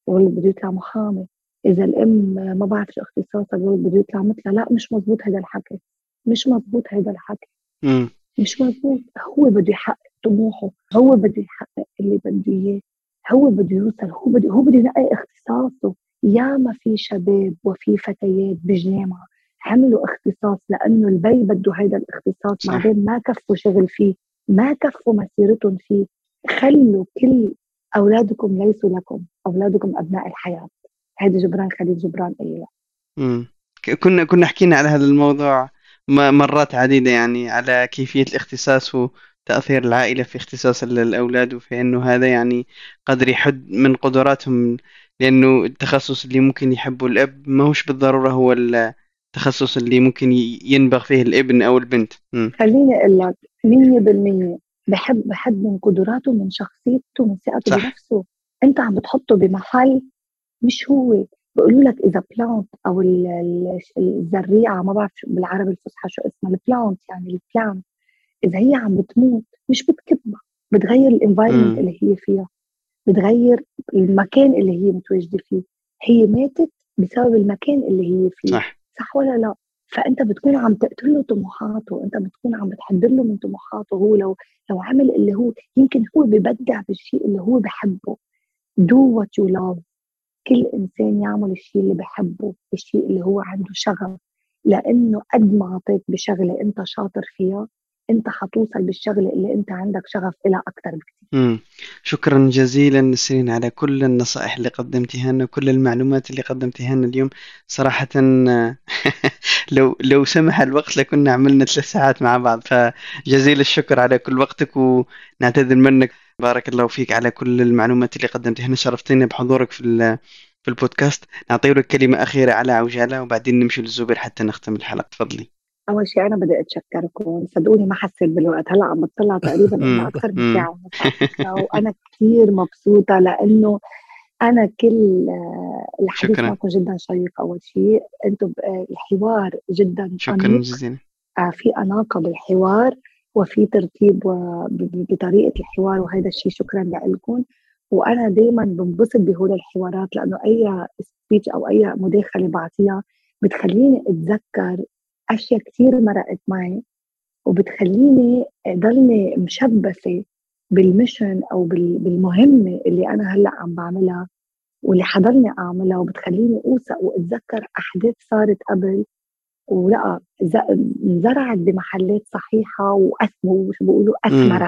Speaker 3: الولد بده يطلع محامي. إذا الأم ما بعرف شو اختصاصها الولد بده يطلع مثلها. لا، مش مزبوط هذا الحكي، مش مزبوط هذا الحكي،
Speaker 2: امم
Speaker 3: مش مزبوط. هو بده يحقق طموحه، هو بده يحقق اللي بده إياه، هو بده يوصل، هو بده ينقي اختصاصه. ياما في شباب وفي فتيات بالجامعة عملوا اختصاص لأنه البي بده هيدا الاختصاص،
Speaker 2: صح.
Speaker 3: بعدين ما كفوا شغل فيه، ما كفوا مسيرتهم فيه. خلوا كل أولادكم ليسوا لكم، أولادكم أبناء الحياة. هيدا جبران خليل جبران قايلها.
Speaker 2: امم كنا حكينا على هذا الموضوع مرات عديدة، يعني على كيفية الاختصاص وتأثير العائلة في اختصاص الأولاد، وفي أنه هذا يعني قدر يحد من قدراتهم، لأنه التخصص اللي ممكن يحبه الأب ما هوش بالضرورة هو التخصص اللي ممكن ينبغ فيه الابن أو البنت.
Speaker 3: خليني أقول لك 100% بحب حد من قدراته، من شخصيته، من ثقته
Speaker 2: صح.
Speaker 3: بنفسه. أنت عم بتحطه بمحل مش هو. بيقولوا لك اذا بلانت او الزريعه، ما بعرف بالعربي الفصحى شو اسمها، البلانت يعني البلانت، اذا هي عم بتموت مش بتكبها، بتغير الانفايرمنت
Speaker 2: امم
Speaker 3: اللي هي فيها، بتغير المكان اللي هي متواجده فيه. هي ماتت بسبب المكان اللي هي فيه،
Speaker 2: صح.
Speaker 3: صح ولا لا؟ فانت بتكون عم تقتل له طموحاته، انت بتكون عم بتحضر له من طموحاته. هو لو عمل اللي هو يمكن هو ببدع بالشيء اللي هو بحبه. do what you love. كل إنسان يعمل الشيء اللي بحبه، الشيء اللي هو عنده شغف، لأنه قد ما عطيت بشغلة أنت شاطر فيها، أنت حتوصل بالشغلة اللي أنت عندك شغف إلى أكتر بكتير.
Speaker 2: مم. شكرا جزيلا نسرين على كل النصائح اللي قدمتها لنا وكل المعلومات اللي قدمتها لنا اليوم. صراحة لو سمح الوقت لكنا عملنا 3 ساعات مع بعض، فجزيل الشكر على كل وقتك ونعتذر منك. بارك الله فيك على كل المعلومات اللي قدمتها لنا، شرفتنا بحضورك في البودكاست. نعطيه لك كلمة أخيرة على عجالة وبعدين نمشي للزبير حتى نختم الحلقة. تفضلي.
Speaker 3: أول شيء أنا بدي أتشكركم، صدقوني ما حسيت بالوقت، هلا عم بطلع تقريبا إنه
Speaker 2: مم.
Speaker 3: أكثر من
Speaker 2: مم.
Speaker 3: ساعة ونص على فكرة، وأنا كثير مبسوطة لأنه أنا كل الحديث
Speaker 2: شكرا.
Speaker 3: معكم جدا شيق. أول شيء أنتم الحوار جدا
Speaker 2: شكرا
Speaker 3: أنيق،
Speaker 2: جزيلا.
Speaker 3: في أناقة بالحوار وفي ترتيب بطريقة الحوار، وهذا الشيء شكرا لكم. وأنا دايما بنبسط بهول الحوارات، لأنه أي سبيتش أو أي مداخلة بعطيها بتخليني أتذكر أشياء كثير مرقت معي، وبتخليني ضلني مشبثة بالمشن أو بالمهمة اللي أنا هلأ عم بعملها واللي حضرني أعملها، وبتخليني أوثق وأتذكر أحداث صارت قبل ولقى انزرعت بمحلات صحيحة وأسموا شو بيقولوا
Speaker 2: مم.
Speaker 3: أثمرت.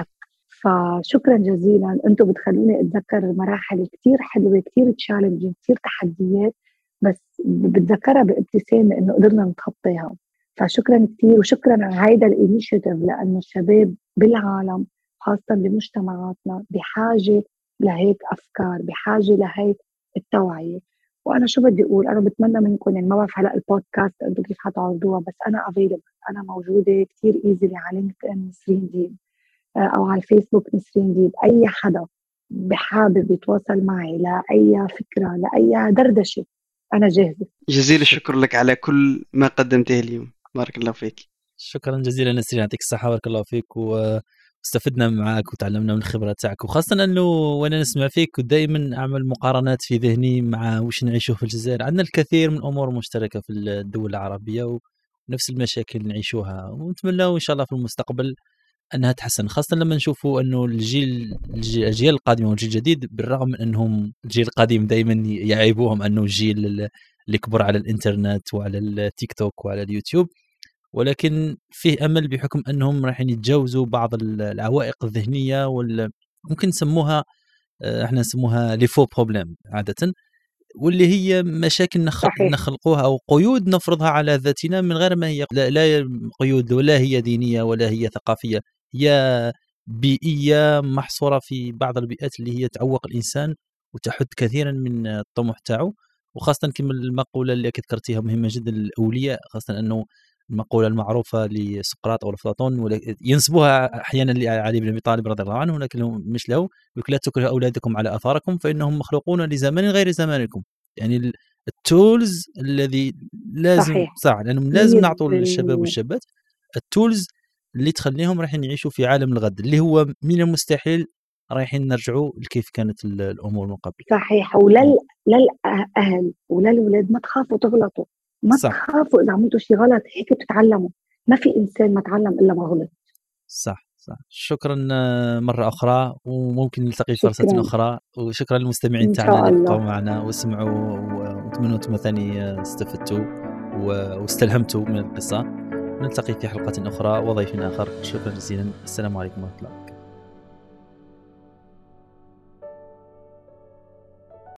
Speaker 3: فشكرا جزيلا، أنتم بتخلوني أتذكر مراحل كتير حلوة، كتير تشالنجينج، كتير تحديات، بس بتذكرها بابتسامة إنه قدرنا نتخطيها. فشكرا كتير، وشكرا على هيدا الانيشيتيف، لأنه الشباب بالعالم خاصة بمجتمعاتنا بحاجة لهيك أفكار، بحاجة لهيك التوعية. وانا شو بدي اقول، انا بتمنى منكم، يعني ما بعرف هلا البودكاست انتم كيف حتعرضوها، بس انا افيلبل، انا موجوده كثير ايزلي على لينكد ان نسرين ديب، او على الفيسبوك نسرين ديب. اي حدا بحابب يتواصل معي لاي فكره لاي دردشه انا جاهزه.
Speaker 2: جزيل
Speaker 1: شك...
Speaker 2: الشكر لك على كل ما قدمته اليوم. بارك الله فيك.
Speaker 1: شكرا جزيلا نسرين، يعطيك الصحة بارك الله فيك، واستفدنا معك وتعلمنا من الخبرة تاعك. وخاصة أنه وأنا نسمع فيك ودائما أعمل مقارنات في ذهني مع وش نعيشه في الجزائر. عندنا الكثير من أمور مشتركة في الدول العربية ونفس المشاكل نعيشوها، ونتمنى إن شاء الله في المستقبل أنها تحسن، خاصة لما نشوفوا أنه الأجيال القادمة والجيل الجديد، بالرغم من أنهم الجيل القديم دائما يعيبوهم أنه الجيل اللي كبر على الإنترنت وعلى التيك توك وعلى اليوتيوب، ولكن فيه أمل بحكم أنهم راح يتجاوزوا بعض العوائق الذهنية ممكن نسموها احنا نسموها لي فو بروبليم عادة، واللي هي مشاكل
Speaker 3: صحيح.
Speaker 1: نخلقوها أو قيود نفرضها على ذاتنا من غير ما هي لا قيود، ولا هي دينية ولا هي ثقافية، هي بيئية محصورة في بعض البيئات اللي هي تعوق الإنسان وتحد كثيرا من الطموح تاعو. وخاصة كما المقولة اللي ذكرتيها مهمة جدا للأولياء، خاصة أنه المقولة المعروفة لسقراط أو أفلاطون ينسبوها أحيانا لعلي بن أبي طالب رضي الله عنه، ولكن مش له، يقول لا تكرهوا أولادكم على آثاركم فإنهم مخلوقون لزمان غير زمانكم. يعني التولز الذي لازم
Speaker 3: صحيح.
Speaker 1: صح، لأنهم لازم نعطوا للشباب
Speaker 3: 100%.
Speaker 1: والشابات التولز اللي تخليهم راح يعيشوا في عالم الغد، اللي هو من المستحيل رايحين نرجعوا لكيف كانت الامور من قبل.
Speaker 3: صحيح. للأهل وللولاد ما تخافوا تغلطوا، ما
Speaker 1: صح
Speaker 3: تخافوا إذا عملتوا شيء غلط، هيك بتتعلموا. ما في إنسان ما تعلم إلا ما غلط.
Speaker 1: صح. شكرا مرة أخرى، وممكن نلتقي في فرصة
Speaker 3: شكرا
Speaker 1: أخرى. وشكرا للمستمعين
Speaker 3: إن
Speaker 1: تاعنا
Speaker 3: شاء
Speaker 1: اللي بقوا
Speaker 3: الله.
Speaker 1: معنا وسمعوا، ونتمنى أنتم ثاني استفدتوا واستلهمتوا من القصة. نلتقي في حلقة أخرى وضيف آخر. شكرا جزيلا. السلام عليكم ورحمة الله.